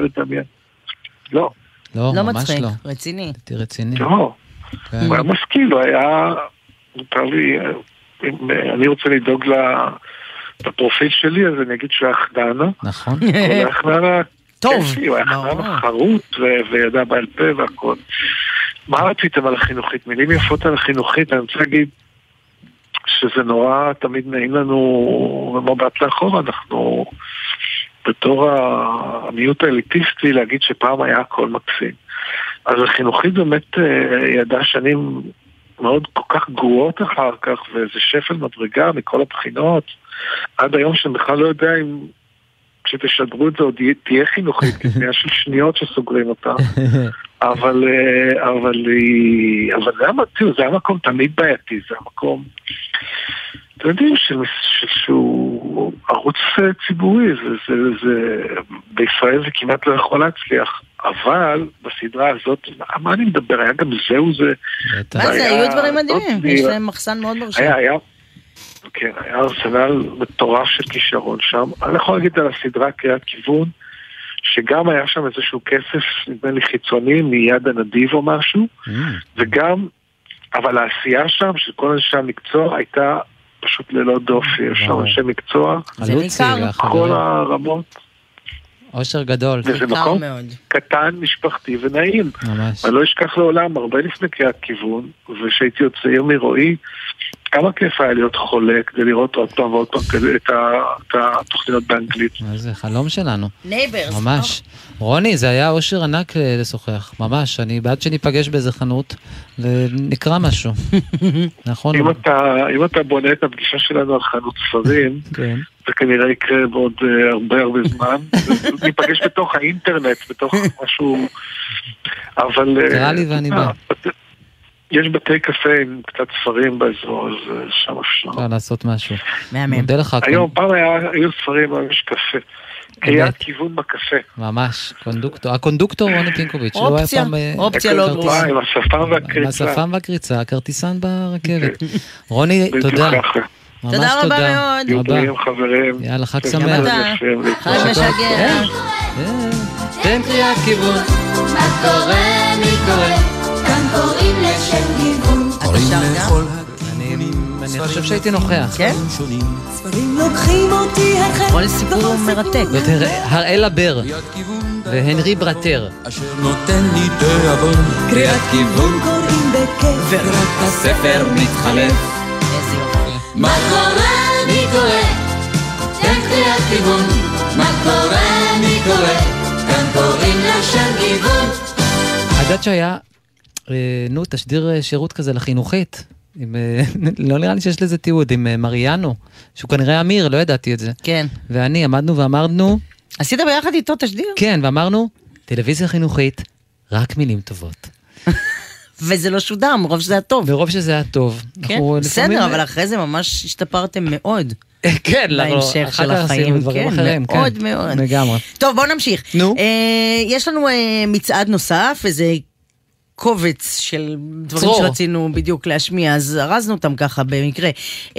לא. לא, לא ממש מצחיק, לא. רציני. הייתי רציני. לא. הוא היה משכיל, הוא היה... מותר לי... אני רוצה לדאוג לפרופיל שלי, אז אני אגיד שהוא היה חדנה. נכון. הוא היה חדנה... טוב. הוא היה חדנה חרוט וידע בעל פה והכל. מה רציתם על החינוכית? מילים יפות על החינוכית, אני רוצה להגיד שזה נורא תמיד נעים לנו במבט לאחור, אנחנו בתור המיעוט האליטיסטי להגיד שפעם היה הכל מקסים. אז החינוכית באמת ידעה שנים מאוד כל כך גרועות אחר כך, וזה שפל מדרגה מכל הבחינות, עד היום שאני בכלל לא יודע אם כשתשדרו את זה עוד תהיה חינוכית, כי זה של שניות שסוגרים אותה. אבל, אבל, אבל זה היה, זה היה מקום תמיד בעייתי, זה היה מקום, אתם יודעים, שהוא ערוץ ציבורי, זה, זה, זה, בישראל זה כמעט לא יכול להצליח, אבל בסדרה הזאת, מה אני מדבר, היה גם זהו זה. מה זה, היו דברים מדהימים, יש להם מחסן מאוד מרשים. היה, היה, כן, היה ארסנל מטורף של כישרון שם, אני יכול להגיד על הסדרה קריאת כיוון, שגם היה שם איזשהו כסף, נדמה לי חיצוני, מיד הנדיב או משהו, וגם, אבל העשייה שם, של כל אנשי המקצוע, הייתה פשוט ללא דופי, יש שם אנשי מקצוע, זה ניכר. כל הרמות. אושר גדול. וזה מקום קטן, משפחתי ונעים. ממש. אני לא אשכח לעולם, הרבה לפני קריאת כיוון, ושהייתי עוד צעיר מרועי, כמה כיף היה להיות חולה כדי לראות עוד פעם ועוד פעם את התוכניות באנגלית. זה חלום שלנו. נייברס. ממש. רוני, זה היה אושר ענק לשוחח. ממש. אני בעד שניפגש באיזה חנות ונקרא משהו. נכון? אם אתה בונה את הפגישה שלנו על חנות ספרים, זה כנראה יקרה בעוד הרבה הרבה זמן. ניפגש בתוך האינטרנט, בתוך משהו... אבל... תראה לי ואני בא. יש בתי קפה עם קצת ספרים באזור, אז שם אפשר. אפשר לעשות משהו. מהמם. מודה לך. היום, פעם היו ספרים, היום יש קפה. קריאת כיוון בקפה. ממש, קונדוקטור. הקונדוקטור רוני פינקוביץ'. אופציה, אופציה לא גרועה. עם השפם והקריצה. עם השפם והקריצה, הכרטיסן ברכבת. רוני, תודה. תודה רבה מאוד. יוברים, חברים. יאללה, חג שמח. חג משגע. תן קריאת כיוון. מה קורה, מי קורה? כאן קוראים לשם גיוון. אתה שר גם? אני חושב שהייתי נוכח. כן? ספרים לוקחים אותי החל. כל סיפור מרתק. הראל הבר והנרי ברטר. אשר נותן לי תיאבון. קריאת כיוון קוראים בכיף. ורק הספר מתחלף. איזה יופי. מה קורה, מי קורה? תן קריאת כיוון. מה קורה, מי קורה? כאן קוראים לשם גיוון. הדעת שהיה, נו, תשדיר שירות כזה לחינוכית. לא נראה לי שיש לזה תיעוד, עם מריאנו, שהוא כנראה אמיר, לא ידעתי את זה. כן. ואני עמדנו ואמרנו... עשית ביחד איתו תשדיר? כן, ואמרנו, טלוויזיה חינוכית, רק מילים טובות. וזה לא שודר, מרוב שזה היה טוב. מרוב שזה היה טוב. כן, בסדר, אבל אחרי זה ממש השתפרתם מאוד. כן, בהמשך של החיים, כן, מאוד מאוד. לגמרי. טוב, בואו נמשיך. נו. יש לנו מצעד נוסף, איזה קובץ של דברים שרצינו בדיוק להשמיע, אז הרזנו אותם ככה במקרה.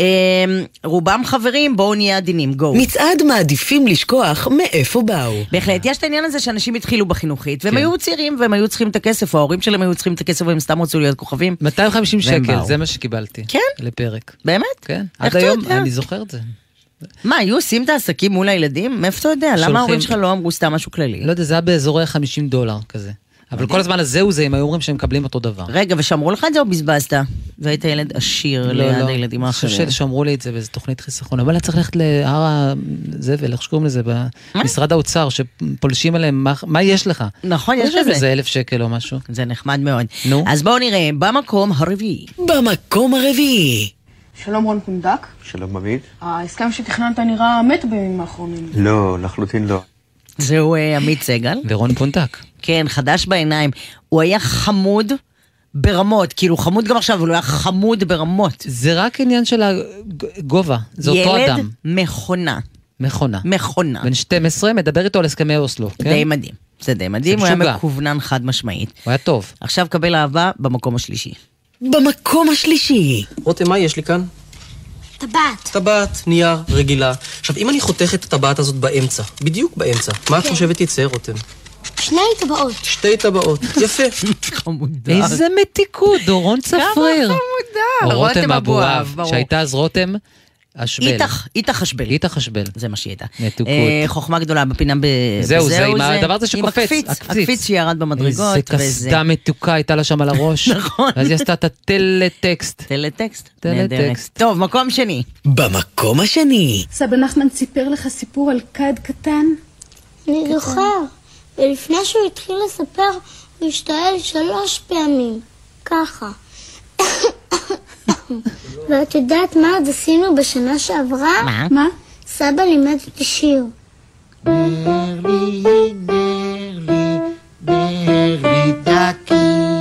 רובם חברים, בואו נהיה עדינים, גו. מצעד מעדיפים לשכוח מאיפה באו. בהחלט, יש את העניין הזה שאנשים התחילו בחינוכית, והם היו צעירים, והם היו צריכים את הכסף, או ההורים שלהם היו צריכים את הכסף, והם סתם רצו להיות כוכבים. מאתיים וחמישים שקל, זה מה שקיבלתי. כן? לפרק. באמת? כן. עד היום, אני זוכר את זה. מה, היו עושים את העסקים מול הילדים? מאיפה אתה יודע? למה ההורים שלך לא אמרו סתם משהו כללי? לא יודע, זה היה באזורי חמישים דולר כזה. אבל כל הזמן הזה הוא זה, הם היו אומרים שהם מקבלים אותו דבר. רגע, ושמרו לך את זה או בזבזת? והיית ילד עשיר ליד הילדים האחרים. אני חושב ששמרו לי את זה באיזו תוכנית חיסכון, אבל צריך ללכת להר הזבל, איך שקוראים לזה, במשרד האוצר, שפולשים עליהם, מה יש לך? נכון, יש לזה. זה אלף שקל או משהו. זה נחמד מאוד. אז בואו נראה, במקום הרביעי. במקום הרביעי. שלום רון פונדק. שלום עמית. ההסכם שתכננת נראה מת בימים האחרונים. לא, לחלוטין לא. זהו עמית סגל. ורון פונדק. כן, חדש בעיניים. הוא היה חמוד ברמות, כאילו חמוד גם עכשיו, אבל הוא היה חמוד ברמות. זה רק עניין של הגובה, זה אותו אדם. ילד מכונה. מכונה. מכונה. בן שתים עשרה מדבר איתו על הסכמי אוסלו. די מדהים. זה די מדהים, הוא היה מקוונן חד משמעית. הוא היה טוב. עכשיו קבל אהבה במקום השלישי. במקום השלישי. רותם, מה יש לי כאן? טבעת. טבעת, נייר, רגילה. עכשיו, אם אני חותך את הטבעת הזאת באמצע, בדיוק באמצע, מה את חושבת יצא, רותם? שני טבעות. שתי טבעות, יפה. חמודה. איזה מתיקות, דורון צפריר. כמה חמודה. רותם אבואב, שהייתה אז רותם אשבל. איתך, איתך אשבל. איתך אשבל. זה מה שהיא הייתה. מתוקות. חוכמה גדולה בפינה ב... זהו, זה עם הדבר הזה שקופץ. עם הקפיץ, הקפיץ שירד במדרגות. איזה קסדה מתוקה הייתה לה שם על הראש. נכון. ואז היא עשתה את הטלטקסט. טלטקסט? טלטקסט. טוב, מקום שני. במקום השני. סבא נחמן סיפר לך סיפור על כד קטן? אני זוכר. ולפני שהוא התחיל לספר, הוא השתעל שלוש פעמים. ככה. ואת יודעת מה עוד עשינו בשנה שעברה? מה? מה? סבא לימד אותי שיר. ברלי, ברלי, ברלי דקי.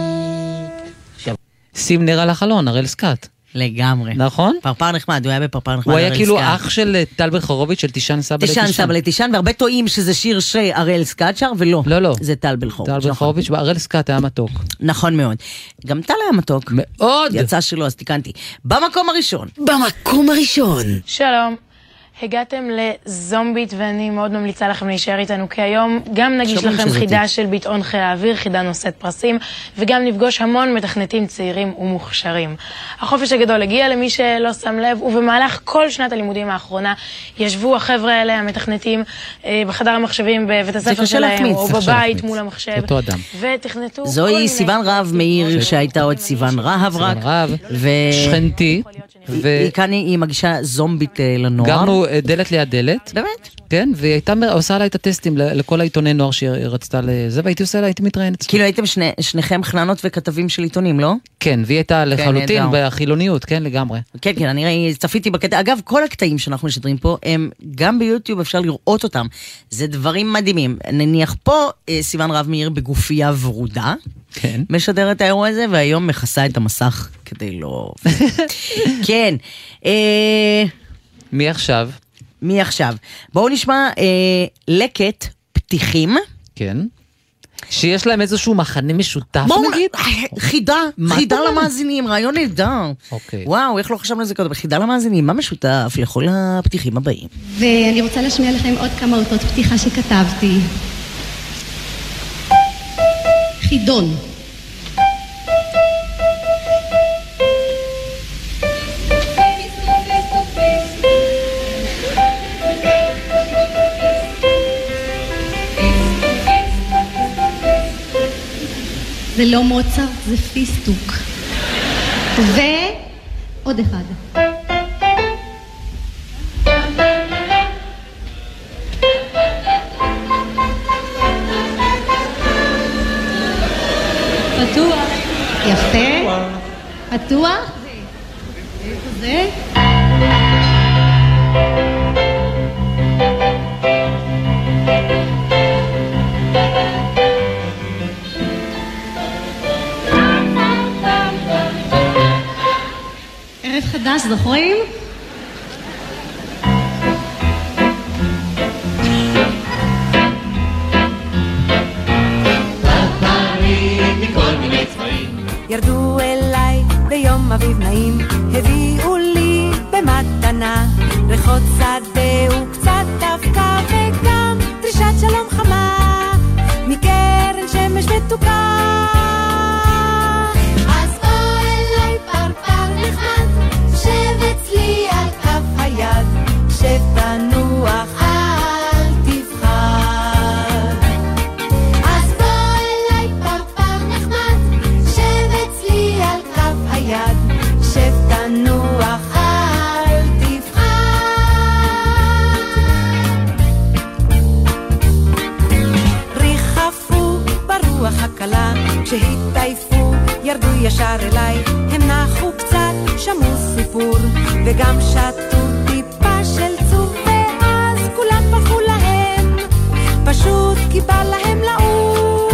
שים נר על החלון, הראל סקאט. לגמרי. נכון? פרפר נחמד, הוא היה בפרפר נחמד. הוא היה כאילו אח של טל בלחרוביץ' של תישן סבא לתישן. תישן סבא לתישן, והרבה טועים שזה שיר שהראל סקאט שר, ולא. לא, לא. זה טל בלחרוביץ'. טל בלחרוביץ', והראל סקאט היה מתוק. נכון מאוד. גם טל היה מתוק. מאוד. יצא שלא, אז תיקנתי. במקום הראשון. במקום הראשון. שלום. הגעתם לזומבית, ואני מאוד ממליצה לכם להישאר איתנו, כי היום גם נגיש לכם חידה של ביטאון חיל האוויר, חידה נושאת פרסים, וגם נפגוש המון מתכנתים צעירים ומוכשרים. החופש הגדול הגיע למי שלא שם לב, ובמהלך כל שנת הלימודים האחרונה ישבו החבר'ה האלה, המתכנתים, בחדר המחשבים בבית הספר שלהם, או בבית מול המחשב, ותכנתו... זוהי סיוון רהב מאיר, שהייתה עוד סיוון רהב רק, שכנתי, וכאן היא מגישה זומבית לנוער. גרנו דלת ליד דלת. באמת? כן, והיא הייתה עושה לה את הטסטים לכל העיתוני נוער שהיא רצתה לזה, והייתי עושה לה, הייתי מתראיינת. כאילו הייתם שניכם חננות וכתבים של עיתונים, לא? כן, והיא הייתה לחלוטין בחילוניות, כן, לגמרי. כן, כן, אני צפיתי בקטע. אגב, כל הקטעים שאנחנו משדרים פה, הם גם ביוטיוב אפשר לראות אותם. זה דברים מדהימים. נניח פה, סיוון רהב מאיר בגופייה ורודה, משדר את האירוע הזה, והיום מכסה את המסך כדי לא... כן. מי עכשיו? מי עכשיו? בואו נשמע אה, לקט פתיחים. כן. שיש להם איזשהו מחנה משותף, בואו, נגיד? חידה, חידה למאזינים, רעיון נהדר. אוקיי. וואו, איך לא חשבנו על זה קודם? חידה למאזינים, מה משותף לכל הפתיחים הבאים? ואני רוצה להשמיע לכם עוד כמה אותות פתיחה שכתבתי. חידון. זה לא מוצרט, זה פיסטוק. ועוד אחד. פתוח. יפה. פתוח. איפה זה? ערב חדש, זוכרים? ירדו אליי ביום אביב נעים, הביאו לי במתנה ריחות שדה וקצת אבקה וגם דרישת שלום חמה מקרן שמש מתוקה. אז בוא אליי פרפר נחמד, שב אצלי על כף היד, שב תנוח אל תפחד. אז בוא אליי פרפר נחמד, שב אצלי על כף היד, שב תנוח אל תפחד. ריחפו ברוח הקלה, כשהתעייפו ירדו ישר אליי, הם נחו קצת, שמעו סיפור וגם שתו טיפה של צוף, ואז כולם פרחו להם, פשוט כי בא להם לעוף.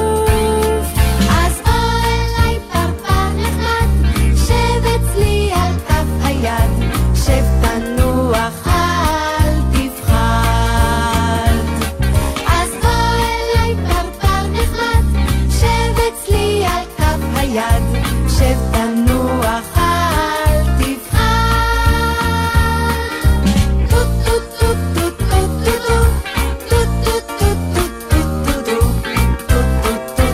אז בוא אליי פרפר נחמד, שב אצלי על כף היד, שב תנוח אל תפחד. אז בוא אליי פרפר נחמד, שב אצלי על כף היד, שב תנוח אל תפחד. טוט טוט טוט טוט טוט טוט טוט טוט טוט טוט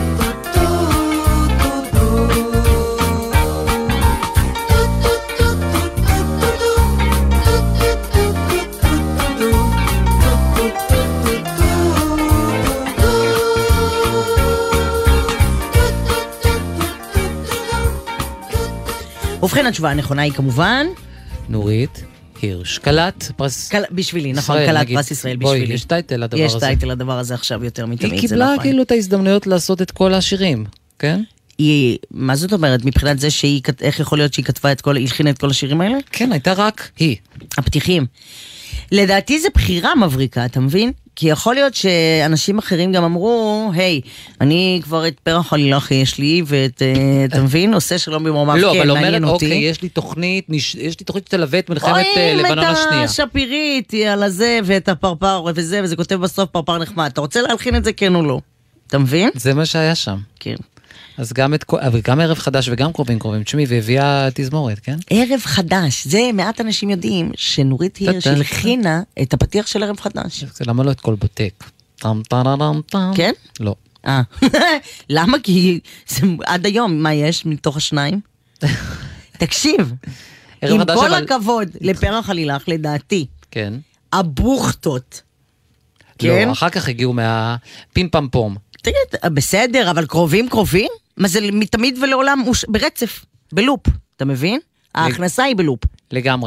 ובכן, התשובה הנכונה היא כמובן נורית הירש, קלת פרס בשבילי, נכון, קלת פרס ישראל בשבילי. בואי, יש טייטל לדבר הזה. יש טייטל לדבר הזה עכשיו יותר מתמיד, היא קיבלה כאילו את ההזדמנויות לעשות את כל השירים, כן? היא, מה זאת אומרת? מבחינת זה שהיא, איך יכול להיות שהיא כתבה את כל, היא הכינה את כל השירים האלה? כן, הייתה רק היא. הפתיחים. לדעתי זה בחירה מבריקה, אתה מבין? כי יכול להיות שאנשים אחרים גם אמרו, היי, אני כבר את פרח עלילך יש לי, ואת, אתה מבין, עושה שלום במרומיו, לא, אבל אומרת, אוקיי, יש לי תוכנית, יש לי תוכנית שתלווה את מלחמת לבנון השנייה. או את השפירית, על הזה, ואת הפרפר, וזה, וזה כותב בסוף פרפר נחמד. אתה רוצה להלחין את זה, כן או לא? אתה מבין? זה מה שהיה שם. כן. אז גם, את, גם ערב חדש וגם קרובים קרובים, תשמעי, והביאה תזמורת, כן? ערב חדש, זה מעט אנשים יודעים שנורית הירש הלחינה את הפתיח של ערב חדש. למה לא את כל בוטק? טם טם טם. כן? לא. אה, למה? כי זה עד היום, מה יש מתוך השניים? תקשיב, עם כל הכבוד לפרח עלילך, לדעתי, כן. הבוכטות. לא, אחר כך הגיעו מהפים פם פום. תגיד, בסדר, אבל קרובים קרובים? מה זה מתמיד ולעולם ברצף, בלופ, אתה מבין? ההכנסה היא בלופ. לגמרי.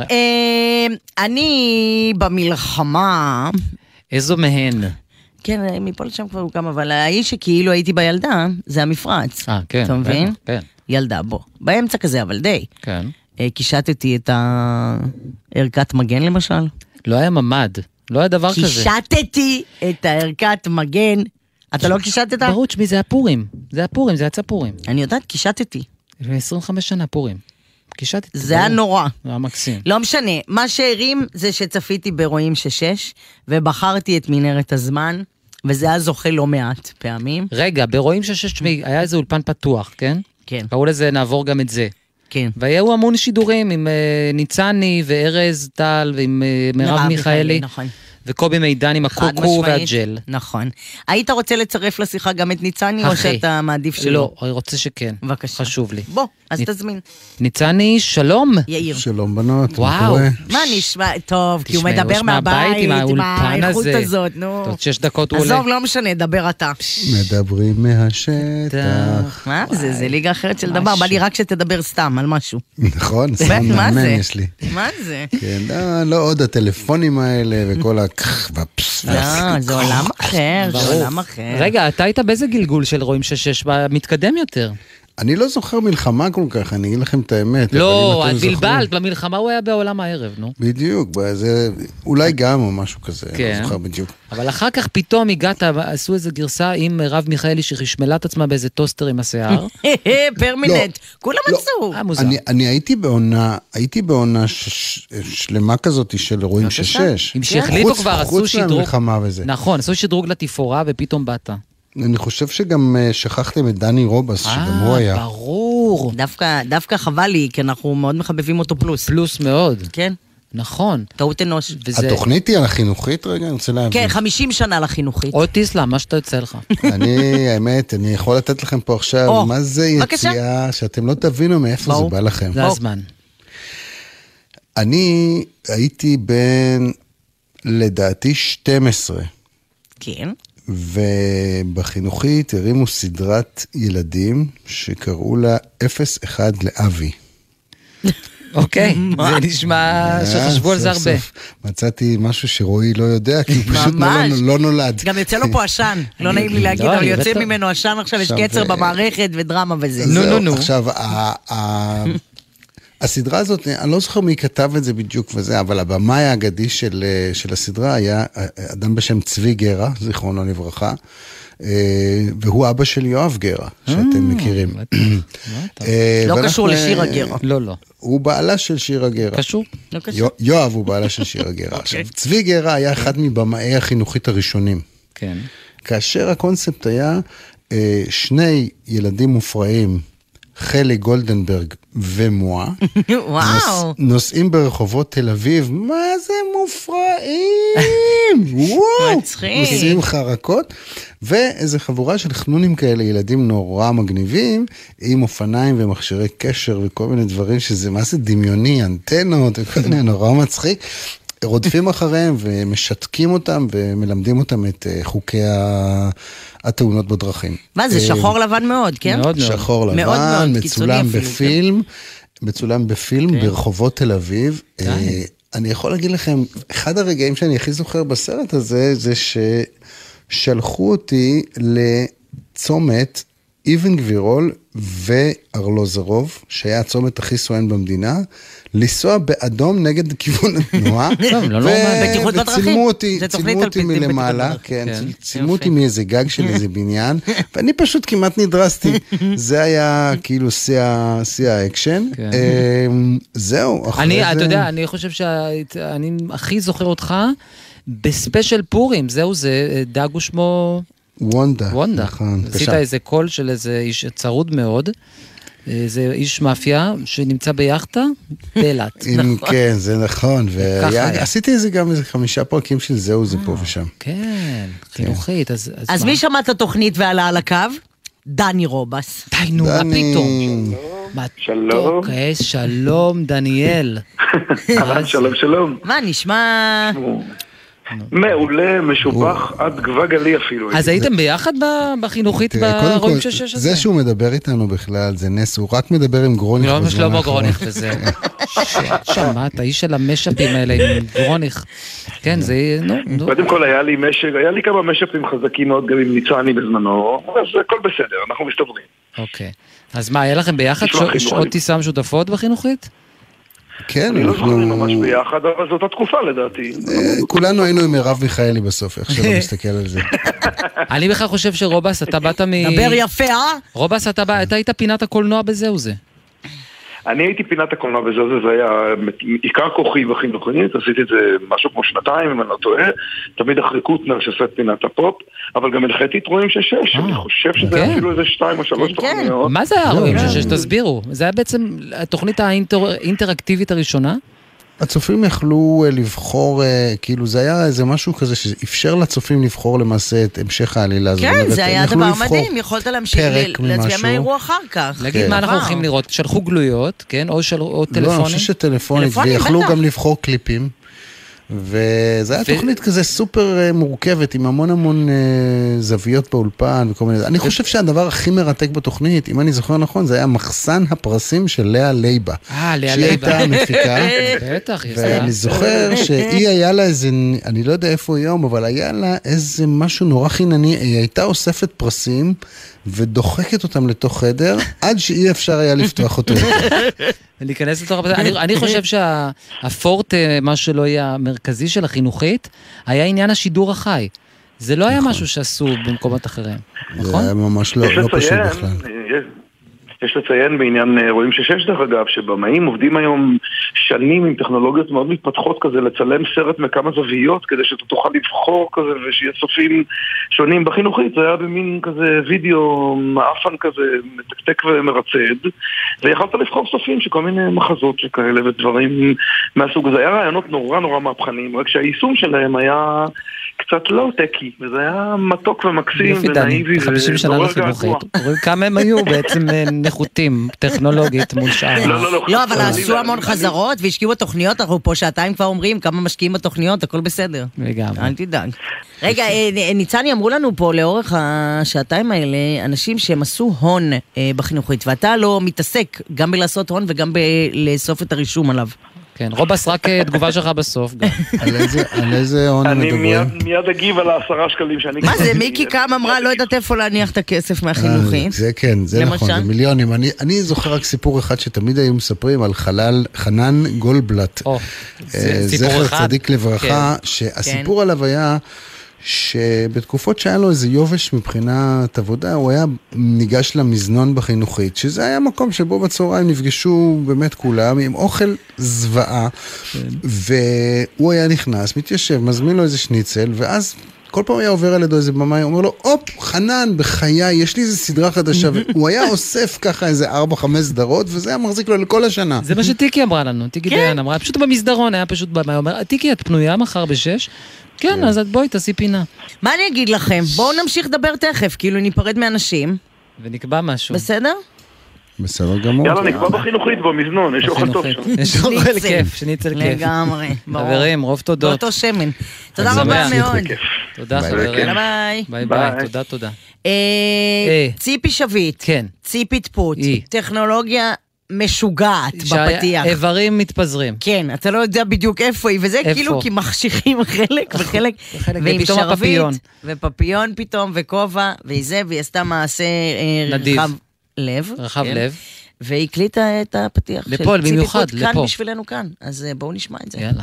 אני במלחמה... איזו מהן? כן, מפה לשם כבר הוא קם, אבל האיש שכאילו הייתי בילדה, זה המפרץ. אה, כן. אתה מבין? כן. ילדה, בוא. באמצע כזה, אבל די. כן. קישטתי את הערכת מגן למשל. לא היה ממד, לא היה דבר כזה. קישטתי את הערכת מגן. אתה לא קישטת? ברור, שמי, זה הפורים. זה הפורים, זה יצא פורים. אני יודעת, קישטתי. לפני עשרים וחמש שנה פורים. קישטתי. זה היה נורא. זה היה מקסים. לא משנה, מה שהרים זה שצפיתי ברואים שש, ובחרתי את מנהרת הזמן, וזה היה זוכה לא מעט פעמים. רגע, ברואים שש, שמי, היה איזה אולפן פתוח, כן? כן. קראו לזה, נעבור גם את זה. כן. והיו המון שידורים עם uh, ניצני וארז טל ועם uh, מרב מיכאלי. נכון. וקובי מידן עם הקוקו והג'ל. נכון. היית רוצה לצרף לשיחה גם את ניצני, או שאתה מעדיף שלא? לא, אני רוצה שכן. בבקשה. חשוב לי. בוא, אז תזמין. ניצני, שלום. יאיר. שלום בנות. וואו. מה נשמע? טוב, כי הוא מדבר מהבית, עם האיכות הזאת, נו. עוד שש דקות הוא עולה. עזוב, לא משנה, דבר אתה. מדברים מהשטח. מה זה? זה ליגה אחרת של דבר. בא לי רק שתדבר סתם על משהו. נכון, סתם מאמן יש לי. מה זה? כן, לא עוד הטלפונים האלה וכל ה... לא, זה עולם אחר, זה עולם אחר. רגע, אתה היית באיזה גלגול של רואים שש מתקדם יותר? אני לא זוכר מלחמה כל כך, אני אגיד לכם את האמת. לא, בלבלת, במלחמה הוא היה בעולם הערב, נו. בדיוק, אולי גם או משהו כזה, לא זוכר בדיוק. אבל אחר כך פתאום הגעת, עשו איזו גרסה עם מרב מיכאלי שחשמלה את עצמה באיזה טוסטר עם השיער. פרמיננט, כולם מצאו. אני הייתי בעונה, הייתי בעונה שלמה כזאת של רואים שש. אם שהחליטו כבר, עשו שדרוג. חוץ מהמלחמה וזה. נכון, עשו שדרוג לתפאורה ופתאום באת. אני חושב שגם שכחתם את דני רובס, שגם הוא היה. ברור. דווקא חבל לי, כי אנחנו מאוד מחבבים אותו פלוס. פלוס מאוד. כן. נכון. טעות אנוש. התוכנית היא על החינוכית רגע? אני רוצה להבין. כן, חמישים שנה לחינוכית. או תסלם, מה שאתה יוצא לך. אני, האמת, אני יכול לתת לכם פה עכשיו, מה זה יציאה, שאתם לא תבינו מאיפה זה בא לכם. זה הזמן. אני הייתי בין, לדעתי, שתים עשרה. כן. ובחינוכית הרימו סדרת ילדים שקראו לה אפס אחד לאבי. אוקיי, זה נשמע שחשבו על זה הרבה. מצאתי משהו שרועי לא יודע, כי הוא פשוט לא נולד. גם יוצא לו פה עשן, לא נעים לי להגיד, אבל יוצא ממנו עשן עכשיו, יש קצר במערכת ודרמה וזה. נו, נו, נו. עכשיו, הסדרה הזאת, אני לא זוכר מי כתב את זה בדיוק וזה, אבל הבמאי האגדי של, של הסדרה היה אדם בשם צבי גרה, זיכרונו לברכה, והוא אבא של יואב גרה, שאתם מכירים. לא קשור לשירה גרה. לא, לא. הוא בעלה של שירה גרה. קשור? לא קשור. יואב הוא בעלה של שירה גרה. עכשיו, צבי גרה היה אחד מבמאי החינוכית הראשונים. כן. כאשר הקונספט היה שני ילדים מופרעים, חלי גולדנברג ומואה, וואו. נוסעים ברחובות תל אביב, מה זה מופרעים? וואו. מצחיק. עושים חרקות, ואיזה חבורה של חנונים כאלה, ילדים נורא מגניבים, עם אופניים ומכשירי קשר וכל מיני דברים שזה, מה זה דמיוני, אנטנות וכל מיני נורא מצחיק. רודפים אחריהם ומשתקים אותם ומלמדים אותם את חוקי התאונות בדרכים. מה זה, שחור לבן מאוד, כן? מאוד מאוד. שחור לבן, מצולם בפילם, מצולם בפילם ברחובות תל אביב. אני יכול להגיד לכם, אחד הרגעים שאני הכי זוכר בסרט הזה, זה ששלחו אותי לצומת אבן גבירול וארלוזרוב, שהיה הצומת הכי סואן במדינה, לנסוע באדום נגד כיוון התנועה, וצילמו אותי, צילמו אותי מלמעלה, צילמו אותי מאיזה גג של איזה בניין, ואני פשוט כמעט נדרסתי. זה היה כאילו שיא האקשן. זהו, אחרי זה... אתה יודע, אני חושב שאני הכי זוכר אותך בספיישל פורים, זהו זה, דאגו שמו... וונדה. וונדה. נכון. עשית איזה קול של איזה איש צרוד מאוד. זה איש מאפיה שנמצא ביחטה, באילת. כן, זה נכון. ועשיתי איזה גם איזה חמישה פרקים של זהו זה פה ושם. כן, חינוכית. אז מי שמע את התוכנית ועלה על הקו? דני רובס. די, נו, מה פתאום? שלום. שלום, דניאל. שלום, שלום. מה, נשמע... מעולה, משובח, עד גבה גלי אפילו. אז הייתם ביחד בחינוכית ברואים שש שש הזה? זה שהוא מדבר איתנו בכלל, זה נס, הוא רק מדבר עם גרוניך. לא, שלמה גרוניך וזה. שמעת, האיש של המשאפים האלה עם גרוניך. כן, זה... קודם כל היה לי משאפ, היה לי כמה משאפים חזקים מאוד גם עם ניצני בזמנו, אז הכל בסדר, אנחנו מסתברים. אוקיי. אז מה, היה לכם ביחד שעות טיסה משותפות בחינוכית? כן, אני לא זוכר ממש ביחד, אבל זאת התקופה לדעתי. כולנו היינו עם מירב מיכאלי בסוף, איך שלא מסתכל על זה. אני בכלל חושב שרובס, אתה באת מ... דבר יפה, אה? רובס, אתה היית פינת הקולנוע בזהו זה. אני הייתי פינת הקולנוע בזהו זה, זה היה עיקר כוחי בחינוכית, עשיתי את זה משהו כמו שנתיים, אם אני לא טועה, תמיד אחרי קוטנר שעשה את פינת הפופ, אבל גם הלכתי את רואים שש שש, אני חושב שזה היה אפילו איזה שתיים או שלוש תוכניות. מה זה היה רואים שש שש? תסבירו. זה היה בעצם התוכנית האינטראקטיבית הראשונה? הצופים יכלו לבחור, כאילו זה היה איזה משהו כזה שאפשר לצופים לבחור למעשה את המשך העלילה. כן, זה היה דבר מדהים, יכולת להמשיך להצביע מהאירוע אחר כך. להגיד מה אנחנו הולכים לראות, שלחו גלויות, כן, או טלפונים? לא, אני חושב שטלפונית, ויכלו גם לבחור קליפים. וזה היה תוכנית כזה סופר מורכבת, עם המון המון זוויות באולפן וכל מיני. אני חושב שהדבר הכי מרתק בתוכנית, אם אני זוכר נכון, זה היה מחסן הפרסים של לאה לייבה. אה, לאה לייבה. שהייתה המפיקה. בטח, ואני זוכר שהיא היה לה איזה, אני לא יודע איפה היום, אבל היה לה איזה משהו נורא חינני, היא הייתה אוספת פרסים, ודוחקת אותם לתוך חדר, עד שאי אפשר היה לפתוח אותו. להיכנס לתוך הפרסים. אני, אני חושב שהפורט, מה שלא יהיה המרכזי של החינוכית, היה עניין השידור החי. זה לא היה משהו שעשו במקומות אחרים, נכון? זה היה ממש לא, לא פשוט בכלל. יש לציין בעניין רואים ששש דרך אגב, שבמאים עובדים היום שנים עם טכנולוגיות מאוד מתפתחות כזה, לצלם סרט מכמה זוויות, כדי שאתה תוכל לבחור כזה, ושיהיה צופים שונים בחינוכית, זה היה במין כזה וידאו מאפן כזה, מתקתק ומרצד, ויכולת לבחור צופים שכל מיני מחזות שכאלה ודברים מהסוג הזה. היה רעיונות נורא נורא מהפכניים, רק שהיישום שלהם היה קצת לא טקי, וזה היה מתוק ומקסים ונאיבי. חמישים שנה לחינוכית, רואים כמה הם היו בעצם נחותים, טכנולוגית מול שאר. לא, אבל עשו המון חזרות והשקיעו בתוכניות, אנחנו פה שעתיים כבר אומרים כמה משקיעים בתוכניות, הכל בסדר. לגמרי. אל תדאג. רגע, ניצני, אמרו לנו פה לאורך השעתיים האלה, אנשים שהם עשו הון בחינוכית, ואתה לא מתעסק גם בלעשות הון וגם בלאסוף את הרישום עליו. כן, רובס, רק תגובה שלך בסוף. על איזה הון מדברים? אני מיד אגיב על העשרה שקלים שאני... מה זה, מיקי קם אמרה, לא יודעת איפה להניח את הכסף מהחינוכית. זה כן, זה נכון, זה מיליונים. אני זוכר רק סיפור אחד שתמיד היו מספרים על חנן גולדבלט. זכר צדיק לברכה, שהסיפור עליו היה... שבתקופות שהיה לו איזה יובש מבחינת עבודה, הוא היה ניגש למזנון בחינוכית, שזה היה מקום שבו בצהריים נפגשו באמת כולם עם אוכל זוועה, והוא היה נכנס, מתיישב, מזמין לו איזה שניצל, ואז כל פעם היה עובר על ידו איזה במאי, אומר לו, אופ, חנן, בחיי, יש לי איזה סדרה חדשה, והוא היה אוסף ככה איזה ארבע, חמש סדרות, וזה היה מחזיק לו לכל השנה. זה מה שטיקי אמרה לנו, טיקי דיין אמרה, פשוט במסדרון היה פשוט במאי, אומר, טיקי, את פנויה מחר בשש? כן, אז את בואי, תעשי פינה. מה אני אגיד לכם? בואו נמשיך לדבר תכף, כאילו ניפרד מאנשים. ונקבע משהו. בסדר? בסדר גמור. יאללה, נקבע בחינוכית במזנון, יש אוכל טוב שם. יש אוכל כיף, שניצל כיף. לגמרי, ברור. חברים, רוב תודות. באותו שמן. תודה רבה מאוד. תודה חברים. ביי. ביי ביי, תודה תודה. ציפי שביט. כן. ציפי תפות. טכנולוגיה משוגעת בפתיח. איברים מתפזרים. כן, אתה לא יודע בדיוק איפה היא, וזה כאילו כי מחשיכים חלק וחלק, ועם שרביט, ופפיון פתאום, וכובע, וזה, והיא עשתה מעשה רחב לב. רחב לב. והיא הקליטה את הפתיח של לפה, במיוחד, ציפי תפות כאן בשבילנו כאן. אז בואו נשמע את זה. יאללה.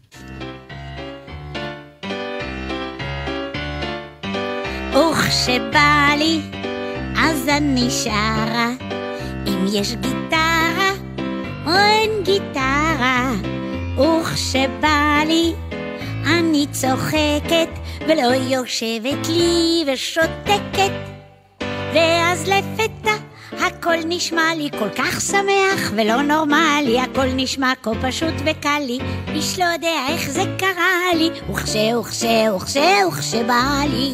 וכשבא לי, אז אני שרה, אם יש גיטרה או אין גיטרה, וכשבא לי אני צוחקת ולא יושבת לי ושותקת, ואז לפתע הכל נשמע לי כל כך שמח ולא נורמלי, הכל נשמע כה פשוט וקל לי, איש לא יודע איך זה קרה לי, וכשה וכשה וכשה וכשבא לי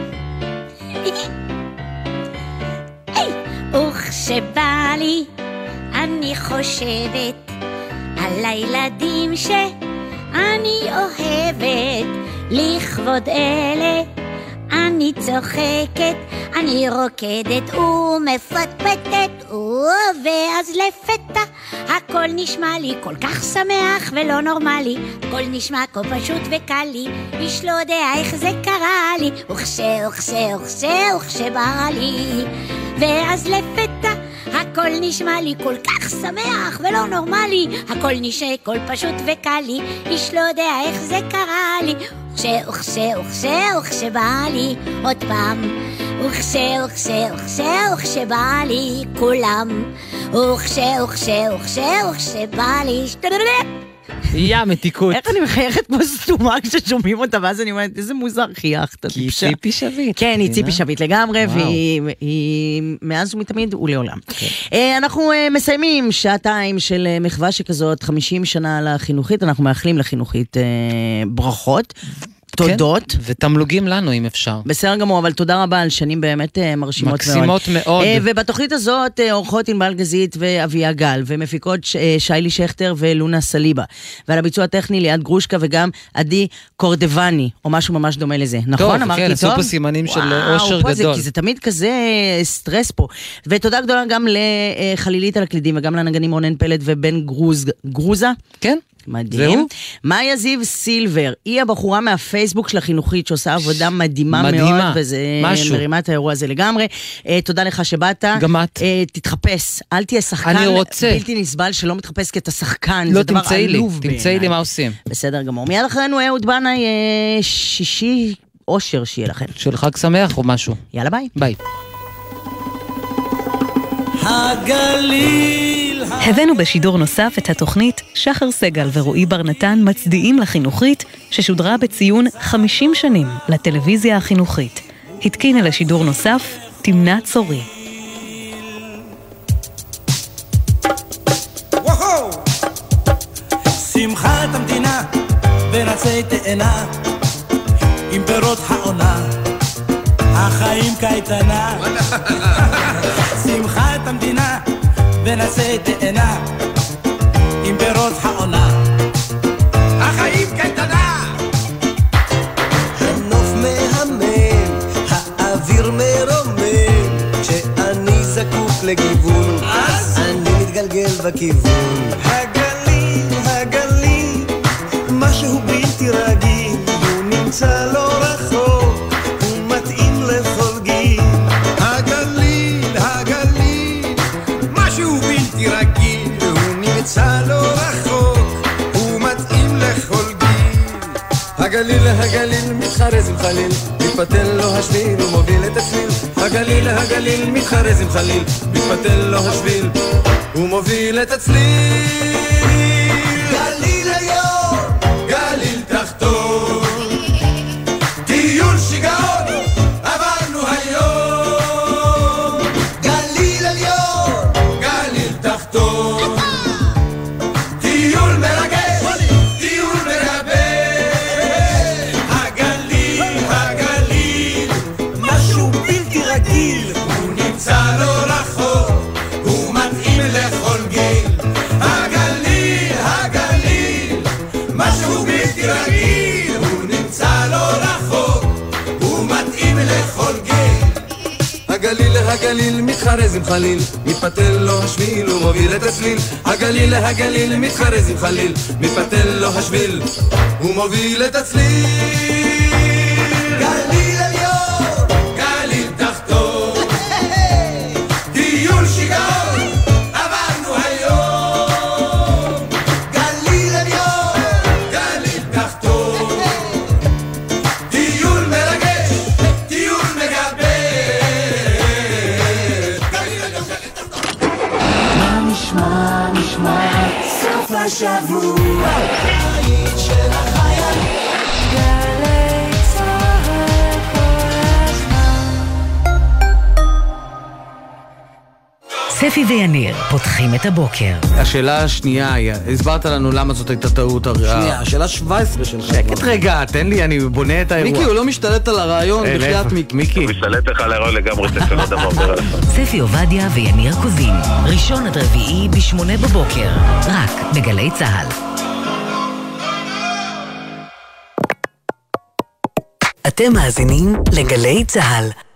וכשבא לי אני חושבת על הילדים שאני אוהבת, לכבוד אלה אני צוחקת, אני רוקדת ומפטפטת, ואז לפתע הכל נשמע לי כל כך שמח ולא נורמלי, הכל נשמע כה פשוט וקל לי, איש לא יודע איך זה קרה לי, וכשה וכשה וכשה וכשבא לי, ואז לפתע הכל נשמע לי כל כך שמח ולא נורמלי, הכל נשמע כל פשוט וקל לי, איש לא יודע איך זה קרה לי, וכשה וכשה וכשה וכשבא לי עוד פעם, וכשה וכשה וכשה וכשבא לי כולם, וכשה וכשה וכשה וכשבא לי יא מתיקות. איך אני מחייכת כמו סתומה כששומעים אותה, ואז אני אומרת, איזה מוזר חייכת. כי ציפי שביט. כן, היא ציפי שביט לגמרי, והיא מאז ומתמיד ולעולם. אנחנו מסיימים שעתיים של מחווה שכזאת, חמישים שנה לחינוכית, אנחנו מאחלים לחינוכית ברכות. תודות. ותמלוגים לנו אם אפשר. בסדר גמור, אבל תודה רבה על שנים באמת מרשימות מאוד. מקסימות מאוד. ובתוכנית הזאת אורחות ענבל גזית ואביה גל, ומפיקות שיילי שכטר ולונה סליבה. ועל הביצוע הטכני ליעד גרושקה וגם עדי קורדבני, או משהו ממש דומה לזה. נכון? אמרתי טוב? כן, עשו פה סימנים של אושר גדול. כי זה תמיד כזה סטרס פה. ותודה גדולה גם לחלילית על הקלידים, וגם לנגנים רונן פלד ובן גרוזה. כן. מדהים. מאיה זיו סילבר, היא הבחורה מהפייסבוק של החינוכית שעושה עבודה מדהימה, מדהימה מאוד, וזה משהו. מרימה את האירוע הזה לגמרי. Uh, תודה לך שבאת. גם את. Uh, תתחפש, אל תהיה שחקן אני רוצה. בלתי נסבל שלא מתחפש כי אתה שחקן, לא, זה דבר תמצאי לי, עלוב תמצאי לי מה עושים. בסדר גמור. מיד אחרינו אהוד בנאי, uh, שישי אושר שיהיה לכם. של חג שמח או משהו. יאללה ביי. ביי. הגליל. הבאנו בשידור נוסף את התוכנית שחר סגל ורועי בר נתן מצדיעים לחינוכית, ששודרה בציון חמישים שנים לטלוויזיה החינוכית. התקינה לשידור נוסף תמנה צורי. שמחת המדינה ונצי תאנה עם פירות העונה, החיים קייטנה. שמחת המדינה ונצי תאנה עם פירות העונה, החיים קייטנה. הנוף מהמם, האוויר מרומם, כשאני זקוק לגיוון אני מתגלגל בכיוון. הגליל, הגליל, משהו בלתי רגיל, הוא נמצא לא רחוק, הוא מתאים לכל גיל. הגליל, הגליל, משהו בלתי רגיל, הוא נמצא לא רחוק, הוא מתאים לכל גיל. הגליל, הגליל, מתחרז עם חליל, מתפתל לו השביל, הוא מוביל את הצליל. הגליל, הגליל, מתחרז עם חליל, מתפתל לו השביל, הוא מוביל את הצליל. גליל היום, גליל תחתון, טיול שיגעון עברנו היום. גליל עליון, גליל תחתון, טיול מרגש, טיול מרבש. הגליל, הגליל, משהו בלתי רגיל, הוא נמצא לא רחוק, הוא מתאים לכל גיל. הגליל, הגליל, משהו בלתי רגיל, הוא נמצא לא רחוק, הוא מתאים לכל גיל. הגליל, הגליל, מתחרז עם חליל, מתפתל לו השביל, הוא מוביל את הצליל. הגליל, הגליל, מתחרז עם חליל, מתפתל לו השביל, הוא מוביל את הצליל. גליל עליון, גליל תחתון, טיול שיגעון עברנו היום. גליל עליון, גליל תחתון, טיול מרגש, טיול מגבש. גליל עליון, גליל תחתון. מה נשמע, נשמע סוף השבוע, העית של החייל. גלי צהר ספי ויניר פותחים את הבוקר. השאלה השנייה היא, הסברת לנו למה זאת הייתה טעות הרעיון. שנייה, השאלה שבע עשרה שלך. שקט רגע, תן לי, אני בונה את האירוע. מיקי, הוא לא משתלט על הרעיון, בחיית מיקי. מיקי. הוא משתלט לך על הרעיון לגמרי, זה שלא דבר עובר עליך. ספי עובדיה ויניר קוזין, ראשון עד רביעי בשמונה בבוקר, רק בגלי צהל. אתם מאזינים לגלי צהל.